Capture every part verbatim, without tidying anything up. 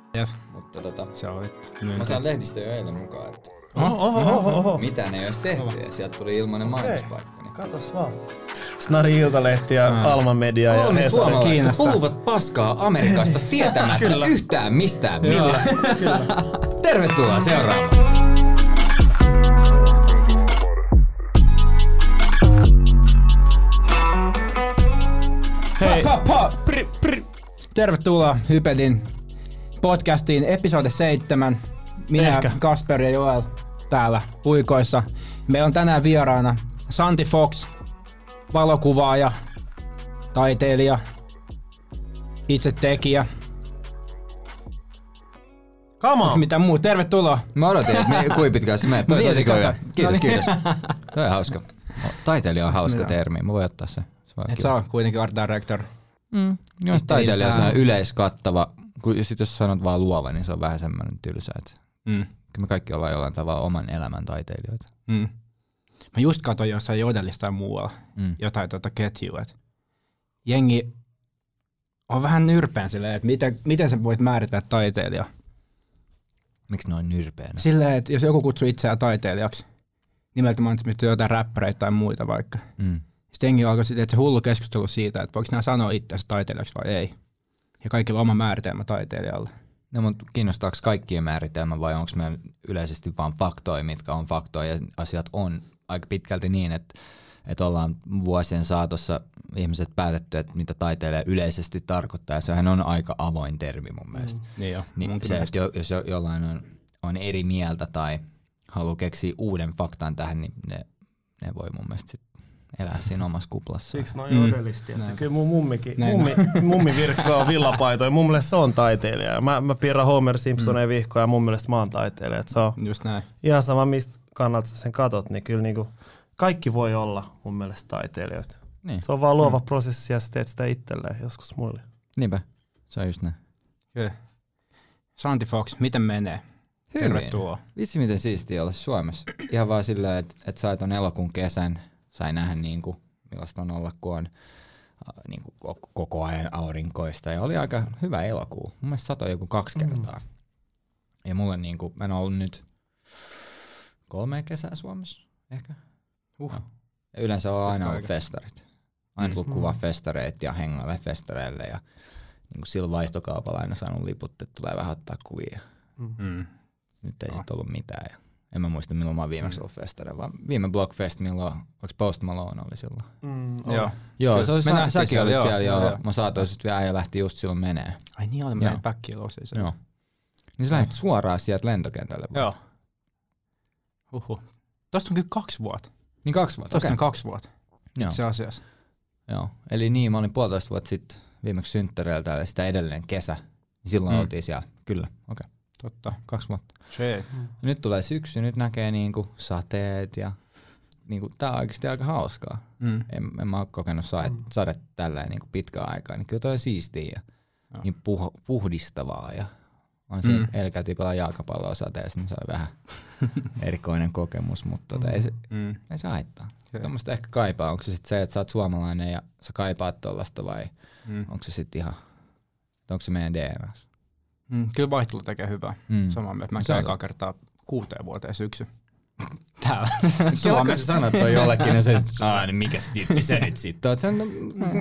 Jep. Mutta tota, se oli mä sain lehdistä jo eilen mukaan, että Oho, oho, oho, oho. mitään ei olisi tehty ja sieltä tuli ilmainen okay. mainospaikka. Niin. Katos vaan. Snari Iltalehti ja mm. Alma Media ja Kolme suomalaista puhuvat paskaa Amerikasta tietämättä yhtään mistään millään. Tervetuloa seuraavaan. Hei. Pa, pa, pa. Pri, pri. Tervetuloa Hypetin podcastiin episode seitsemän. Minä, Ehkä. Kasper ja Joel täällä puikoissa. Meillä on tänään vieraana Santi Fox, valokuvaaja, taiteilija, itse tekijä. Come on! Mitä muu? Tervetuloa! Mä odotin, että me, kui pitkään se menee. Toi tosi hyvä. Kiitos, kiitos. Toi on hauska. Taiteilija on hauska termi. Mä voin ottaa se. Et sä oot kuitenkin art director. Mm. Jos taiteilija on yleiskattava, kun sit jos sanot vaan luova, niin se on vähän semmoinen tylsä. Mm. Me kaikki ollaan jollain tavalla oman elämän taiteilijoita. Mm. Mä just katsoin jossain Jodelista ja muualla mm. jotain tuota ketjua. Jengi on vähän nyrpeän silleen, että miten, miten sä voit määritellä taiteilija. Miksi noin nyrpeänä? Silleen, että jos joku kutsuu itseään taiteilijaksi, nimeltä mainitsemista jotain räppäreitä tai muita vaikka. Mm. Sitten jengi alkoi sitten, että se hullu keskustelu siitä, että voiko nämä sanoa itseänsä taiteilijaksi vai ei. Ja kaikilla on oma määritelmä taiteilijalle. No, mutta kiinnostaako kaikkien määritelmä vai onko meillä yleisesti vain faktoja, mitkä on faktoja ja asiat on aika pitkälti niin, että, että ollaan vuosien saatossa ihmiset päätetty, että mitä taiteilija yleisesti tarkoittaa ja sehän on aika avoin termi mun mielestä. Mm. Niin jo, niin se, että jo, jos jo, jollain on, on eri mieltä tai haluaa keksiä uuden faktan tähän, niin ne, ne voi mun mielestä sit elää siinä omassa kuplassa. Siksi noin mm. odelisti. Kyllä mun mummikin, mummi, mummi virkkaa villapaitoja. Mun mielestä se on taiteilija. Mä, mä piirrän Homer Simpsonia mm. vihkoa ja mun mielestä mä oon taiteilija. Se on just näin. Ihan sama, mistä kannalta sen katot, niin kyllä niinku kaikki voi olla mun mielestä taiteilijoita. Niin. Se on vaan luova mm. prosessi ja sä teet sitä itselleen joskus muille. Niinpä, se on just näin. Kyllä. Santi Fox, miten menee? Hyvin. Tervetuloa. Vitsi miten siistiä olla Suomessa. Ihan vaan silleen, että et sait on elokuun kesän. Sai nähdä niinku, millaista on olla, kun on äh, niinku, koko ajan aurinkoista. Ja oli aika hyvä elokuu. Mun mielestä satoi joku kaksi kertaa. Mm. Ja mulle niinku, mä en ollut nyt kolme kesää Suomessa ehkä. Uh. No. Ja yleensä on aina ollut festarit. Aina tullut mm. kuvaa festareita ja hengaille festareille. Ja niinku sillä vaihtokaupalla aina saanut liput, että tulee vähän ottaa kuvia. Mm. Nyt ei oh. sit ollut mitään. Ja en mä muista, milloin mä oon viimeksi ollut festareilla, vaan viime Blockfest, milloin, onko Post Malone oli silloin? Mm, joo, joo se oli, sä, säkin siellä, olit joo, siellä, joo. joo. Mä saatoin sit vielä ja lähti just silloin menee. Ai niin, oli menee päkkiä losiin. Joo. Niin sä lähdit suoraan sieltä lentokentälle. Joo. Huhhuh. Tosta on kyllä kaksi vuotta. Niin kaksi vuotta? Tosta okay. on kaksi vuotta. Joo. Se asiassa. Joo, eli niin, mä olin puolitoista vuotta sitten viimeksi synttäreiltä ja sitä edelleen kesä. Silloin mm. oltiin siellä, kyllä, okei. Okay. Totta. Kaksi vuotta. Se. Nyt tulee syksy, nyt näkee niinku sateet ja niinku, tää on oikeasti aika hauskaa. Mm. En, en mä oo kokenut sade, mm. sadetta tälleen niinku pitkään aikaa, niin kyllä toi on siistiä ja no. niin puh, puhdistavaa. Ja on siinä, mm. eilen käytiin pelaa jalkapalloa sateessa, niin se on vähän erikoinen kokemus, mutta tota, mm. ei, se, mm. ei se haittaa. Tuommoista ehkä kaipaa. Onko se sitten se, että sä oot suomalainen ja sä kaipaat tollasta vai mm. onko se sitten ihan, onko se meidän D N A:ssa? Mm, kyllä vaihtelu tekee hyvää. Mm. Samaa mieltä. Mä käyn ekaa kertaa kuuteen vuoteen syksy. Täällä Suomessa. Sä sanot toi jollekin ja se, aah, mikä tyyppi se nyt sitten? Se on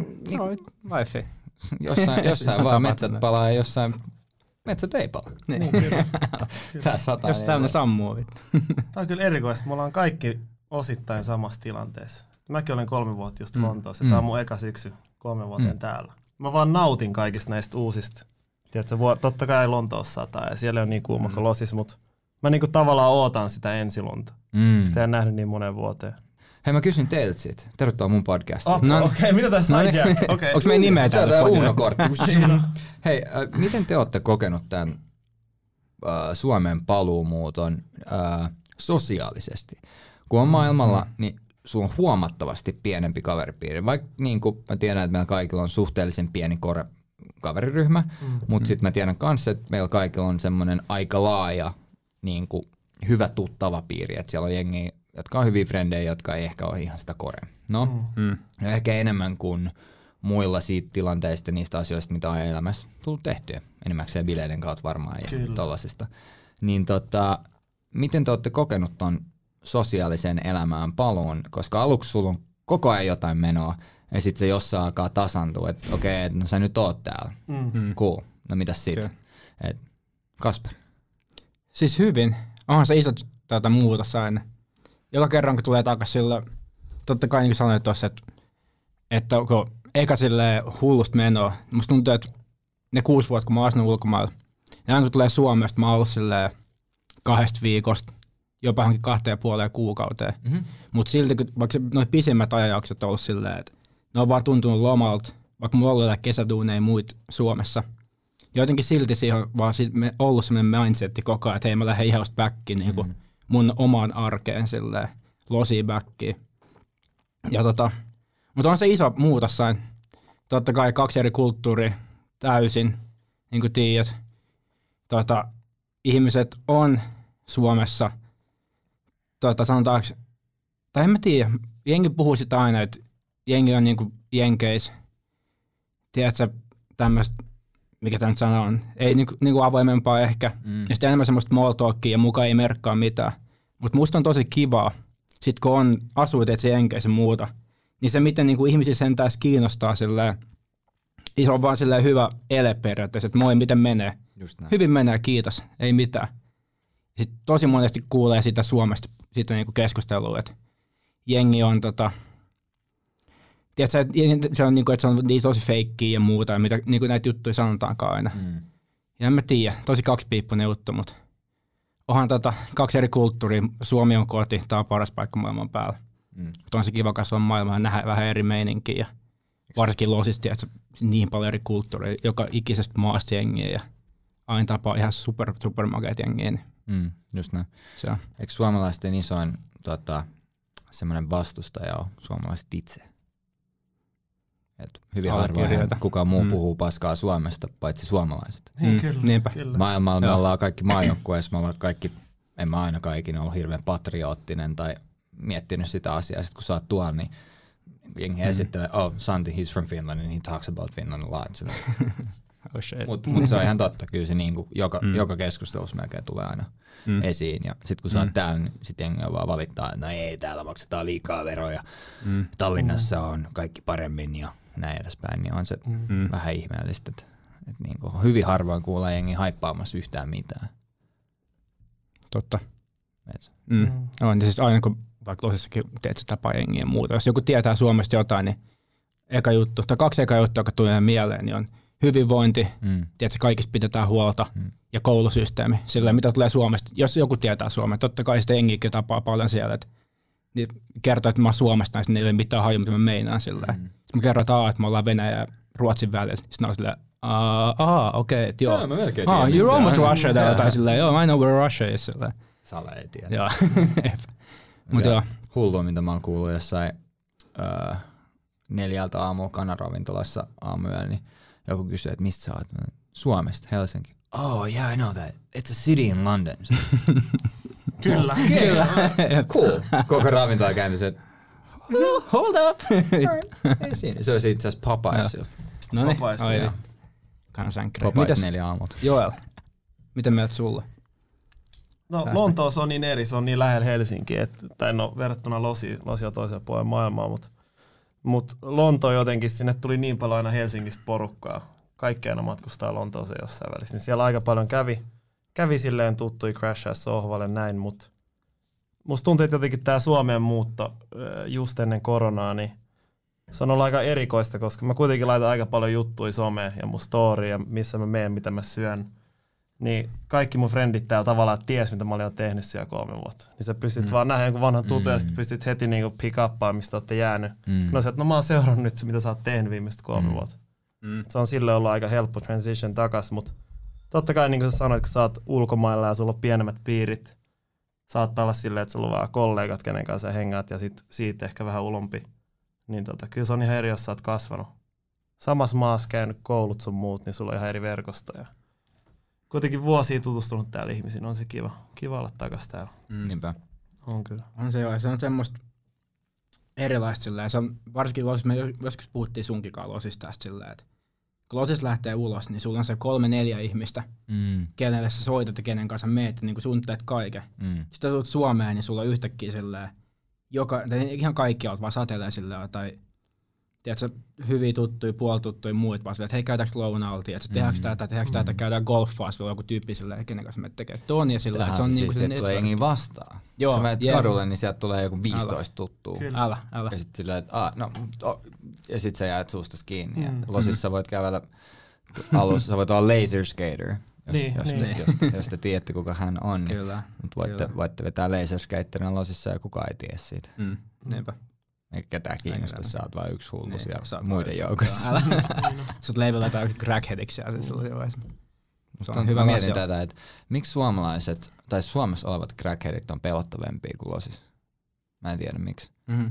life. Jossain, jossain vaan metsät palaa ja jossain metsät ei palaa. Niin. Niin, kyllä. Tää sataa. Jos täällä sammuu. Tää on kyllä erikoista. Me ollaan kaikki osittain samassa tilanteessa. Mäkin olen kolme vuotta just mm. Lontoossa. Tää on mun eka syksy kolme vuoteen mm. täällä. Mä vaan nautin kaikista näistä uusista. Tiedätkö, totta kai Lontoossa sataa ja siellä on niin kuuma mm. kuin losis, mutta mä niinku tavallaan ootan sitä ensilunta. Mm. Sitä en nähnyt niin moneen vuoteen. Hei, mä kysyn teiltä siitä. Tervetuloa mun podcastiin. Oh, no, Okei, okay, mitä tässä no, hijack? Okay. Onko meidän nimeä täällä? Tää on Uno-kortti. Hei, äh, miten te olette kokenut tämän äh, Suomen paluumuuton äh, sosiaalisesti? Kun on maailmalla, mm. niin sulla on huomattavasti pienempi kaveripiiri. Vaikka niin kuin mä tiedän, että meillä kaikilla on suhteellisen pieni kore kaveriryhmä, mm. mutta mm. sitten mä tiedän kanssa, että meillä kaikilla on semmoinen aika laaja niin kuin hyvä tuttava piiri, että siellä on jengiä, jotka on hyviä frendejä, jotka ei ehkä ole ihan sitä kore. No, mm. ja ehkä enemmän kuin muilla siitä tilanteista, niistä asioista, mitä on elämässä tullut tehtyä. Enimmäkseen bileiden kautta varmaan ja tollasista. Niin tota, miten te olette kokenut ton sosiaalisen elämään paluun? Koska aluksi sulla on koko ajan jotain menoa, ja sitten se jossain alkaa tasantua, että okei, okay, no sä nyt oot täällä. Mm. Cool. No mitäs sit? Okay. Et, Kasper? Siis hyvin. Onhan se iso tuota, muutos aina. Joka kerran, kun tulee takaisin sillä, totta kai niin kuin sanoin tuossa, että, että kun eka silleen hullusta menoa, musta tuntuu, että ne kuusi vuotta, kun mä oon asunut ulkomailla, ja aina kun tulee Suomesta, mä oon ollut silleen kahdesta viikosta, jopa johonkin kahteen ja puoleen kuukauteen. Mm-hmm. Mutta silti, kun vaikka noin pisimmät ajanjaksot on ollut silleen, että ne on vaan tuntunut lomalta, vaikka mulla on ollut kesäduuneja muita Suomessa. Jotenkin silti siihen on vaan ollut sellainen mindsetti koko ajan, että hei mä lähden ihan backiin niin mm-hmm. mun omaan arkeen silleen, losiin backiin. Ja tota, mutta on se iso muutos sain. Totta kai kaksi eri kulttuuria täysin, niin kuin tiedät. Tota, ihmiset on Suomessa, tota, sanotaanko, tai en mä tiedä, jengi puhuu sitä aina, että jengi on niinku jenkeis, tiedätkö, tämmöistä, mikä tämä nyt sana on, ei niinku, niinku avoimempaa ehkä, mm. ja sitten enemmän semmoista small talkia ja mukaan ei merkkaa mitään, mutta musta on tosi kivaa, sit kun on asuu tietysti jenkeis ja muuta, niin se miten niinku ihmisiä sentään kiinnostaa silleen, se on vaan silleen hyvä ele periaatteessa, että moi, miten menee. Hyvin menee, kiitos, ei mitään. Sitten tosi monesti kuulee sitä Suomesta, siitä on niinku keskustelua, että jengi on tota, tiedätkö, se on niinku, että se on niin tosi feikkiä ja muuta, ja mitä niinku näitä juttuja sanotaankaan aina. Mm. Ja en mä tiedä, tosi kaksipiippunen juttu, mutta onhan tota kaksi eri kulttuuria, Suomi on koti, tää on paras paikka maailman päällä. Mm. Mutta on se kiva kasvaa maailmaa ja nähdä vähän eri meininkiä, ja varsinkin losista, että niin paljon eri kulttuuria, joka ikisestä maasta jengiä, ja aina tapaa ihan super, super makeat jengiä. Niin. Mm, just näin. Se on. Eikö suomalaisten isoin tota, semmoinen vastustaja ole suomalaiset itse? Et hyvin harvoin kukaan muu mm. puhuu paskaa Suomesta, paitsi suomalaiset. Niin, kyllä, Niinpä. kyllä. Maailmalla me ollaan kaikki maajoukkueessa, me ollaan kaikki, en mä aina kaikki ollut hirveän patriottinen tai miettinyt sitä asiaa. Sitten kun sä oot tuolla, niin jengi mm. esittelee, oh, Santi, he's from Finland and he talks about Finland a lot. Oh shit. Mutta mut se on ihan totta, kyllä se niinku joka, mm. joka keskustelussa melkein tulee aina mm. esiin. Ja sit kun sä oot mm. täällä, niin sit jengi on vaan valittaa, että no ei, täällä maksetaan liikaa veroja. Mm. Tallinnassa on kaikki paremmin ja näin edespäin. Niin on se mm. vähän ihmeellistä, että et niinku hyvin harvoin kuulee jengi haippaamassa yhtään mitään. Totta. Mm. Mm. On, ja siis aina kun vaikka tosissakin teet se tapa jengiä ja muuta. Jos joku tietää Suomesta jotain, niin eka juttu, tai kaksi eka juttua, joka tulee mieleen, niin on hyvinvointi, mm. tiedätkö, kaikista pidetään huolta, mm. ja koulusysteemi. Sillä mitä tulee Suomesta, jos joku tietää Suomea, totta kai sitä jengiäkin tapaa paljon siellä, että niin kertoo, että mä oon Suomesta, niin niillä ei ole mitään haju, mitä mä meinaan sillä. Mm. Sitten mä kerron, että, että me ollaan Venäjä ja Ruotsin välillä. Sitten ne on silleen, aah, okei, okay, joo. Mä melkein ah, you're almost Russia täällä, tai silleen, joo, I know where Russia is. Silleen. Sale ei tiedä. Joo. Mutta joo. Hullua, mitä mä oon kuullut jossain öö, neljältä aamulla kanaravintolassa aamuyöllä, niin joku kysyy, että mistä sä oot? Suomesta, Helsinki. Oh yeah, I know that. It's a city in London. Kyllä. Kyllä. Cool. Koko ravintola kääntyi se, hold up. Ei siinä. Se olisi itse asiassa Popeyes. No niin, Popeyes, oh, joo. Kansankrei. Popeyes neljä aamulta. Joel, miten meiltä sulle? No Lontoossa on niin eri, se on niin lähellä Helsinkiä, että, tai no verrattuna Losi, Losi on toisella puolella maailmaa, mutta mut Lontoon jotenkin, sinne tuli niin paljon aina Helsingistä porukkaa. Kaikki aina matkustaa Lontooseen jossain välissä, niin siellä aika paljon kävi, kävi silleen tuttui crashaa sohvalle näin, mutta musta tuntuu, että jotenkin tää Suomeen muutto just ennen koronaa, niin se on ollut aika erikoista, koska mä kuitenkin laitan aika paljon juttuja someen ja mun storya, missä mä menen, mitä mä syön. Niin kaikki mun frendit täällä tavallaan ties, mitä mä olin jo tehnyt siellä kolme vuotta. Niin sä pystyt mm. vaan nähdä jonkun vanhan tutun mm. ja sit pystyt heti niinku pick uppaan, mistä olette jäänyt. Mm. No se, että no mä oon seurannut nyt, mitä sä oot tehnyt viimeiset kolme mm. vuotta. Mm. Se on silleen ollut aika helppo transition takas, mutta totta kai niin kuin sä sanoit, kun sä oot ulkomailla ja sulla on pienemmät piirit, saattaa olla silleen, että sulla on vaan kollegat, kenen kanssa hengaat ja sit siitä ehkä vähän ulompi. Niin tota, kyllä se on ihan eri, jos sä oot kasvanut. Samassa maassa käynyt koulut sun muut, niin sulla on ihan eri verkostoja. Kuitenkin vuosia tutustunut täällä ihmisiin, on se kiva, kiva olla takas täällä. Mm. Niinpä. On kyllä. On se joo, se on semmoista, erilaista silleen. Se on, varsinkin Losissa, me joskus puhuttiin sunkikaan Losista tästä silleen, että kun Losis lähtee ulos, niin sulla on se kolme neljä ihmistä, mm. kenelle sä soitat ja kenen kanssa meet, niin suunnittelet kaiken. Mm. Sitten tulet Suomeen, niin sulla on yhtäkkiä silleen, joka, ihan kaikki olet vaan satelee silleen, tai tiedätkö, hyviä tuttuja, puolituttuja muut, vaan silleen, että hei, käydäänkö lounalla, tiedätkö, tehdäänkö tätä, tehdäänkö tätä, käydään golfaa, sulla on joku tyyppi silleen, kenen kanssa me tekee ton, ja silleen, että se on niin kuin se tulee jengi vastaan. Joo, sä menet kadulle, niin sieltä tulee joku viisitoista tuttua. Älä, älä. Ja sit silleen, että aah, no, oh, ja sit sä jäät suustas kiinni. Mm. Losissa voit kävellä alussa, sä voit olla laser skater, jos, niin, jos, niin. Te, jos, jos te tiedätte, kuka hän on. Kyllä. Mutta voitte, voitte vetää laser skaterin Losissa ja kukaan ei tiedä siitä. Mm. Niinpä. Eikä ketään kiinnosta, sä oot vain yksi hullu niin, siellä muiden joukossa. Sut leivotetaan jokin crackheadiksi ja se oli vaiheessa. Se on hyvä mietin tätä, että miksi suomalaiset, tai Suomessa olevat crackheadit on pelottavampia kuin Losis? Mä en tiedä miksi. Mm-hmm.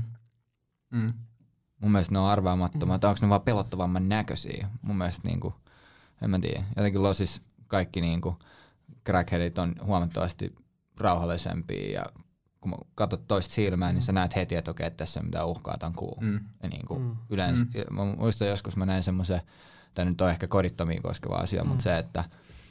Mm. Mun mielestä ne on arvaamattomat, mm. onko ne vaan pelottavamman näköisiä? Mun mielestä niinku, en mä tiedä, jotenkin Losis kaikki niinku crackheadit on huomattavasti rauhallisempia ja kun katsot toista silmään, mm. niin sä näet heti, että okei, että tässä ei mitään uhkaa, tämän kuuluu. Mm. Ja niin kuin mm. yleensä, mm. mä muistan joskus mä näin semmoisen, tämä nyt on ehkä kodittomia koskeva asia, mm. mutta se, että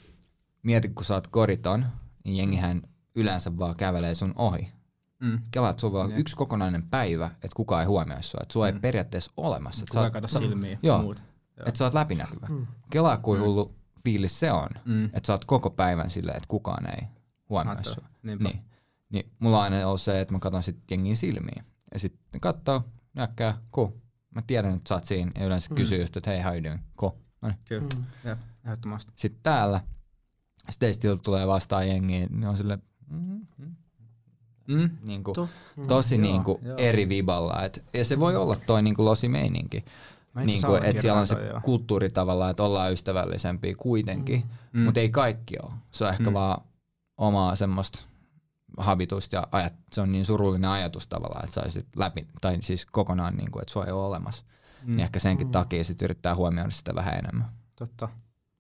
mieti, kun sä oot koditon, niin jengihän yleensä vaan kävelee sun ohi. Mm. Kelaa, että sulla on yksi kokonainen päivä, että kukaan ei huomioi sua, että sua mm. ei periaatteessa olemassa. Kukaan ei kato silmiä. Joo, muut. Että sä oot läpinäkyvä. Mm. Kelaa, kuin mm. hullu fiilis se on, mm. että sä oot koko päivän silleen, että kukaan ei huomioi sua. Niin. Niin mulla on aina ollut se, että mä katson sit jengin silmiin. Ja sitten katsoo, näkkää, ku. Mä tiedän, että sä oot siinä. Ja yleensä mm. kysyy just, että hei, how you doing? Ku. Noniin. Kyllä, mm. ja, ehdottomasti. Sitten täällä, Stacey tulee vastaan jengiin, niin on silleen, mm, mm, mm. Niinku, to, tosi mm, niinku joo, eri viballa. Et, ja se voi olla toi niinku losi-meininki. Niinku, että siellä on se joo. kulttuuri tavallaan, että ollaan ystävällisempiä kuitenkin. Mm. Mutta ei kaikki ole. Se on ehkä mm. vaan omaa semmoista habitusta ja ajat, se on niin surullinen ajatus tavallaan, että saisit läpi, tai siis kokonaan niin kuin, että sua ei ole olemassa. Mm. Niin ehkä senkin mm. takia sit yrittää huomioida sitä vähän enemmän. Totta.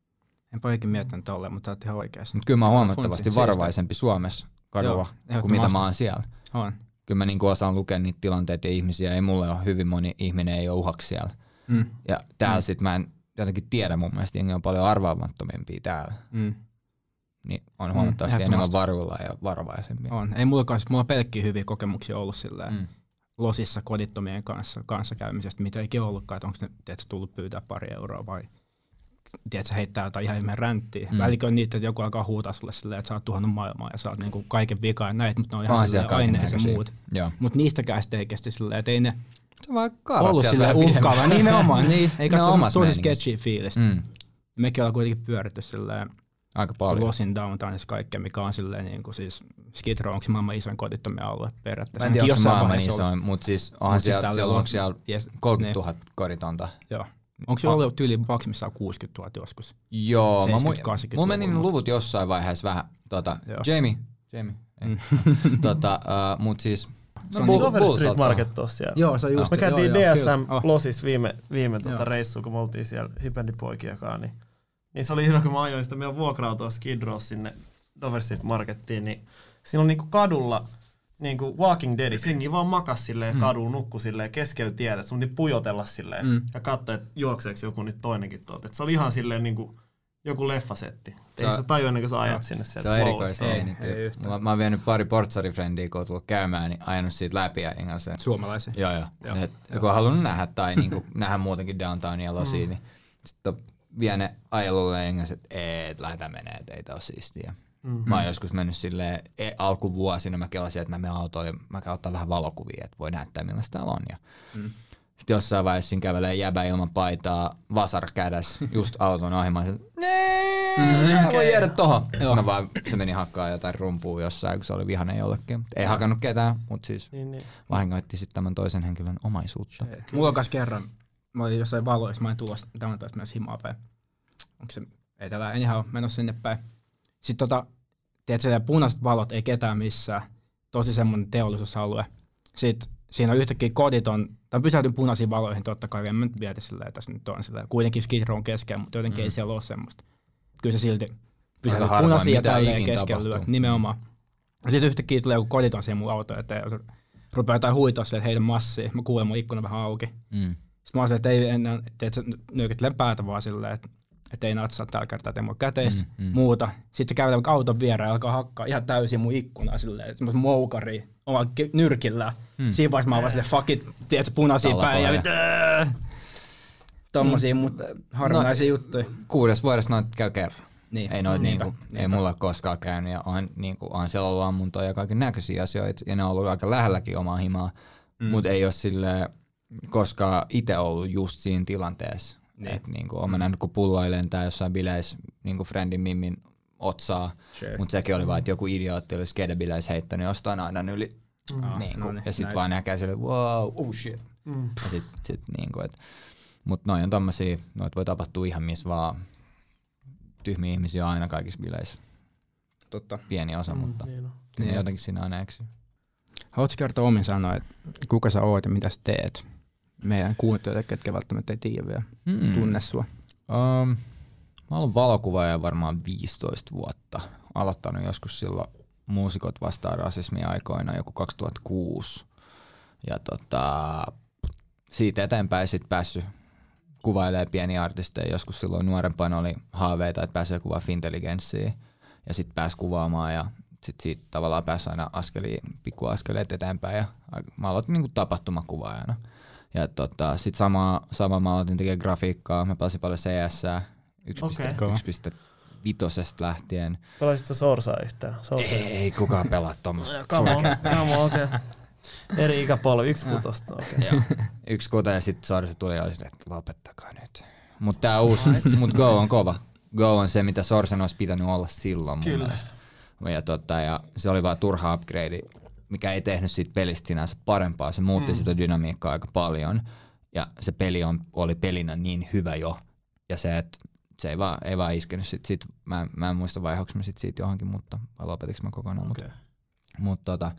En paljon miettinyt tolleen, mutta olet ihan oikeassa. Mut kyllä mä oon huomattavasti varovaisempi Suomessa kadulla kuin mitä mä oon siellä. On. Kyllä mä niin kuin osaan lukea niitä tilanteita ja ihmisiä, ei mulle ole hyvin moni ihminen ei ole uhaksi siellä. Mm. Ja täällä mm. sit mä en jotenkin tiedä, mun mielestä jengi on paljon arvaamattomimpia täällä. Mm. Niin on huomattavasti mm, enemmän varuilla ja varovaisemmin. On. Ei mulla kanssa, mulla on pelkkiä hyviä kokemuksia ollut silleen mm. Losissa kodittomien kanssa, kanssa käymisestä, mitä eikin ollutkaan, että onko ne tiedätkö, tullut pyytää pari euroa vai tiedätkö, heittää jotain ihan ihmeen ränttiä. Mm. Välikin on niitä, että joku alkaa huutaa sulle silleen, että sä oot tuhannut maailmaa ja sä oot niinku kaiken vikaa ja näet, mutta ne on ihan oh, silleen aineen ja muut. Mutta niistäkään sitten ei kestä silleen, että ei ne se vaan ollut silleen uhkaava. Nimenomaan, niin. Ei katso tosi sketchy fiilis. Mm. Mekin ollaan kuitenkin pyöritty silleen aika paljon. Losin downtownissa kaikkea, mikä on silleen niin kuin siis Skid Row, onko se maailman isoin kodittomia alue periaatteessa? Mä en tiedä, onko se maailman isoin, mutta siis onhan siellä, siellä, on siellä yes, kolmekymmentätuhatta niin. koditonta. Joo. Onko se ollut tyyliin maksimissaan kuusikymmentätuhatta joskus? Joo, mulla meni luvut jossain vaiheessa vähän, tota, Jamie, Jamie, mm. tota, uh, mut siis se on Dover Street Market tossa siellä. Joo, se just. Me käytiin D S M oh. Losis viime, viime tuota reissuun, kun me oltiin siellä hypendipoikiakaan, niin niin se oli hyvä, kun mä ajoin sitä meidän vuokra-autoa Skid Row sinne Dover Street Markettiin, niin siinä on niinku kadulla niinku Walking Dead, senkin vaan makas silleen mm. kadulla, nukkui silleen keskellä tietä, että sun piti pujotella silleen mm. ja katsoa, että juokseeko joku nyt toinenkin tuolta. Se oli ihan silleen niinku joku leffasetti. Ei sitä tajua ennen kuin sä ajat sinne sieltä. Se on erikoismeininki. Mä, mä oon vienyt pari portsarifrendiä, kun oon tullut käymään, niin ajanut siitä läpi. Ja sen. Suomalaisia? Joo, joo. joo. Et, joo. Kun on halunnut nähdä tai niinku, nähdä muutenkin downtownia ja Losia, mm. niin sitten vie ne ajelulle ja englaiset, että lähdetään menee, että ei tää ole siistiä. Mm-hmm. Mä oon joskus mennyt silleen e- alkuvuosina, mä kelasin, että mä menen autoon ja mä käyn ottaa vähän valokuvia, että voi näyttää millaista täällä on. Ja mm. Sitten jossain vaiheessa siinä kävelee jäbä ilman paitaa, vasar kädäs, just auton ohi, mä sanoin, nee, mm, okay. voi jäädä tohon. Ja sitten vaan se meni hakkaa jotain rumpua jossain, kun se oli vihainen jollekin. Ei mm. hakannut ketään, mutta siis niin, niin. vahingoitti sitten tämän toisen henkilön omaisuutta. Se, mulla on kanssa kerran, mä olin jossain valoissa, mä olin tulossa tämän toista myös himaa päin. Onko se etelään? En ihan ole menossa sinne päin. Sitten tota, tiedätkö, punaiset valot, ei ketään missään. Tosi semmoinen teollisuusalue. Sitten siinä on yhtäkkiä koditon, tai pysäytyn punaisiin valoihin, totta kai en mä nyt viety silleen, tässä nyt on silleen. Kuitenkin Skid Rown keskellä, mutta jotenkin mm. ei siellä ole semmoista. Kyllä se silti pysäytyn punaisia ja tälleen keskellä lyöt, nimenomaan. Ja sitten yhtäkkiä tulee joku koditon siihen mun auto eteen. rupeaa jotain huitoa silleen, että heidän massia. Mä kuulen mun ikkuna vähän auki. Mm. Sitten mä oon silleen, että ei enää, että nyökyttelen päätä vaan silleen, että että ei natsaa tällä kertaa, että ei mulla käteistä, mm, mm. muuta. Sitten se käy auton viereen ja alkaa hakkaa ihan täysin mun ikkunaa silleen, semmoista moukaria omalla nyrkillä. Mm. Siinä vaiheessa mä oon vaan silleen, fuck it, tiedätkö, punaisia päin ja mitään. Tommosia mm. harvinaisia no, juttuja. Kuudes vuodessa noita käy kerran. Niin. Ei, noit niinpä, niinku, niinpä. Ei mulla koskaan käynyt ja on, niinku, on siellä ollut ammuntoja ja kaiken näköisiä asioita ja ne on ollut aika lähelläkin omaa himaa, mm. mutta ei ole silleen koskaan itse ollut just siinä tilanteessa. Niin. Et niinku oon mä nähnyt, kun pulloja lentää jossain bileissä niinku friendin mimmin otsaa, sure. Mutta sekin oli vaan, että joku idiootti olisi skedebileissä heittänyt jostain aina yli. Mm. Niinku, no niin, ja sit nice. Vaan näkee silleen, wow, oh shit. Mm. Ja sit, sit niinku, et, mut noi on tommosia, noit voi tapahtua ihan missä vaan. Tyhmiä ihmisiä on aina kaikissa bileissä. Totta. Pieni osa, mm, mutta niin, no. niin jotenkin siinä aina eksyy. Haluatko kertoa omin sanoa, että kuka sä oot ja mitä sä teet? Meidän kuuntelijoille, ketkä välttämättä ei tiedä vielä, mm. tunne sua. Um, mä olen valokuvaaja varmaan viisitoista vuotta. Aloittanut joskus silloin Muusikot vastaan rasismia aikoina, joku kaksituhattakuusi. Ja tota, siitä eteenpäin sit päässyt kuvailemaan pieniä artisteja. Joskus silloin nuorempana oli haaveita, että pääsee kuvaa fintelligenssiä. Ja sitten pääsi kuvaamaan ja sitten siitä tavallaan pääsi aina askeliin, pikkuaskeleet eteenpäin. Ja mä aloitin niinku tapahtumakuvaajana. Ja tota, sit sama, sama mä aloitin tekemään grafiikkaa. Mä pelasin paljon C S:ää yksi pilkku viisi lähtien. Pelasitko Sorsaa yhtään? Sorsa. Ei, ei kukaan pelaa tommoista. Come on, come on, okei. Okay. Eri ikäpolvi, yksi kutosta, okei. Okay. Yksi kuto ja sit Sorsa tuli ja oli silleen, että lopettakaa nyt. Mut tää uusi, mut Go on kova. Go on se, mitä Sorsen olisi pitänyt olla silloin mun mielestä. Ja, tota, ja se oli vaan turha upgrade, mikä ei tehnyt siitä pelistä sinänsä parempaa. Se muutti mm. sitä dynamiikkaa aika paljon. Ja se peli on, oli pelinä niin hyvä jo. Ja se, että se ei vaan, ei vaan iskenyt. Sit, sit, mä, mä en muista vaihoinko mä sit siitä johonkin, mutta vai lopetinko mä kokonaan. Okay. Mutta mut, tota,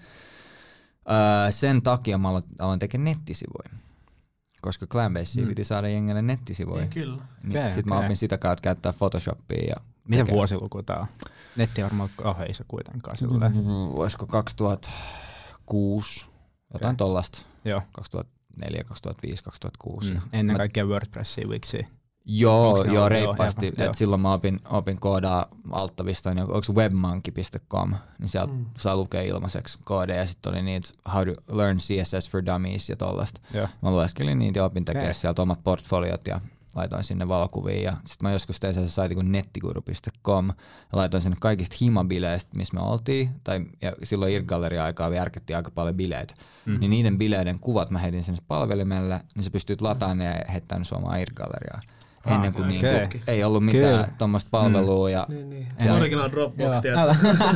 öö, sen takia mä aloin, aloin tekemään nettisivuja. Koska Clanbaseen mm. piti saada jengelle nettisivuja. Niin, kyllä. Niin, okay, sitten okay. mä opin sitä kautta käyttää Photoshopia. Ja miten vuosiluku tää on? Netti on varmaan kauhean iso kuitenkaan silleen. Mm, olisiko kaksituhattakuusi, jotain okay. tollasta. Joo. kaksituhattaneljä, kaksituhattaviisi, kaksituhattakuusi. Mm. Ennen kaikkea WordPressia, Wixiä. Joo, joo reippaasti. Joo, joo. Silloin mä opin, opin koodaa Altavista, niin onko webmonkey piste com, niin sieltä mm. saa lukea ilmaiseksi koodeja. Ja sitten oli niitä How to Learn C S S for Dummies ja tollasta. Joo. Mä lueskelin niitä ja opin tekemään okay. sieltä omat portfoliot ja laitoin sinne valokuviin. Ja sitten mä joskus tein sellaisen saitin kuin nettiguru piste com ja laitoin sinne kaikista himabileistä, missä me oltiin. Tai, ja silloin IRC-galleria-aikaa järkettiin aika paljon bileitä. Mm. Niin niiden bileiden kuvat mä heitin sinne palvelimelle, niin sä pystyt lataamaan ja heittämään suomaan IRC-galleriaa. Ennen kuin okay. niin, ei ollut mitään tuommoista palvelua. Mm. Ja niin, niin. Se original Dropbox, tiedätkö?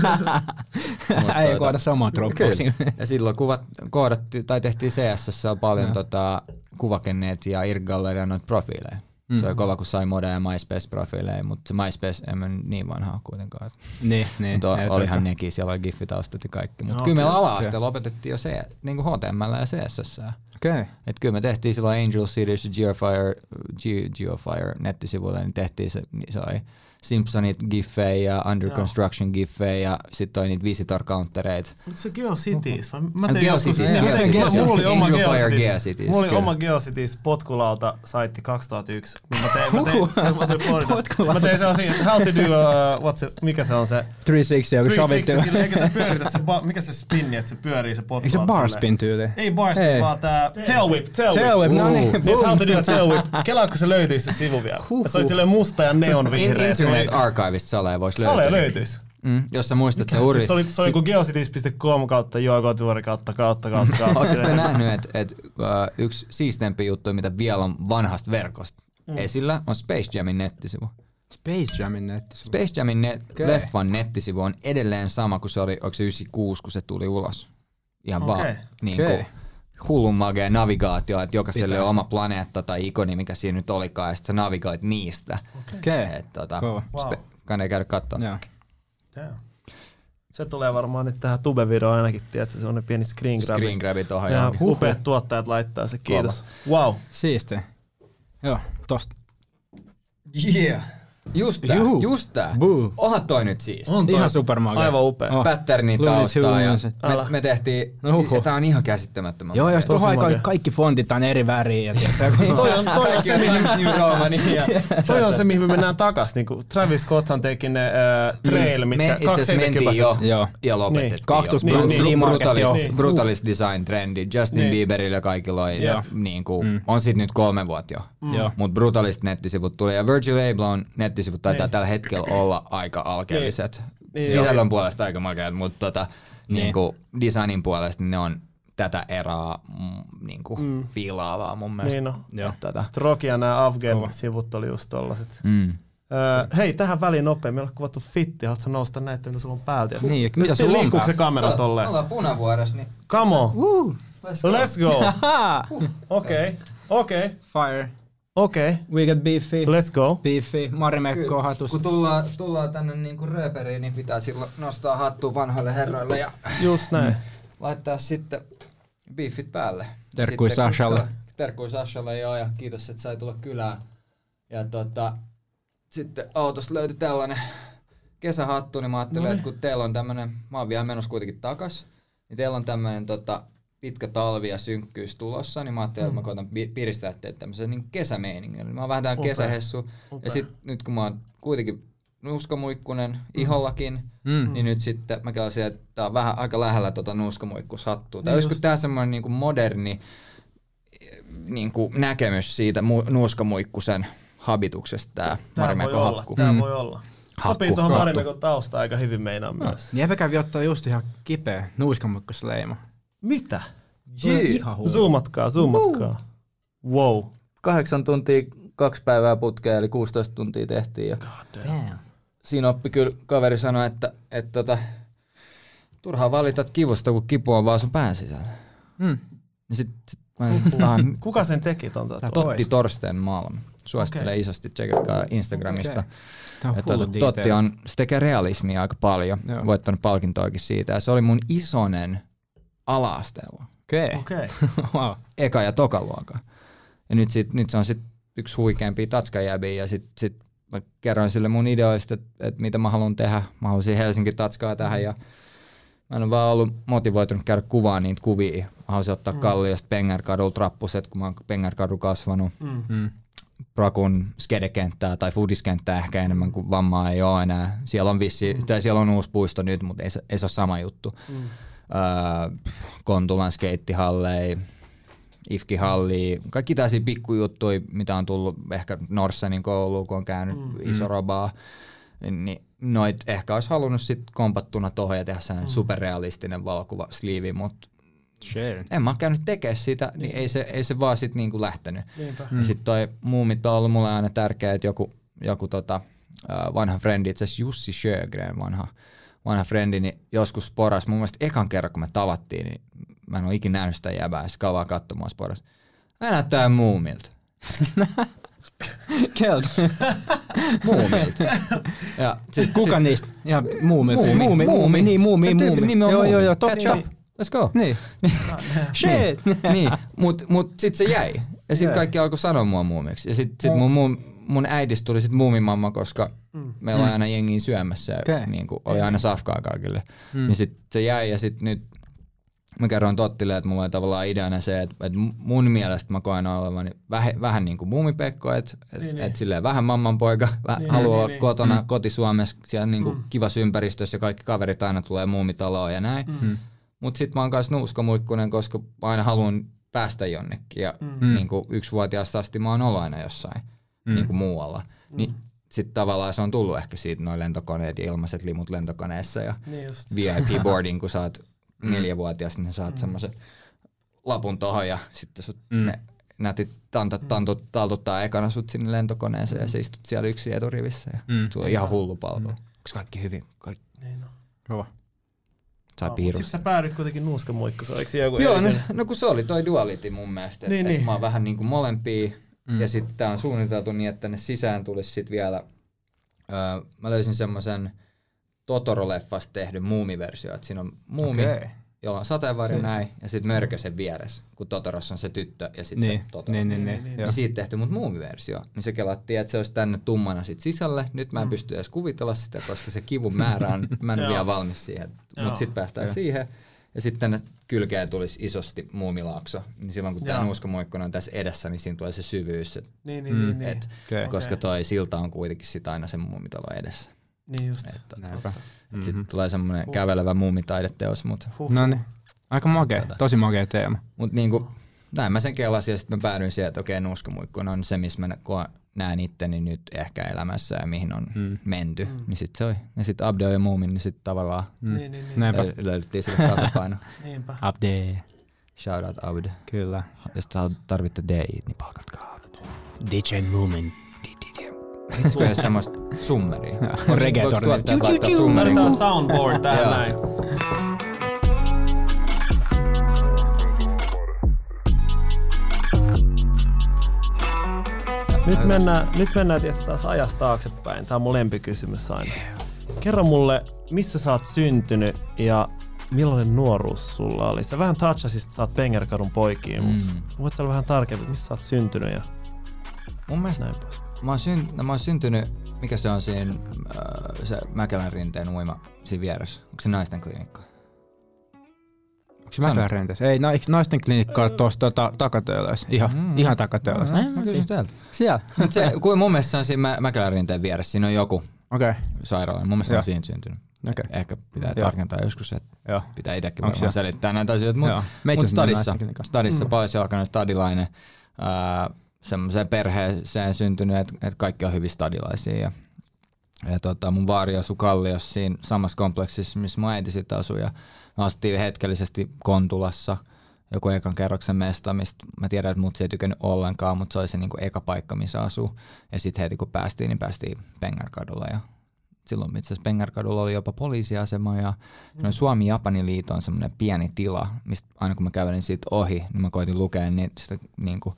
Ei koota samaa Dropboxin. Ja silloin kuvat, koodattiin, tai tehtiin C S S paljon no. tota, kuvakenneet ja IRC-galleria noita profiileja. Mm. Se oli kova, kun sai Moda ja MySpace-profiileja, mutta se MySpace ei mennyt niin vanhaa kuitenkaan. Niin, niin. Mutta olihan nekin, siellä oli giffitaustat ja kaikki. Mutta no, kyllä okay. me ala-asteella opetettiin jo se, niin kuin H T M L ja C S S. Okay. Et kyllä me tehtiin silloin Angel Cities ja Geofire, Ge- Geofire nettisivuille, niin tehtiin se, niin se oli Simpsonit giffejä ja Under Joo. Construction giffejä ja sitten oli niitä Visitor-countereita. Mutta se GeoCities, mä tein joskus, mulla oli oma GeoCities, mulla oli oma GeoCities potkulauta saitti kaksituhattayksi. Niin mä tein, mä tein semmoisen Floridassa. Mä tein sellaisia, how to do, uh, what's se, mikä se on se? kolmesataakuusikymmentä, joku sovittu. Sille, eikä se pyöritä, se, mikä se spinni, että se pyörii se potkulauta. Eikö se barspin tyyli? Ei barspin, vaan tää tail whip. Tail whip, no niin. How to do a tail whip. Kelaanko se löytyisi se sivu vielä? Se oli silleen musta ja neon vihreä. Internet Archivista Sale voisi löytää. Sale löytyisi. Mm, jos sä muistat se uri. Se oli, se oli joku geocities piste com kautta Joakotuori kautta kautta kautta kautta. Oletko sitten nähnyt, että et, uh, yksi siistempi juttu, mitä vielä on vanhasta verkosta mm. esillä, on Space Jamin nettisivu. Space Jamin nettisivu? Space Jamin net, okay. leffan nettisivu on edelleen sama kuin se oli, onko se yhdeksänkymmentäkuusi, kun se tuli ulos. Ihan okay. vaan niin okay. hullun magea navigaatio, että jokaiselle on oma planeetta tai ikoni, mikä siinä nyt olikaan, ja sitten sä navigoit niistä. Okay. Et, tota, wow. spe- kannattaa käydä katsoa. Yeah. Yeah. Se tulee varmaan nyt tähän Tube-videoon ainakin, tiedätkö, se on ne pieni screen grab. Screen grabi tohon. Ja upeat tuottajat laittaa se, kiitos. Kova. Wow. Siisti. Joo, tosta. Yeah. Just tää, Juhu. just tää. Boo. Onhan toi nyt siis. On toi. Ihan supermagia. Aivan upea. Oh. Patternin taustaa ja me, me tehtiin, Uhuh. ja tää on ihan käsittämättömän. Joo, jos tuohon aikaan magia. kaikki fontit on eri väriä. Siis toi on, toi on se, mihin, New Romania. toi on se, mihin me mennään takas. Niin kuin Travis Scotthan teki ne äh, trail, mitkä Me itse asiassa mentiin jo Joo. ja lopetettiin Niin. Kaktus jo. Blue Niin, Flea Market, brutalist, joo. Niin. brutalist design trendi. Justin Niin. Bieberillä kaikilla on, Joo. niin kuin, Mm. on sit nyt kolme vuotta jo. Mm. Joo. Mutta brutalist nettisivut tuli ja Virgil Abloh nettisivut taitaa Niin. tällä hetkellä olla aika alkeelliset. Niin. Sisällön puolesta aika makeat, mutta tota, Niin. niin kuin designin puolesta ne on tätä eraa mm, niin kuin Mm. fiilaavaa mun mielestä. Niin on. Joo. Et Tota, Sitten Rocky ja nämä Afgan-sivut oli just tollaset. mm. Öö, hei, tähän väliin nopea. Meillä on kuvattu fitti. Haluatko nousta näitä, mitä sulla on päältä? Niin, mitä sulla on Liikkuuko se päällä? kamera tolleen? ollaan punavuoressa, niin Come on. Woo. let's go. Let's go. Okei. Okei. Fire. Okei. We got beefy. Let's go. Beefy. Marimekko hatus. Kun tullaan, tullaan tänne niinku rööperiin, niin pitää silloin nostaa hattua vanhoille herroille ja Just näin. laittaa sitten beefit päälle. Terkkui Sitten Sashalle. kuskalla- Terkkui Sashalle, joo, ja kiitos, että sai tulla kylään. Ja tota, sitten autosta löytyi tällainen kesähattu, niin mä ajattelin, Noniin. että kun teillä on tämmönen, mä oon vielä menossa kuitenkin takas, niin teillä on tämmönen tota, pitkä talvi ja synkkyys tulossa, niin mä ajattelin, että mä koitan pi- piristää teitä tämmöisen niin kesämeiningillä. Mä oon vähän tää Upea. kesähessu, Upea. ja sit nyt kun mä oon kuitenkin nuuskamuikkunen ihollakin, Mm. niin nyt sitten mä kelasin, että tää on vähän aika lähellä tota nuuskamuikkushattua. Tai Niin olisiko just. tää semmoinen niinku moderni niinku näkemys siitä mu- nuuskamuikkusen habituksesta tää Tää voi Marimekon olla. hakku. Tää Mm. voi olla. Hakku, Sopii tuohon hattu. Marimekon taustaan aika hyvin meinaan myös. Niepä kävi ottaa just ihan kipeä nuuskamukkosleima. Mitä? Jee. Ihan huono. Zoomatkaa, zoomatkaa. Wow. Kahdeksan tuntia, kaksi päivää putkea, eli kuusitoista tuntia tehtiin. Ja Damn. siinä oppi kyllä, kaveri sanoi, että, että tota, turhaa valitat kivusta, kun kipu on vaan sun pään sisällä. Mm. Niin sit, sit mä ah, Kuka sen teki ton? tota? Totti Torsten Malm. Suosittelen Okei. isosti, tsekatkaa Instagramista. Okei. Tää on Ja tuota, hullu Totti detail. on, se tekee realismia aika paljon, Joo. voittanut palkintoakin siitä. Ja se oli mun isonen ala-asteella, Okei. Okei. Wow. eka ja toka luokan. Ja nyt, sit, nyt se on sit yksi huikeampia tatskajäbiä ja sit, sit mä kerroin sille mun ideoista, että et mitä mä haluan tehdä. Mä haluaisin Helsinki tatskaa tähän ja mä en ole vaan ollut motivoitunut käydä kuvaan niitä kuvia. Mä haluaisin ottaa mm. Kalliosta Pengerkadulta rappuset, kun mä oon Pengerkadun kasvanut. Mm. Mm. Prakun skedekenttää tai foodiskenttää ehkä enemmän kuin vammaa ei ole enää. Siellä on vissi, mm. tai siellä on uusi puisto nyt, mutta ei se, ei se ole sama juttu. Mm. Öö, Kontulan skeittihalleja, Ifkihallia, kaikki tällaisia pikkujuttuja, mitä on tullut ehkä Norsenin kouluun, kun on käynyt mm. iso robaa. Niin noit ehkä olisi halunnut sit kompattuna tohon ja tehdä sellainen mm. superrealistinen valokuva sleevi, mutta Share. en mä oo käynyt tekemään sitä, niin ei se, ei se vaan sit niinku lähtenyt. Niinpä. Mm. Ja sit toi muumit on ollut mulle aina tärkeä, että joku, joku tota, äh, vanha frendi, itse asiassa Jussi Sjögren, vanha, vanha frendi, niin joskus sporas, mun mielestä ekan kerran kun me tavattiin, niin mä en oo ikinä nähnyt sitä jäbää, se kavaa katsomaan sporas. Hän näyttää muumilta. Keltä. Muumilta. Ja sit, Kuka sit, niistä? Ihan muumi. Muumi. Muumi, muumi, niin muumi, Sen tyypin muumi. nimi on Joo, Muumi. joo, joo, Catch totta. up. Let's go. Niin. Shit. niin, mut, mut sit se jäi. Ja sit Jäi. kaikki alkoi sanoa mua muumiksi. Ja sit, sit mun, mun, mun äidistä tuli sit muumimamma, koska Mm. meillä oli aina jengiä syömässä. Ja Okei. niin oli aina safkaa kaikille. Mm. Niin sit se jäi ja sit nyt mä kerroin Tottille, että mulla oli tavallaan ideana se, että, että mun mielestä mä koen olevani vähän, vähän niin kuin muumipekko, että et, Niin, et niin. silleen vähän mammanpoika, vä, Niin, haluaa niin, olla niin. kotona Mm. koti-Suomessa, siellä niin kuin Mm. kivassa ympäristössä ja kaikki kaverit aina tulee muumitaloon ja näin. Mm. Mut sit mä oon kans nuuskamuikkunen, koska mä aina haluan päästä jonnekin ja Mm. niin kuin yksivuotiaasta asti mä oon ollut aina jossain Mm. niin kuin muualla. Niin sit tavallaan se on tullut ehkä siitä noin lentokoneet ja ilmaiset limut lentokoneessa ja Niin just. V I P boarding, kun sä oot neljävuotias, niin saat semmoisen lapun tohon ja sitten sut Mm. ne nätit tantat, tantut, taltuttaa ekana sut sinne lentokoneeseen ja sä istut siellä yksi eturivissä ja Mm. sulla on ihan hullu palvelu. Onko kaikki hyvin? Kaikki Niin on. Kova. saa Sitten piirus. sä päädyit kuitenkin nuuskamuikkoon, oliko se joku Joo, no, erityinen? no kun se oli toi duality mun mielestä, että Niin, niin, niin. mä oon vähän niinku molempia Mm. ja sitten tää on suunniteltu niin, että tänne sisään tulisi sit vielä, öö, mä löysin semmoisen Totoro-leffasta tehdyn muumiversio, että siinä on muumi, Okei. jolla on sateenvarjo näin, ja sitten Mörkösen vieressä, kun Totorossa on se tyttö ja sitten niin, se Totoro. Niin, niin, niin, niin, niin siitä tehty mut muumiversio. Niin se kelattiin, että se olisi tänne tummana sit sisälle. Nyt mä en mm. pysty edes kuvitella sitä, koska se kivun määrä on, mä en ole vielä valmis siihen. Mutta sitten päästään ja. siihen. Ja sitten tänne kylkeen tulisi isosti muumilaakso. Niin silloin kun tämä nuuskamoikkuna on tässä edessä, niin siinä tulee se syvyys. Et, niin, niin, niin, et, okay. Koska toi silta on kuitenkin sit aina se muumitalo edessä. Niin just. Et, et, et mm-hmm. Sitten tulee semmoinen uh. kävelevä muumitaideteos. No niin. Aika makea, tota. Tosi makea teema. Mut niinku, näin mä sen kelasin ja sitten mä päädyin siihen, että okei, nuuskamuikkuna on se, missä mä näen itteni nyt ehkä elämässä ja mihin on mm. menty. Mm. Niin sit se oli. Ja sit Abde ja Muumin, niin sit tavallaan mm. niin, niin, niin. löydettiin sille tasapaino. Niinpä. Abde. Shout out Abde. Kyllä. Jos tarvitte D I, niin palkatkaa. D J Muumin. Itse asiassa semmoista summeria. Reggaetornia. Tarvitaan soundboard täällä näin. Nyt mennään, nyt mennään tietysti taas ajasta taaksepäin. Tää on mun lempikysymys aina. Kerro mulle, missä sä oot syntynyt ja millainen nuoruus sulla oli? Sä vähän touchasit, että sä oot Pengerkadun poikia, mm. mutta voit sä olla vähän tarkemmin, missä sä oot syntynyt ja mun mielestä näin pois. Mä oon, syn, no, mä oon syntynyt, mikä se on siinä, äh, se Mäkelän rinteen uima siinä vieressä. Onko se naisten klinikka? Onko se Mäkelän rinteessä? Ei, naisten klinikka on tuossa tota, takatöölössä. Ihan, mm. ihan takatöölössä. No, mä kysyn täältä. Siellä. Se, kun mun mielestä se on siinä Mäkelän rinteen vieressä. Siinä on joku okay. sairaala. Mun mielestä on siinä syntynyt. Okay. Ehkä pitää Joo. tarkentaa joskus, että Joo. pitää itsekin varmaan selittää näitä asioita. Mutta mut stadissa, stadissa mm. paljon alkanut stadilainen. Äh, semmoiseen perheeseen syntynyt, että et kaikki on hyvin stadilaisia. Ja, ja tota, mun vaari asui Kalliossa siinä samassa kompleksissa, missä mun äiti sitten asui. Ja me asuttiin hetkellisesti Kontulassa, joku ekan kerroksen mesta, mistä mä tiedän, että mut se ei tykännyt ollenkaan, mutta se oli se niinku eka paikka, missä asuu. Ja sitten heti kun päästiin, niin päästiin Pengerkadulle. Ja silloin itse asiassa Pengerkadulla oli jopa poliisiasema ja mm. Suomi-Japani liitto on semmoinen pieni tila, mistä aina kun mä kävelin siitä ohi, niin mä koitin lukea niitä niinku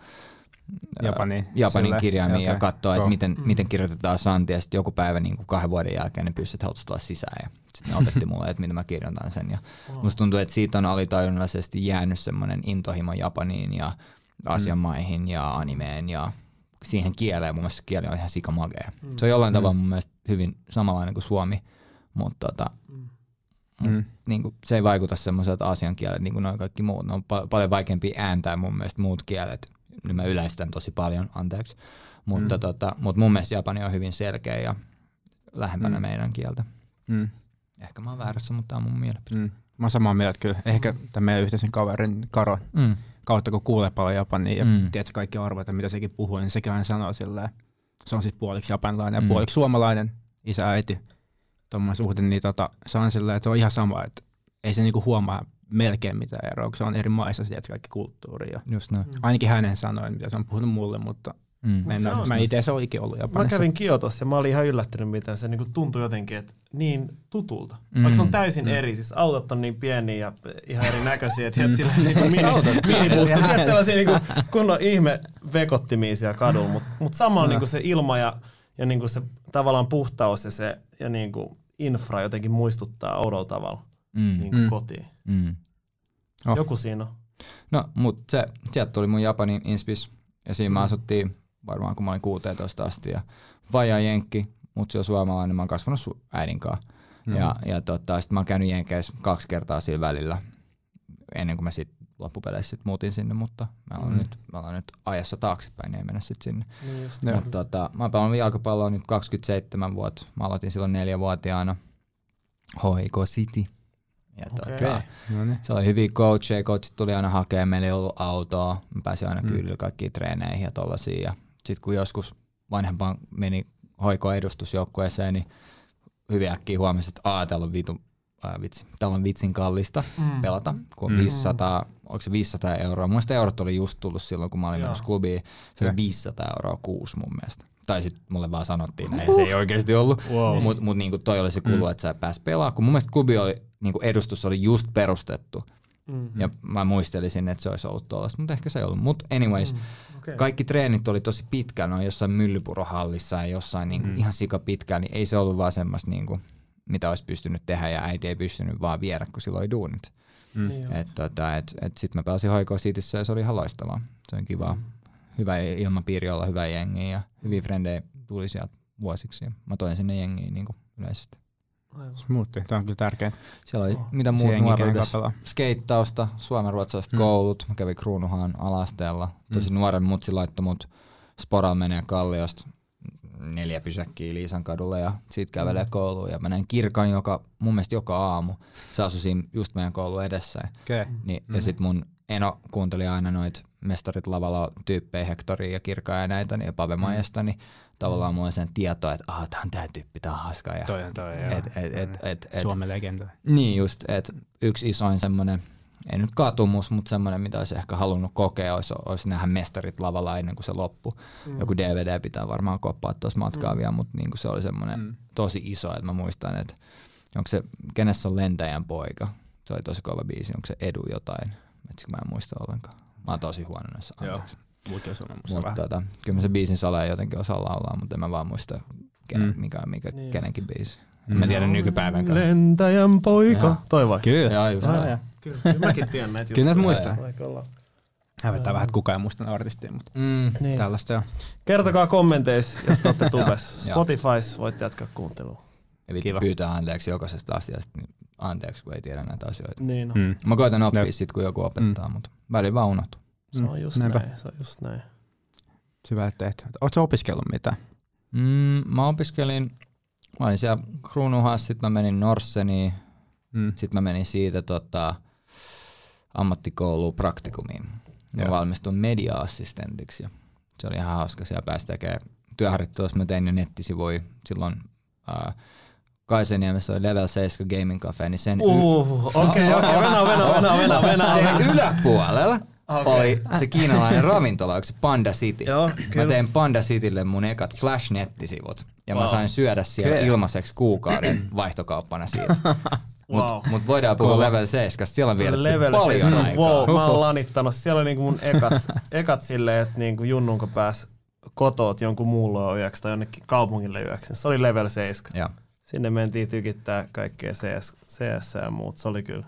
Japani, Japanin kirjaimia okay. ja katsoa, että miten, mm. miten kirjoitetaan santi. Ja sitten joku päivä niin kuin kahden vuoden jälkeen ne pystyivät, että haluaisi tulla sisään. Ja sitten ne opetti mulle, että miten mä kirjoitan sen. Ja wow. musta tuntuu, että siitä on alitajunnaisesti jäänyt semmoinen intohimo Japaniin ja Aasian mm. maihin ja animeen ja siihen kieleen. Mun mielestä kieli on ihan sikamagea. Mm. Se on jollain mm. tavalla mun mielestä hyvin samanlainen kuin suomi, mutta tota, mm. Mm. Niin kuin, se ei vaikuta semmoiselta Aasian kielet niin kuin noin kaikki muut. Ne on pal- paljon vaikeampia ääntää mun mielestä muut kielet. Nyt mä yleistän tosi paljon, anteeksi. Mutta mm. tota, mut mun mielestä Japani on hyvin selkeä ja lähempänä mm. meidän kieltä. Mm. Ehkä mä oon väärässä, mutta tää on mun mielipide. Mm. Mä oon samaa mieltä kyllä. Ehkä mm. tämän meidän yhteisen kaverin Karon mm. kautta, kun kuulee paljon Japania ja mm. tiedät kaikki arvoita, mitä sekin puhuu, niin sekin aina sanoo silleen, se on siis puoliksi japanilainen mm. ja puoliksi suomalainen, isä, äiti, tommoinen suhde, niin tota, se on silleen, että se on ihan sama, että ei se niinku huomaa melkein mitään eroa, kun se on eri maissa sieltä kaikki kulttuuri. Ja just näin. Ainakin hänen sanoin, mitä se on puhunut mulle, mutta mm. mä, mä itse asiassa oikein ollut Japanissa. Mä kävin Kiotossa ja mä olin ihan yllättynyt, miten se niinku tuntui jotenkin, että niin tutulta. Mm. Vaikka se on täysin mm. eri, siis autot on niin pieniä ja ihan erinäköisiä, että mm. silleen niinku minibussit, että sellaisia niinku kunnon ihme vekottimia siellä kadulla, mutta mut samalla niinku se ilma ja, ja niinku se tavallaan puhtaus ja se ja niinku infra jotenkin muistuttaa oudolla tavalla mm. niinku mm. kotiin. Mm. Oh. Joku siinä on. No, mutta se, sieltä tuli mun Japanin inspis ja siinä mm. me asuttiin varmaan kun mä olin kuusitoista asti ja vajaa jenkki, mutta se on suomalainen, mä oon kasvanut su- äidinkaan. Mm. Ja, ja tota, sit mä oon käynyt jenkeissä kaksi kertaa siinä välillä ennen kuin mä sit loppupeleissä sit muutin sinne, mutta mä oon, mm. nyt, mä oon nyt ajassa taaksepäin, niin ei mennä sit sinne. Mm, Mut, tota, mä oon pelannut jalkapalloa nyt kaksikymmentäseitsemän vuotta, mä aloitin silloin neljävuotiaana H I K City. Ja okay. tota, no niin. Se oli hyviä coacheja, coachit tuli aina hakemaan, meillä ei ollut autoa, mä pääsin aina mm. kyydillä kaikkiin treeneihin ja tollasia. Ja sit kun joskus vanhempaan meni H I K-edustusjoukkueeseen, niin hyvin äkkiä huomasi, että aah, täällä on, vitu, äh, vitsi, täällä on vitsin kallista mm. pelata, kun on mm. viisisataa, onko se viisisataa euroa. Mun mielestä eurot oli just tullut silloin, kun mä olin menossa klubiin, se oli viisisataa euroa kuusi mun mielestä. Tai sitten mulle vaan sanottiin näin, ja se ei oikeasti ollut, wow. mutta mut niinku toi oli se kulu, mm. että sä pääs pelaamaan, kun mun mielestä klubi oli, niinku edustus oli just perustettu, mm-hmm. ja mä muistelisin, että se olisi ollut tuollaista, mutta ehkä se ei ollut. Mutta anyways, mm. okay. kaikki treenit oli tosi pitkään, no jossain Myllypurohallissa ja jossain niinku mm. ihan sika pitkään, niin ei se ollut vaan semmoista niinku mitä olisi pystynyt tehdä ja äiti ei pystynyt vaan viedä, kun silloin oli duunit. Mm. Et, tota, et, et sitten mä pääsin Hoikoon Cityssä ja se oli ihan loistavaa. Se on kiva. Mm. Hyvä ilmapiiri olla, hyvä jengi ja hyviä frendejä tuli sieltä vuosiksi. Ja mä toin sinne jengiin niin kuin yleisesti. Smoothi, tämä on kyllä tärkeä. Siellä oli oh. mitä muut nuoruudessa. Skeittausta, suomenruotsalaiset mm. koulut. Mä kävin Kruunuhaan alasteella. Tosi mm. nuoren mutsi laittoi mut Sporalla menee Kalliosta neljä pysäkkiä Liisan kadulle ja siitä kävelee mm. kouluun. Ja mä näin Kirkan joka, mun mielestä joka aamu. Se asui siinä just meidän koulun edessä. Okay. Niin, mm. Ja sit mun eno kuunteli aina noit mestarit lavalla tyyppejä Hektoria ja Kirkaa ja näitä niin, ja Pave Maijasta, niin tavallaan mulla on sen tietoa, että ah, tää on tää tyyppi, tää on haska. Ja toi on toi, et, et, et, et, et, Suomen legenda. Niin just, että yksi isoin semmonen, ei nyt katumus, mutta semmonen, mitä olisi ehkä halunnut kokea, olisi, olisi nähdä mestarit lavalla ennen kuin se loppui. Mm. Joku D V D pitää varmaan koppaa tuossa matkaa mm. vielä, mutta niin se oli semmonen mm. tosi iso, että mä muistan, että onko se, kenessä on lentäjän poika? Se oli tosi kova biisi, onko se Edu jotain? Etsikö mä en muista ollenkaan. Mä oon tosi huono näissä. Anteeksi. Mutta tota, kyllä mä se biisin saleen jotenkin osaa laulaa, mutta en mä vaan muista, kenen, mm. mikä on mikä, niin kenenkin biisi. En mä tiedä nykypäivän kanssa. Lentäjän poika. Ja. Toi vai? Kyllä. Jaa, just ja, ja. Kyllä. Kyllä mäkin tiedän näitä juttuja. Kyllä näitä muistaa. Hävettää vähän, että kukaan ei muista artistia, mutta mm. niin. Tällaista on. Kertokaa kommenteissa, jos te olette tubessa. Spotifys voitte jatkaa kuuntelua. Ja vittu pyytää anteeksi jokaisesta asiasta, niin anteeksi kun ei tiedä näitä asioita. Niin no. mm. Mä koitan oppia sit kun joku opettaa, mm. mutta välillä vaan unohtuu. Se on just mm. näin, se on just näin. Syvä tehty. Ootko opiskellut mitään? Mm, mä opiskelin, mä olin siellä Kruunuhassa, sit mä menin Norseniin, mm. sit mä menin siitä tota, ammattikouluun praktikumiin. Mä valmistuin media-assistentiksi ja se oli ihan hauska, siellä pääsi tekemään työharjoittelussa. Mä tein jo nettisivuja silloin. Äh, Kaisaniemessä oli Level seitsemän Gaming Cafe, niin sen uh, okei, okei, venä, venä, venä, venä, venä. Sen yläpuolella okay. oli se kiinalainen ravintola, onko se Panda City. Joo, mä tein Panda Citylle mun ekat Flash-nettisivut ja wow. mä sain syödä siellä okay. ilmaiseksi kuukauden vaihtokauppana siitä. Wow. Mut, mut voidaan puhua cool. Level seitsemän, siellä on vielä paljon seitsemän. Aikaa. Wow, mä oon lanittanut. Siellä oli niinku mun ekat, ekat silleen, että niinku Junnunko pääsi kotoot jonkun muun luo yöksi tai jonnekin kaupungille yöksi. Se oli Level seitsemän. Ja. Sinne mentiin tykittää kaikkea C S, C S ja muut. Se oli kyllä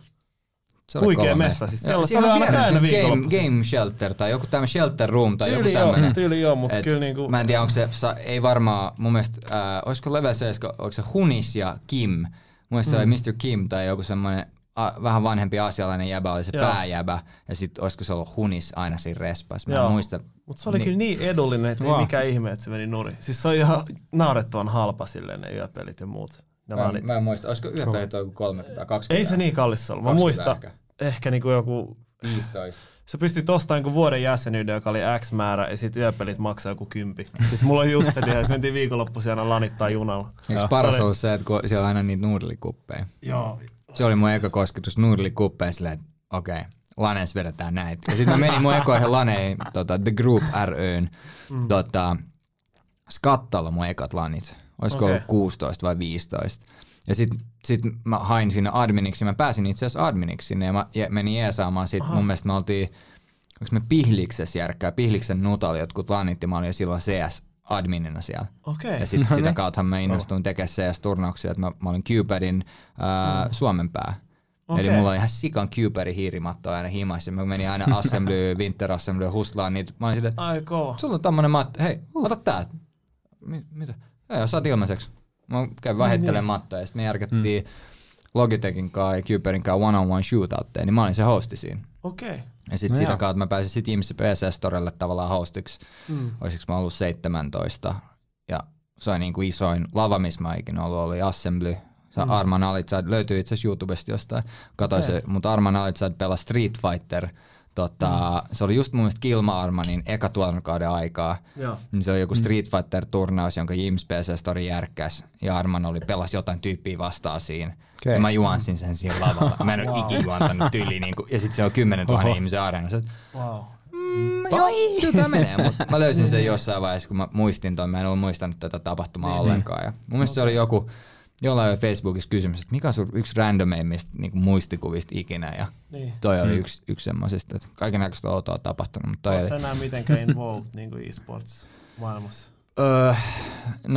se huikea mesta. Siis siellä se oli aina täynnä viikonloppuisin. Game Shelter tai joku tämmöinen Shelter Room tai tyyli joku tämmöinen. Tyyli joo, mutta kyllä niinku... Mä en tiedä, onko se, ei varmaan, mun mielestä, äh, olisiko Level seitsemän, onko se Hunis ja Kim? Mun mielestä mm. se oli mister Kim tai joku semmoinen a, vähän vanhempi asialainen jäbä, oli se joo. pääjäbä. Ja sit olisiko se ollut Hunis aina siinä respas. Mä en muista. Mutta se oli niin, kyllä niin edullinen, että wow. ei mikään ihme, että se meni nurin. Siis se on ihan naurettavan halpa silleen ne yöpelit ja muut. Mä, mä en muista, olisiko yöpelit joku kolmekymmentä kaksikymmentä? Ei se niin kallis ollut. Mä muistan ehkä, ehkä niinku joku viisitoista. Se pystyt ostamaan niinku vuoden jäsenyyden, joka oli X määrä, ja sit yöpelit maksaa joku kympi. Siis mulla on just se, että mentiin viikonloppuisin aina lanittaa junalla. Eikö paras ollut se, että siellä on aina niitä nuudelikuppeja? Joo. Se oli mun eka kosketus nuudelikuppeja silleen, että okei. Okay. Lanes vedetään näitä. Ja sitten mä menin mun ekoihin laneihin, tota, The Group ry:n, mm. tota, Skattalla mun ekat lanit. Olisiko okay. ollut kuusitoista vai viisitoista. Ja sitten sit mä hain sinne adminiksi, mä pääsin itse asiassa adminiksi sinne ja mä menin jeesaamaan. Sitten mun mielestä me oltiin, onko me Pihliksessä järkkää, Pihliksen nutalla jotkut lanit ja mä olin jo silloin C S-adminina siellä. Okay. Ja sit, no sitä kautta mä innostuin tekemään C S-turnauksia, että mä, mä olin Cupadin ää, mm. Suomen pää. Okay. Eli mulla on ihan sikan Cuperin hiirimatto aina himassa. Mä menin aina Assembly, Winter Assembly, huslaan niitä. Mä olin silleen, että sulla on tommonen matto. Hei, ota tää. Mi- mitä? Hei, saat ilmaiseksi. Mä kävin vähittelemaan niin. mattoja ja sitten me järkättiin mm. Logitechin kanssa ja Cuperin kanssa one-on-one shootoutteja, niin mä olin se hosti siinä. Okei. Okay. Ja sitten no sitä joo. kautta mä pääsin sit ihmisen P C-storelle tavallaan hostiksi. Mm. Olisiko mä ollut seitsemäntoista. Ja se oli niinku isoin lava, missä mä ikinä ollut, oli Assembly. Mm. Arman Alitsad löytyy itse asiassa YouTubesta jostain. Katoin okay. se, mutta Arman Alitsad pelasi Street Fighter. Tota, mm. Se oli just mun mielestä Kilma Armanin eka tuotantokauden aikaa. Yeah. Niin se oli joku Street Fighter-turnaus, jonka Jims P C Story järkkäs. Ja Arman oli pelasi jotain tyyppiä vastaan siinä. Okay. Ja mä juonsin sen siinä lavalla. Mä en ole wow. ikin juontanut tyyliin. Niin ja sit se on kymmenen tuhannen ihmisen areenassa. Wow. Mm, joo, kyllä tämä menee, mutta mä löysin sen jossain vaiheessa, kun mä muistin toi. Mä en ollut muistanut tätä tapahtumaa niin, ollenkaan. Ja mun mielestä okay. se oli joku... Jollain oli Facebookissa kysymys, että mikä on sun yksi randomeimmista niin muistikuvista ikinä, ja niin. toi oli mm. yksi, yksi semmoisista, että kaikennäköistä outoa on tapahtunut. Mutta oletko sä enää mitenkään involved niin kuin e-sports maailmassa? Öö, no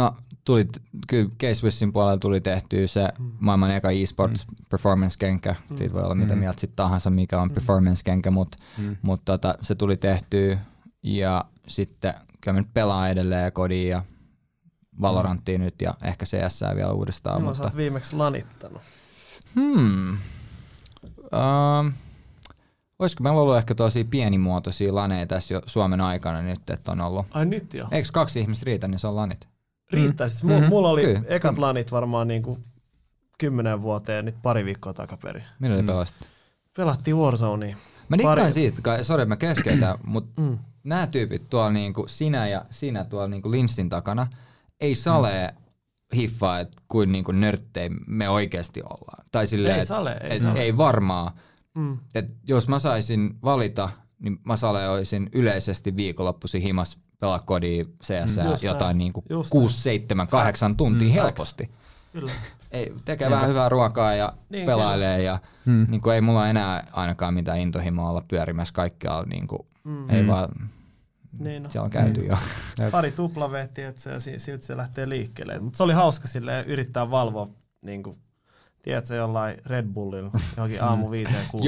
tuli, kyllä K-Swissin puolella tuli tehtyä se mm. maailman eka e-sports mm. performance-kenkä. Mm. Siitä voi olla mitä mm. mieltä sit tahansa, mikä on mm. performance-kenkä, mutta mm. mut tota, se tuli tehtyä ja sitten kyllä mä nyt pelaan edelleen kodiin ja Valoranttia mm. nyt ja ehkä C S vielä uudestaan. Milloin mutta... sä oot viimeksi lanittanut? Hmm. Uh, olisiko meillä ollut ehkä tosi pienimuotoisia laneja tässä jo Suomen aikana nyt, että on ollut. Ai nyt jo? Eikö kaksi ihmistä riitä, niin se on lanit? Riittää. Mm. Siis mulla, mm-hmm. mulla oli Kyllä. ekat lanit varmaan niinku kymmenen vuoteen nyt pari viikkoa takaperin. Millä te mm. pelasitte? Pelattiin Warzonea. Mä dikkaan pari... siitä, sori mä keskeytän, mutta mm. nämä tyypit tuolla niinku sinä ja sinä tuolla niinku linssin takana ei salee mm. hiffaa, että kuin niinku nörttejä me oikeasti ollaan. Tai silleen, ei sale, ei, et, sale. ei varmaa. Mm. Et jos mä saisin valita, niin mä sale olisin yleisesti viikonloppuisin himas pelaa kodia C S mm. jotain niinku kuusi, seitsemän, kahdeksan tuntia mm. helposti. Kyllä. Ei, tekee Jep. vähän hyvää ruokaa ja niin, pelailee kyllä. ja hmm. niinku, ei mulla enää ainakaan mitään intohimoa olla pyörimässä kaikkialla. Niinku, mm. Ei vaan, niin no. Siellä on käyty niin. jo. Pari tuplaveettiä, että se, siltä se lähtee liikkeelle. Mutta se oli hauska silleen yrittää valvoa, niinku, tiedätkö, jollain Red Bullilla johonkin aamu viiteen kuuteen.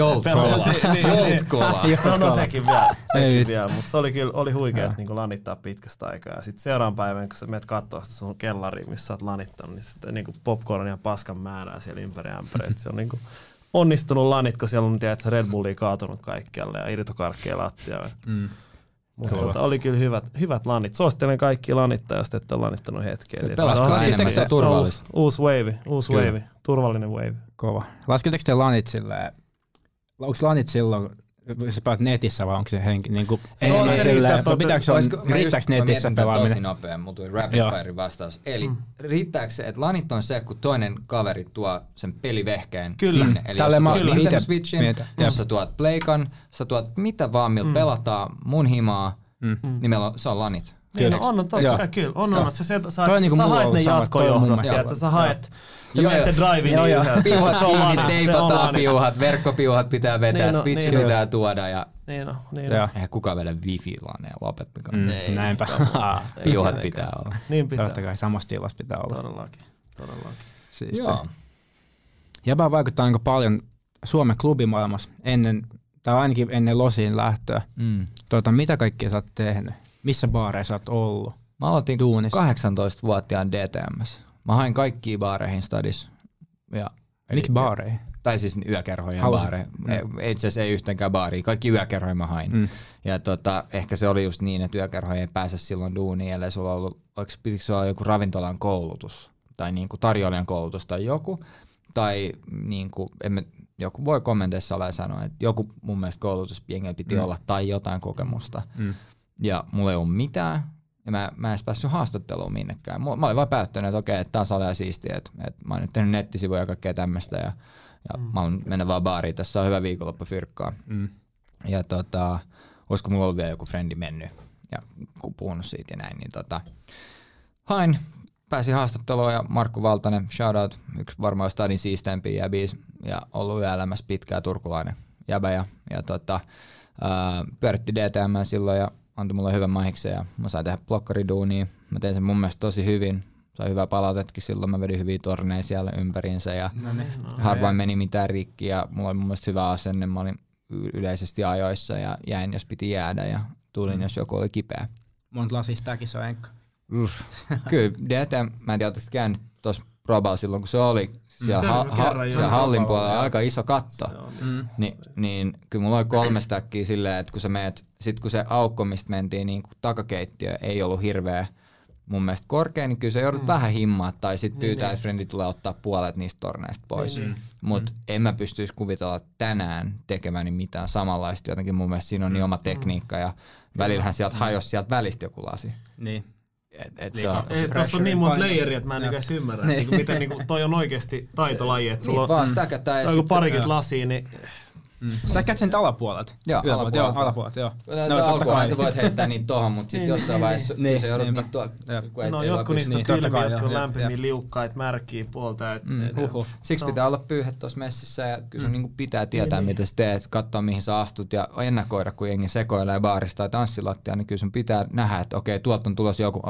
Jolt-kola. No, no sekin vielä, sekin vielä. Mutta se oli kyllä oli huikeet niinku lanittaa pitkästä aikaa. Ja sitten seuraavan päivän, kun sä menet katsoa sitä sun kellariin, missä sä oot lanittanut, niin sitten niinku popcorn ja paskan määrää siellä ympäri ämpäri. Se on niinku onnistunut lanit, kun siellä on tiedätkö, Red Bullia kaatunut kaikkialle ja irtokarkkeja lattialle. Mm. Mutta tuota, oli kyllä hyvät, hyvät lanit. Suosittelen kaikki lanittaa, jos te ette ole lanittanut hetkeen. Pelaskaa enemmän sitä turvallista. Uusi wave, uusi wave, turvallinen wave. Kova. Lasketteko te lanit silleen, onko lanit silloin, jos sä pelaat netissä vai onko se henki? Niin kuin, se on se riittää. Riittääkö netissä pelaaminen? Tosi nopea, mulla tuli rapid fire vastaus. Eli mm. riittääkö se, että lanit on se, kun toinen kaveri tuo sen pelivehkeen kyllä. sinne? Eli Tälle jos mä sä tuot Nintendo Switchin, jos sä tuot Playkan, sä tuot mitä vaan, millä mm. pelataan mun himaa, mm. niin meillä on, se on lanit. Niin, no, on, on, totta kyllä. On, on. Sä, sä, sä, niinku sä haet ne jatkojohdot, sä haet, te menette driveen niin yhdessä. Piuhat kiinni, teipataan piuhat, verkkopiuhat pitää vetää, niin no, Switch niin pitää no. tuoda ja niin no, niin no. eihän kukaan vedä wifi-laneen, lopettakaa. Mm, näinpä. Piuhat pitää olla. Niin pitää. Totta kai samassa tilassa pitää olla. Todellakin, todellakin. Joo. Jäbä vaikuttaa aika paljon Suomen klubimaailmassa ennen, tai ainakin ennen Losiin lähtöä. Mm. Tuota, mitä kaikkea sä oot tehnyt? Missä baareissa oot ollut? Mä aloitin kahdeksantoistavuotiaan D T M:ssä. Mä hain kaikkiin baareihin stadissa. Miksi baareihin? Tai siis yökerhoihin ja baareihin. Mm. Itse asiassa ei yhtenkään baariin. Kaikki yökerhoihin mä hain. Mm. Ja tota, ehkä se oli just niin, että yökerhoihin ei pääse silloin duuniin, ellei sulla ollut, oliko, pitikö se olla joku ravintolan koulutus tai niinku tarjoilijan koulutus tai joku. Tai niinku, emme, joku voi kommenteissa olla ja sanoa, että joku mun mielestä koulutusjengellä piti mm. olla tai jotain kokemusta. Mm. Ja mulla ei ollut mitään. Ja mä, mä en edes päässyt haastatteluun minnekään. Mä olin vaan päättänyt, että okei, että tää on salee siistiä. Että, että mä oon nyt tehnyt nettisivuja ja kaikkea tämmöistä. Ja, ja mm. mä oon mennä vaan baariin. Tässä on hyvä viikonloppu fyrkkaa. Mm. Ja tota, olisiko mulla ollut vielä joku frendi mennyt ja puhunut siitä ja näin. Niin tota, hain, pääsin haastatteluun ja Markku Valtanen, shoutout, yksi varmaan stadin siisteimpiä jäbiä. Ja ollut yöelämässä pitkää turkulainen jäbä. Ja, ja tota, ää, pyöritti D T M silloin ja antoi mulle hyvän mahiksen ja mä sain tehdä blokkariduunia. Mä tein sen mun mielestä tosi hyvin. Sain hyvää palautetkin silloin. Mä vedin hyviä torneja siellä ympäriinsä ja no niin, no, harvoin meni mitään rikki ja mulla oli mun mielestä hyvä asenne. Mä olin yleisesti ajoissa ja jäin, jos piti jäädä ja tulin, mm. jos joku oli kipeä. Monta lasistakin se on enkka. Kyllä, D T M, mä en tiedä, ootko käynyt tuossa Proballa silloin, kun se oli siellä, ha- ha- siellä hallin puolella aika iso katto, mm. Ni, niin kyllä mulla oli kolme stäkkiä silleen, että kun sä meet, sit kun se aukko, mistä mentiin niin takakeittiö, ei ollut hirveä mun mielestä korkea, niin kyllä sä joudut mm. vähän himmaa, tai sit pyytää, niin, että frendi tulee ottaa puolet niistä torneista pois. Niin, Mutta mm. en mä pystyisi kuvitella tänään tekemäni mitään samanlaista, jotenkin mun mielestä siinä on niin oma tekniikka, ja välillähän sieltä hajosi sieltä välistä joku lasi. Niin. Et, et niin, ei, tuossa on niin monta layeria, että mä en edes ymmärrä, niin. Niin, miten niin, toi on oikeasti taitolaji. Että sulla niin, on, mm, se on joku parikymmentä lasia, niin... Mm. Sä käyt sen alapuolelta. Joo, alapuolelta. Joo, alapuolelta, joo. No, alkuhan sä voit heittää niitä tohon, mutta sitten jossain vaiheessa niin, se joudut niitä tuo... No jotkut niistä on kylmiä, jotkut on lämpimiä, liukkaita, märkiä puolta. Siksi pitää olla pyyhet tuossa messissä ja kyllä sun pitää tietää, mitä sä teet, katsoa mihin sä astut ja ennakoida, kun jengi sekoilee baarista tai tanssilattia, niin kyllä sun pitää nähdä, että okei, tuolta on tulossa joku, okei.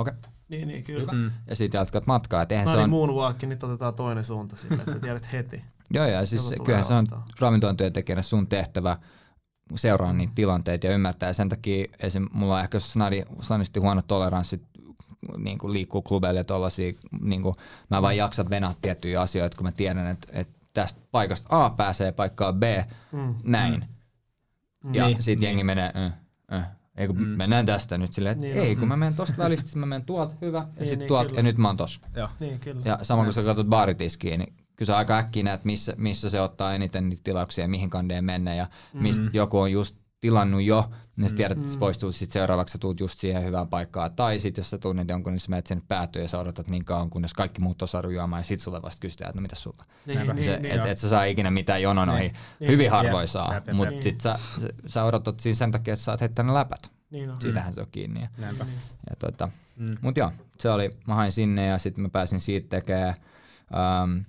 Niin, niin kyllä. Hyvä. Mm. Ja sit jatkat matkaa. Et eihän se on on moonwalk, niin otetaan toinen suunta sille, että sä tiedät heti. Joo, ja siis kyllähän se on ravintolan työntekijänä sun tehtävä seuraa niitä tilanteita ja ymmärtää. Ja sen takia esim. Mulla on ehkä snadi, snadisti huono toleranssi niin kuin liikkuu klubeille ja tollasia. Niin kuin, mä vaan jaksan venaa tiettyjä asioita, kun mä tiedän, että, että tästä paikasta A pääsee paikkaan B, mm. näin. Mm. Ja niin, sit niin. jengi menee, äh, äh. Ei kun mm. mennään tästä nyt silleen, että niin, ei kun mm. mä menen tosta välistä, mä menen tuolta, hyvä, ja niin, sit niin, tuolta, ja nyt mä oon tossa. Niin, kyllä. Ja sama kun sä katsot baaritiskiä, niin kyllä sä aika äkkiä näet, missä, missä se ottaa eniten niitä tilauksia, mihin kandeen mennä, ja mistä mm. joku on just tilannut jo, niin sä tiedät, että sä poistuu sit seuraavaksi, sä tuut just siihen hyvään paikkaan. Tai sit jos sä tunnet jonkun, niin sä menet sinne päätyyn ja sä odotat niin kauan, kunnes kaikki muut on saanut juomaan, ja sit sulle vasta kysytään, että no mitäs sulta. Niin, niin, se, niin, et, et sä saa ikinä mitään jononoihin. Niin, hyvin niin, harvoin saa, jep, mutta niin. sit sä, sä odotat siinä sen takia, että sä saat heittää ne läpät. Niin no. Siitähän se on kiinni. Ja, ja tota, mm. Mut joo, se oli, mä hain sinne ja sitten mä pääsin siitä tekemään, um,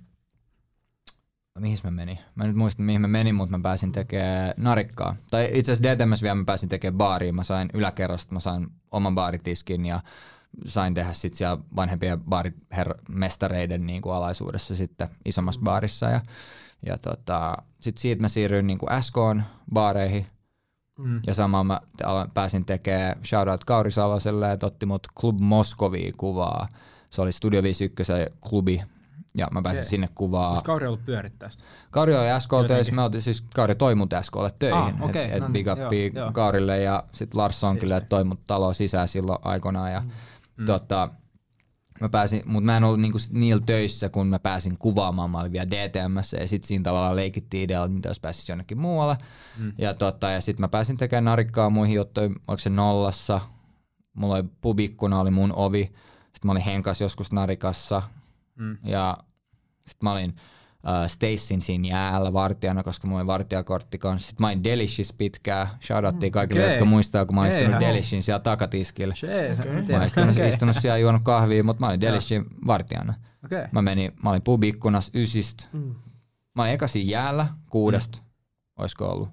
mihin mä menin? Mä nyt muistan mihin mä menin, mutta mä pääsin tekemään narikkaa. Tai itse asiassa D T M:ssä vielä mä pääsin tekemään baariin. Mä sain yläkerrasta, mä sain oman baaritiskin ja sain tehdä sitten siellä vanhempien baarimestareiden niin kuin alaisuudessa sitten isommassa mm. baarissa. Ja, ja tota, sitten siitä mä siirryin niin kuin S K:n baareihin. Mm. Ja samaan mä pääsin tekemään shoutout Kauri Saloselle, että otti mut Club Moskovia kuvaa. Se oli Studio viisikymmentäyksi klubi ja mä pääsin okay. sinne kuvaa. Onko Kauri ollut pyörittää sitä? Kauri oli S K töissä, me oltiin siis Kauri toi mut S K:lle töihin. Ah, okay. Et, et no big upia joo, Kaurille ja sit Lars Sonkille, että toi mut taloon sisään silloin aikoinaan. Ja mm. tota, mä pääsin, mut mä en ollut niinku niillä töissä, kun mä pääsin kuvaamaan, mä olin vielä D T M:ssä ja sit siinä tavallaan leikittiin idealla, että mitä jos pääsis jonnekin muualle. Mm. Ja, tota, ja sit mä pääsin tekemään narikkaa muihin juttuihin, oliko se Nollassa, mulla oli pubikkuna, oli mun ovi, sit mä olin Henkas joskus narikassa mm. ja sit mä olin uh, Stacyn siinä jäällä vartijana, koska mulla oli vartijakortti kanssa. Sitten mä olin Delicious pitkään. Shoutouttiin kaikille, okay. jotka muistaa, kun mä olin istunut Delicioussin siellä takatiskillä. Okay. Mä olin istunut, okay. istunut siellä juonut kahvia, mutta mä olin Delicioussin vartijana. Okay. Mä, menin, mä olin pubikkunas ysistä. Mm. Mä olin eka siinä jäällä kuudesta, mm. olisiko ollut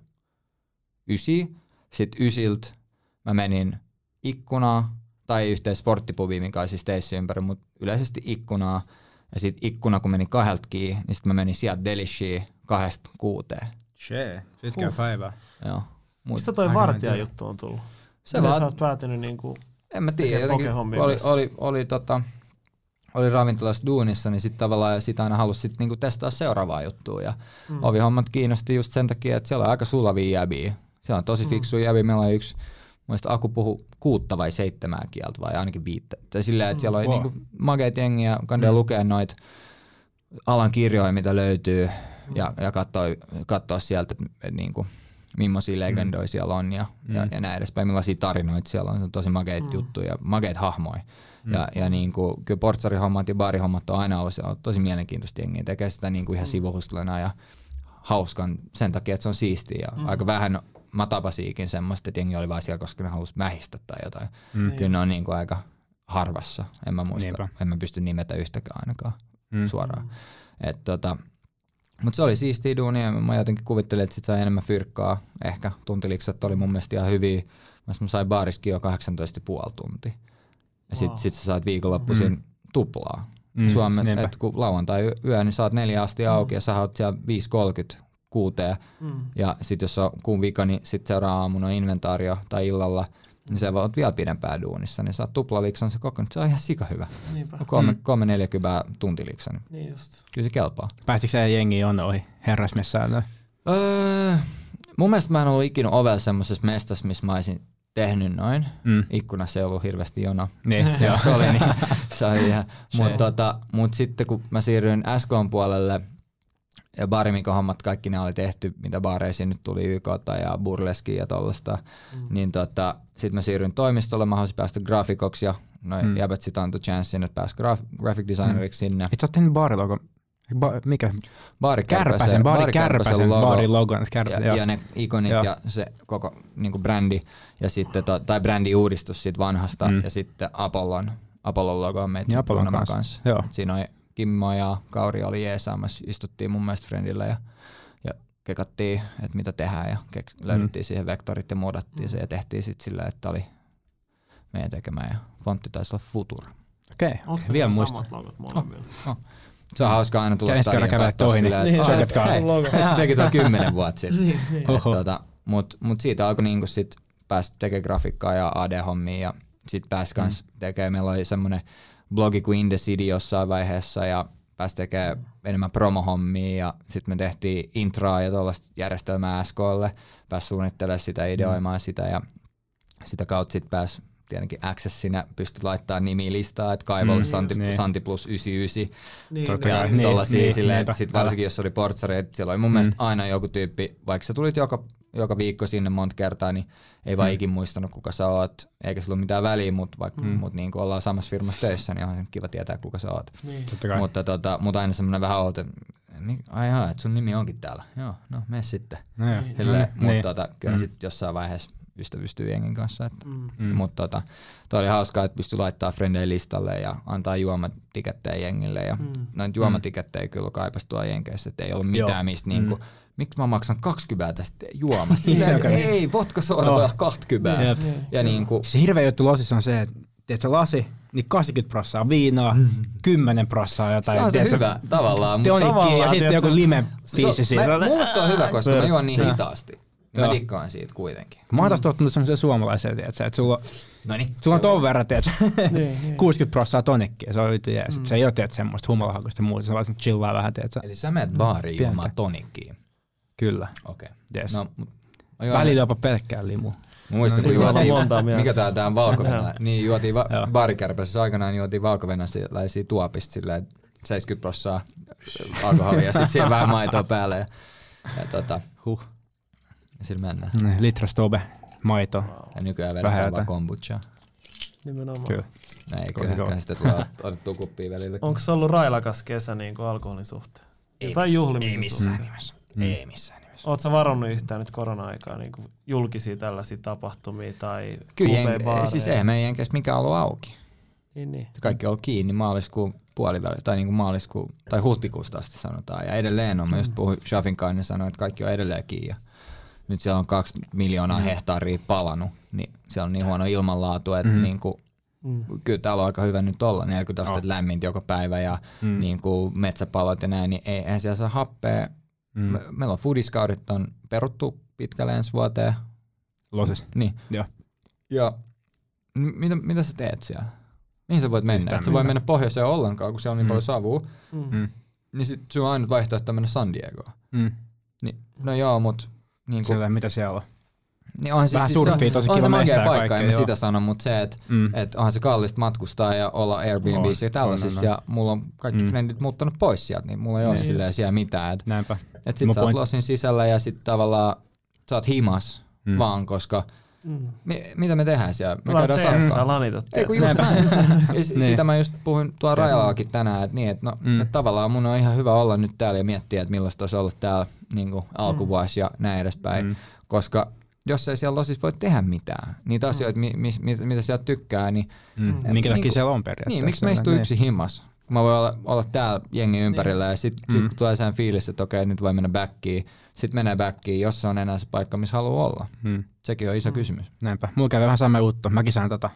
ysi. Sitten ysiltä mä menin ikkunaa tai yhteen sporttipubiin, mikä oli siis Stacyn ympäri, mutta yleisesti ikkunaa. Ja sit ikkuna, kun meni kahdelta kiinni, niin sit mä menin sieltä Deliciin kahdesta kuuteen. Shee, pitkää päivää. Joo. Mistä toi vartijajuttu on tullut? Se Miten vaan, sä oot päätynyt niinku en mä tiedä, jotenkin oli, oli, oli, tota, oli ravintolassa duunissa, niin sit tavallaan sit aina halusi sit niinku testaa seuraavaa juttua. Ja mm. ovihommat kiinnosti just sen takia, että siellä on aika sulavia jäbiä. Siellä on tosi fiksuja mm. jäbiä. Meillä on yksi, muista Aku puhui kuutta vai seitsemää kieltä vai ainakin viittä. Tai silleen, että siellä oli wow. niinku makeet jengiä, kandee mm. lukea noita alan kirjoja, mitä löytyy mm. ja, ja katsoa sieltä, että et, niinku, millaisia legendoja mm. siellä on ja, mm. ja, ja näin edespäin, millaisia tarinoita siellä on. Se on tosi makeita mm. juttuja, makeita hahmoja. Mm. Ja, ja niinku, kyllä portsarihommat ja baarihommat on aina ollut, on tosi mielenkiintoista jengiä. Tekee sitä niinku ihan mm. sivuhustlena ja hauskan sen takia, että se on siistiä. Ja mm. aika vähän mä tapasiikin semmoista, että jengi oli vaan siellä, koska ne halusi mähistä tai jotain. Mm. Kyllä ne on niinku aika harvassa. En mä muista, Niinpä. en mä pysty nimetä yhtäkään ainakaan mm. suoraan. Et tota, mutta se oli siistiä duunia. Mä jotenkin kuvittelin, että sit sai enemmän fyrkkaa. Ehkä tuntiliksat oli mun mielestä ihan hyviä. Mä sain baariskin jo kahdeksantoista pilkku viisi tuntia. Ja sit, wow. sit sä saat viikonloppuisin mm. tuplaa. Mm. Suomessa, että kun lauantai yö, niin saat neljä asti auki mm. ja sä oot siellä viisi kolmekymmentä kuuteen. Mm. Ja sit jos on kuun vika, niin sit seuraa aamuna inventaario tai illalla, niin sä voit vielä pidempään duunissa, niin saat tuplaliksan se koko, se on ihan sika hyvä. Kolme, mm. kolme neljäkymmentä tuntiliksan. Niin just. Kyllä se kelpaa. Päästikö sä jengi on ohi herrasmessään? Öö, mun mielestä mä en ollut ikinä ovella semmosessa mestassa, missä mä olisin tehnyt noin. Mm. Ikkunassa ei ollut hirveästi jono. Niin, jos oli, niin se oli ihan. Mutta tota, mut sitten kun mä siirryin S K:n puolelle, ja baarimikon hommat, kaikki ne oli tehty, mitä baareisiin nyt tuli Y K:ta ja burleskiä ja tollaista, mm. niin tota, sit mä siirryin toimistolle, mä haluaisin päästä graafikoksi ja noin mm. jäbät sit antoi chanssin, että pääsi graf- graphic designeriksi mm. sinne. Itse oot tehnyt baarilogon, ba- mikä? Baarikärpäsen, baarikärpäsen baarilogon. Ja, ja ne ikonit joo. ja se koko niinku brändi, ja sitten to, tai brändi uudistus siitä vanhasta, mm. ja sitten Apollon, Apollon logo on meitä Apollon kanssa. kanssa. Siinä on Kimmo ja Kauri oli jeesaamassa, istuttiin mun mielestä Friendillä ja, ja kekattiin, että mitä tehdään ja kek- löydettiin mm. siihen vektorit ja muodattiin mm. se ja tehtiin sitten sillä, että oli meidän tekemään ja fontti taisi olla Futura. Okei, okay, vielä muistan. Samat logot molemmilla? Oh, oh. Se on hauskaa aina tulla stadion katsoa silleen, että niin, se teki tuon kymmenen vuotta sitten. niin, niin. tota, Mutta mut siitä alkoi niinku sit päästä tekemään grafiikkaa ja A D-hommia ja sit pääsi kans mm. tekemään. Meillä oli semmoinen blogi kuin In The City jossain vaiheessa ja pääsi tekemään enemmän promohommia ja sitten me tehtiin intraa ja tuollaista järjestelmää S K:lle. Pääsi suunnittelemaan sitä, ideoimaan mm. sitä ja sitä kautta sitten pääsi tietenkin Accessinä pystyi laittamaan nimilistaa, että kaivolle mm, Santi, niin. Santi plus yhdeksänkymmentäyhdeksän niin, ja niin, tollaisia niin, silleen, että sit varsinkin jos oli portsari, että siellä oli mun mm. mielestä aina joku tyyppi, vaikka sä tulit joka, joka viikko sinne monta kertaa, niin ei vaan mm. ikin muistanut kuka sä oot, eikä sillä ole mitään väliä, mutta vaikka mm. mut niin kun ollaan samassa firmassa töissä, niin on kiva tietää kuka sä oot. Niin. Mutta, tota, mutta aina semmoinen vähän outo, ai jaa, että sun nimi onkin täällä, joo, no mene sitten. No, silleen, mm. Mutta niin. tota, kyllä mm. sitten jossain vaiheessa ystävystyy jengin kanssa. Että. Mm. Mutta tota, toi oli hauskaa, että pystyi laittaa frendejä listalle ja antaa juomatikettejä jengille. Ja mm. noin juomatikettejä kyllä kaipasi tuolla jenkeissä, että ei ollut mitään mistä mm. niinku, miksi mä maksan kaksikymmentä tästä juomasta? Silleen, ei, vodka soda voi olla kaksikymmentä. Ja, ja niinku, se hirveä juttu lasissa on se, että teet sä lasi, niin kahdeksankymmentä prosenttia viinaa, mm. kymmenen prosenttia jotain. Se on se teet, hyvä, tavallaan. Tonikki ja sitten joku lime-biisi siitä. Mulle se on hyvä, koska mä juon niin hitaasti. Mä dikkaan siitä kuitenkin. Mä oon taas tottunut semmoiseen suomalaiseen, tiiätsä, että sulla, Noniin, sulla on ton verran, tiiätsä, kuusikymmentä prosenttia tonikkia, se on yty jees. Mm. Se ei oo, tiiätsä, semmoista humalahakuista muuta, se vaan chillaa vähän, tiiätsä. Eli sä menet baariin juomaan tonikkiin? Kyllä. Okei. Okay. Yes. No, välillä jopa pelkkää limua. Mä muistan, no, kun juotiin, mikä tää tää on valko-venäläinen, niin juotiin va- baarikärpäisessä aikanaan, juotiin valko-venäläisiä tuopista silleen, seitsemänkymmentä prosenttia alkoholia ja sit siihen vähän maitoa päälle. Ja, ja tota, huh. Ja sillä mennään. Litra stobe, maito. Ja nykyään vedetään vaan kombuchaa. Nimenomaan. Kyllä. Ei, kyllähän sitä tulee otettua kuppia välillä. Onko se ollut railakas kesä niin kuin alkoholin suhteen? Ei, tai juhlimisen ei missään suhteen? nimessä. Mm. Ei missään nimessä. Oletko sä varannut yhtään nyt korona-aikaa niin kuin julkisia tällaisia tapahtumia tai kyllä, jen- siis eihän meidän jenkeissä mikään ollut auki. Niin, niin. Kaikki on ollut kiinni maaliskuun puoliväli, tai niin kuin maaliskuun, tai huhtikuusta asti sanotaan. Ja edelleen on, mä just puhuin Shafin kanssa, niin sanoin, että kaikki on edelleen kiinni. Ja nyt siellä on kaksi miljoonaa mm. hehtaaria palanut, niin siellä on niin huono ilmanlaatu, että mm. niin kuin, mm. kyllä täällä on aika hyvä nyt olla, neljäkymmentä astetta oh. lämmintä joka päivä ja mm. niin kuin metsäpalot ja näin, niin eihän siellä saa happea. Mm. Me, meillä on foodiscoutit on peruttu pitkälle ensi vuoteen. Loses. Niin. Ja, ja n- mitä, mitä sä teet siellä? Mihin sä voit mennä? Et sä voi mennä pohjoiseen ollenkaan, kun siellä on niin mm. paljon savua. Mm. Niin sit sun on ainut vaihtoehto mennä San Diegoon. Mm. Niin, no joo, mut niin siellä, mitä siellä on? Niin onhan vähän siis, surfia, tosi kiva mestää ja paikka, en mä sitä sano, mutta se, että mm. et onhan se kallista matkustaa ja olla Airbnbissä ja tällaisissa, ja mulla on kaikki mm. frendit muuttanut pois sieltä, niin mulla ei ole silleen siellä mitään. Et, Näinpä. Et sit sä oot losin sisällä ja sit tavallaan sä oot himas mm. vaan, koska mm. mi, mitä me tehdään siellä? Me Laat käydään sakkaa. Lanitat. Ei kun just näin. Sitä mä just puhuin tuolla Rajalaakin tänään, että niin, et no, mm. et tavallaan mun on ihan hyvä olla nyt täällä ja miettiä, että millaista olisi olla täällä niin kuin alkuvuosi ja näin edespäin, mm. koska jos ei siellä losissa voi tehdä mitään, niitä mm. asioita, mi, mi, mi, mitä sieltä tykkää, niin... Mm. Minkä takia niin, siellä on periaatteessa. Niin, miksi meistä on yksi himas? Mä voin olla, olla täällä jengi ympärillä niin. ja sitten mm. sit, kun tulee sen fiilis, että okei, nyt voi mennä backiin, sitten menee backiin, jos se on enää se paikka, missä haluaa olla. Mm. Sekin on iso mm. kysymys. Näinpä. Mulla kävi vähän sama juttu. Mäkin sain tota...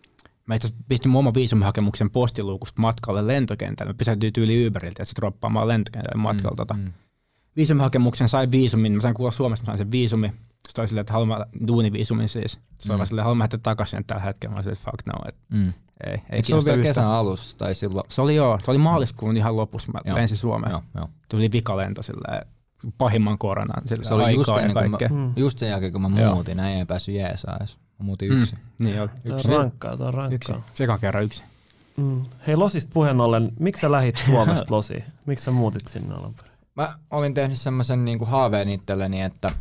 Mä itse asiassa pistin mun oman viisumihakemuksen postiluukusta matkalle lentokentälle. Mä pysähtyin tyyli Uberilta ja sitten droppaamaan lentokentälle matkalla. Mm. Tota. Mm. Viisumihakemuksen sain viisumin. Mä sain kuulla Suomesta, mä sain sen viisumi. Sitten oli silleen, että haluan duuniviisumin siis. Se oli mm. silleen, haluan lähteä takaisin tällä hetkellä. Mä olin silleen, fuck no. Et mm. Ei, ei se oli vielä kesän alussa tai silloin? Se oli joo. Se oli maaliskuun ihan lopussa. Mä joo. lensin Suomeen. Joo, joo. Tuli vikalento silleen. Pahimman koronan se oli just, ennen mä, mm. just sen jälkeen, kun mä muutin, näin ei päässyt jeesaa edes. Mä muutin yksin. Mm. Niin, tuo on rankkaa, tuo on rankkaa. Yksi. Sekä kerran yksi. Mm. Hei, Losista puheen ollen, miksi sä lähit Suomesta Losiin? Miksi sä muutit sinne alun perin? Mä olin tehnyt semmoisen niinku haaveen itselleni, että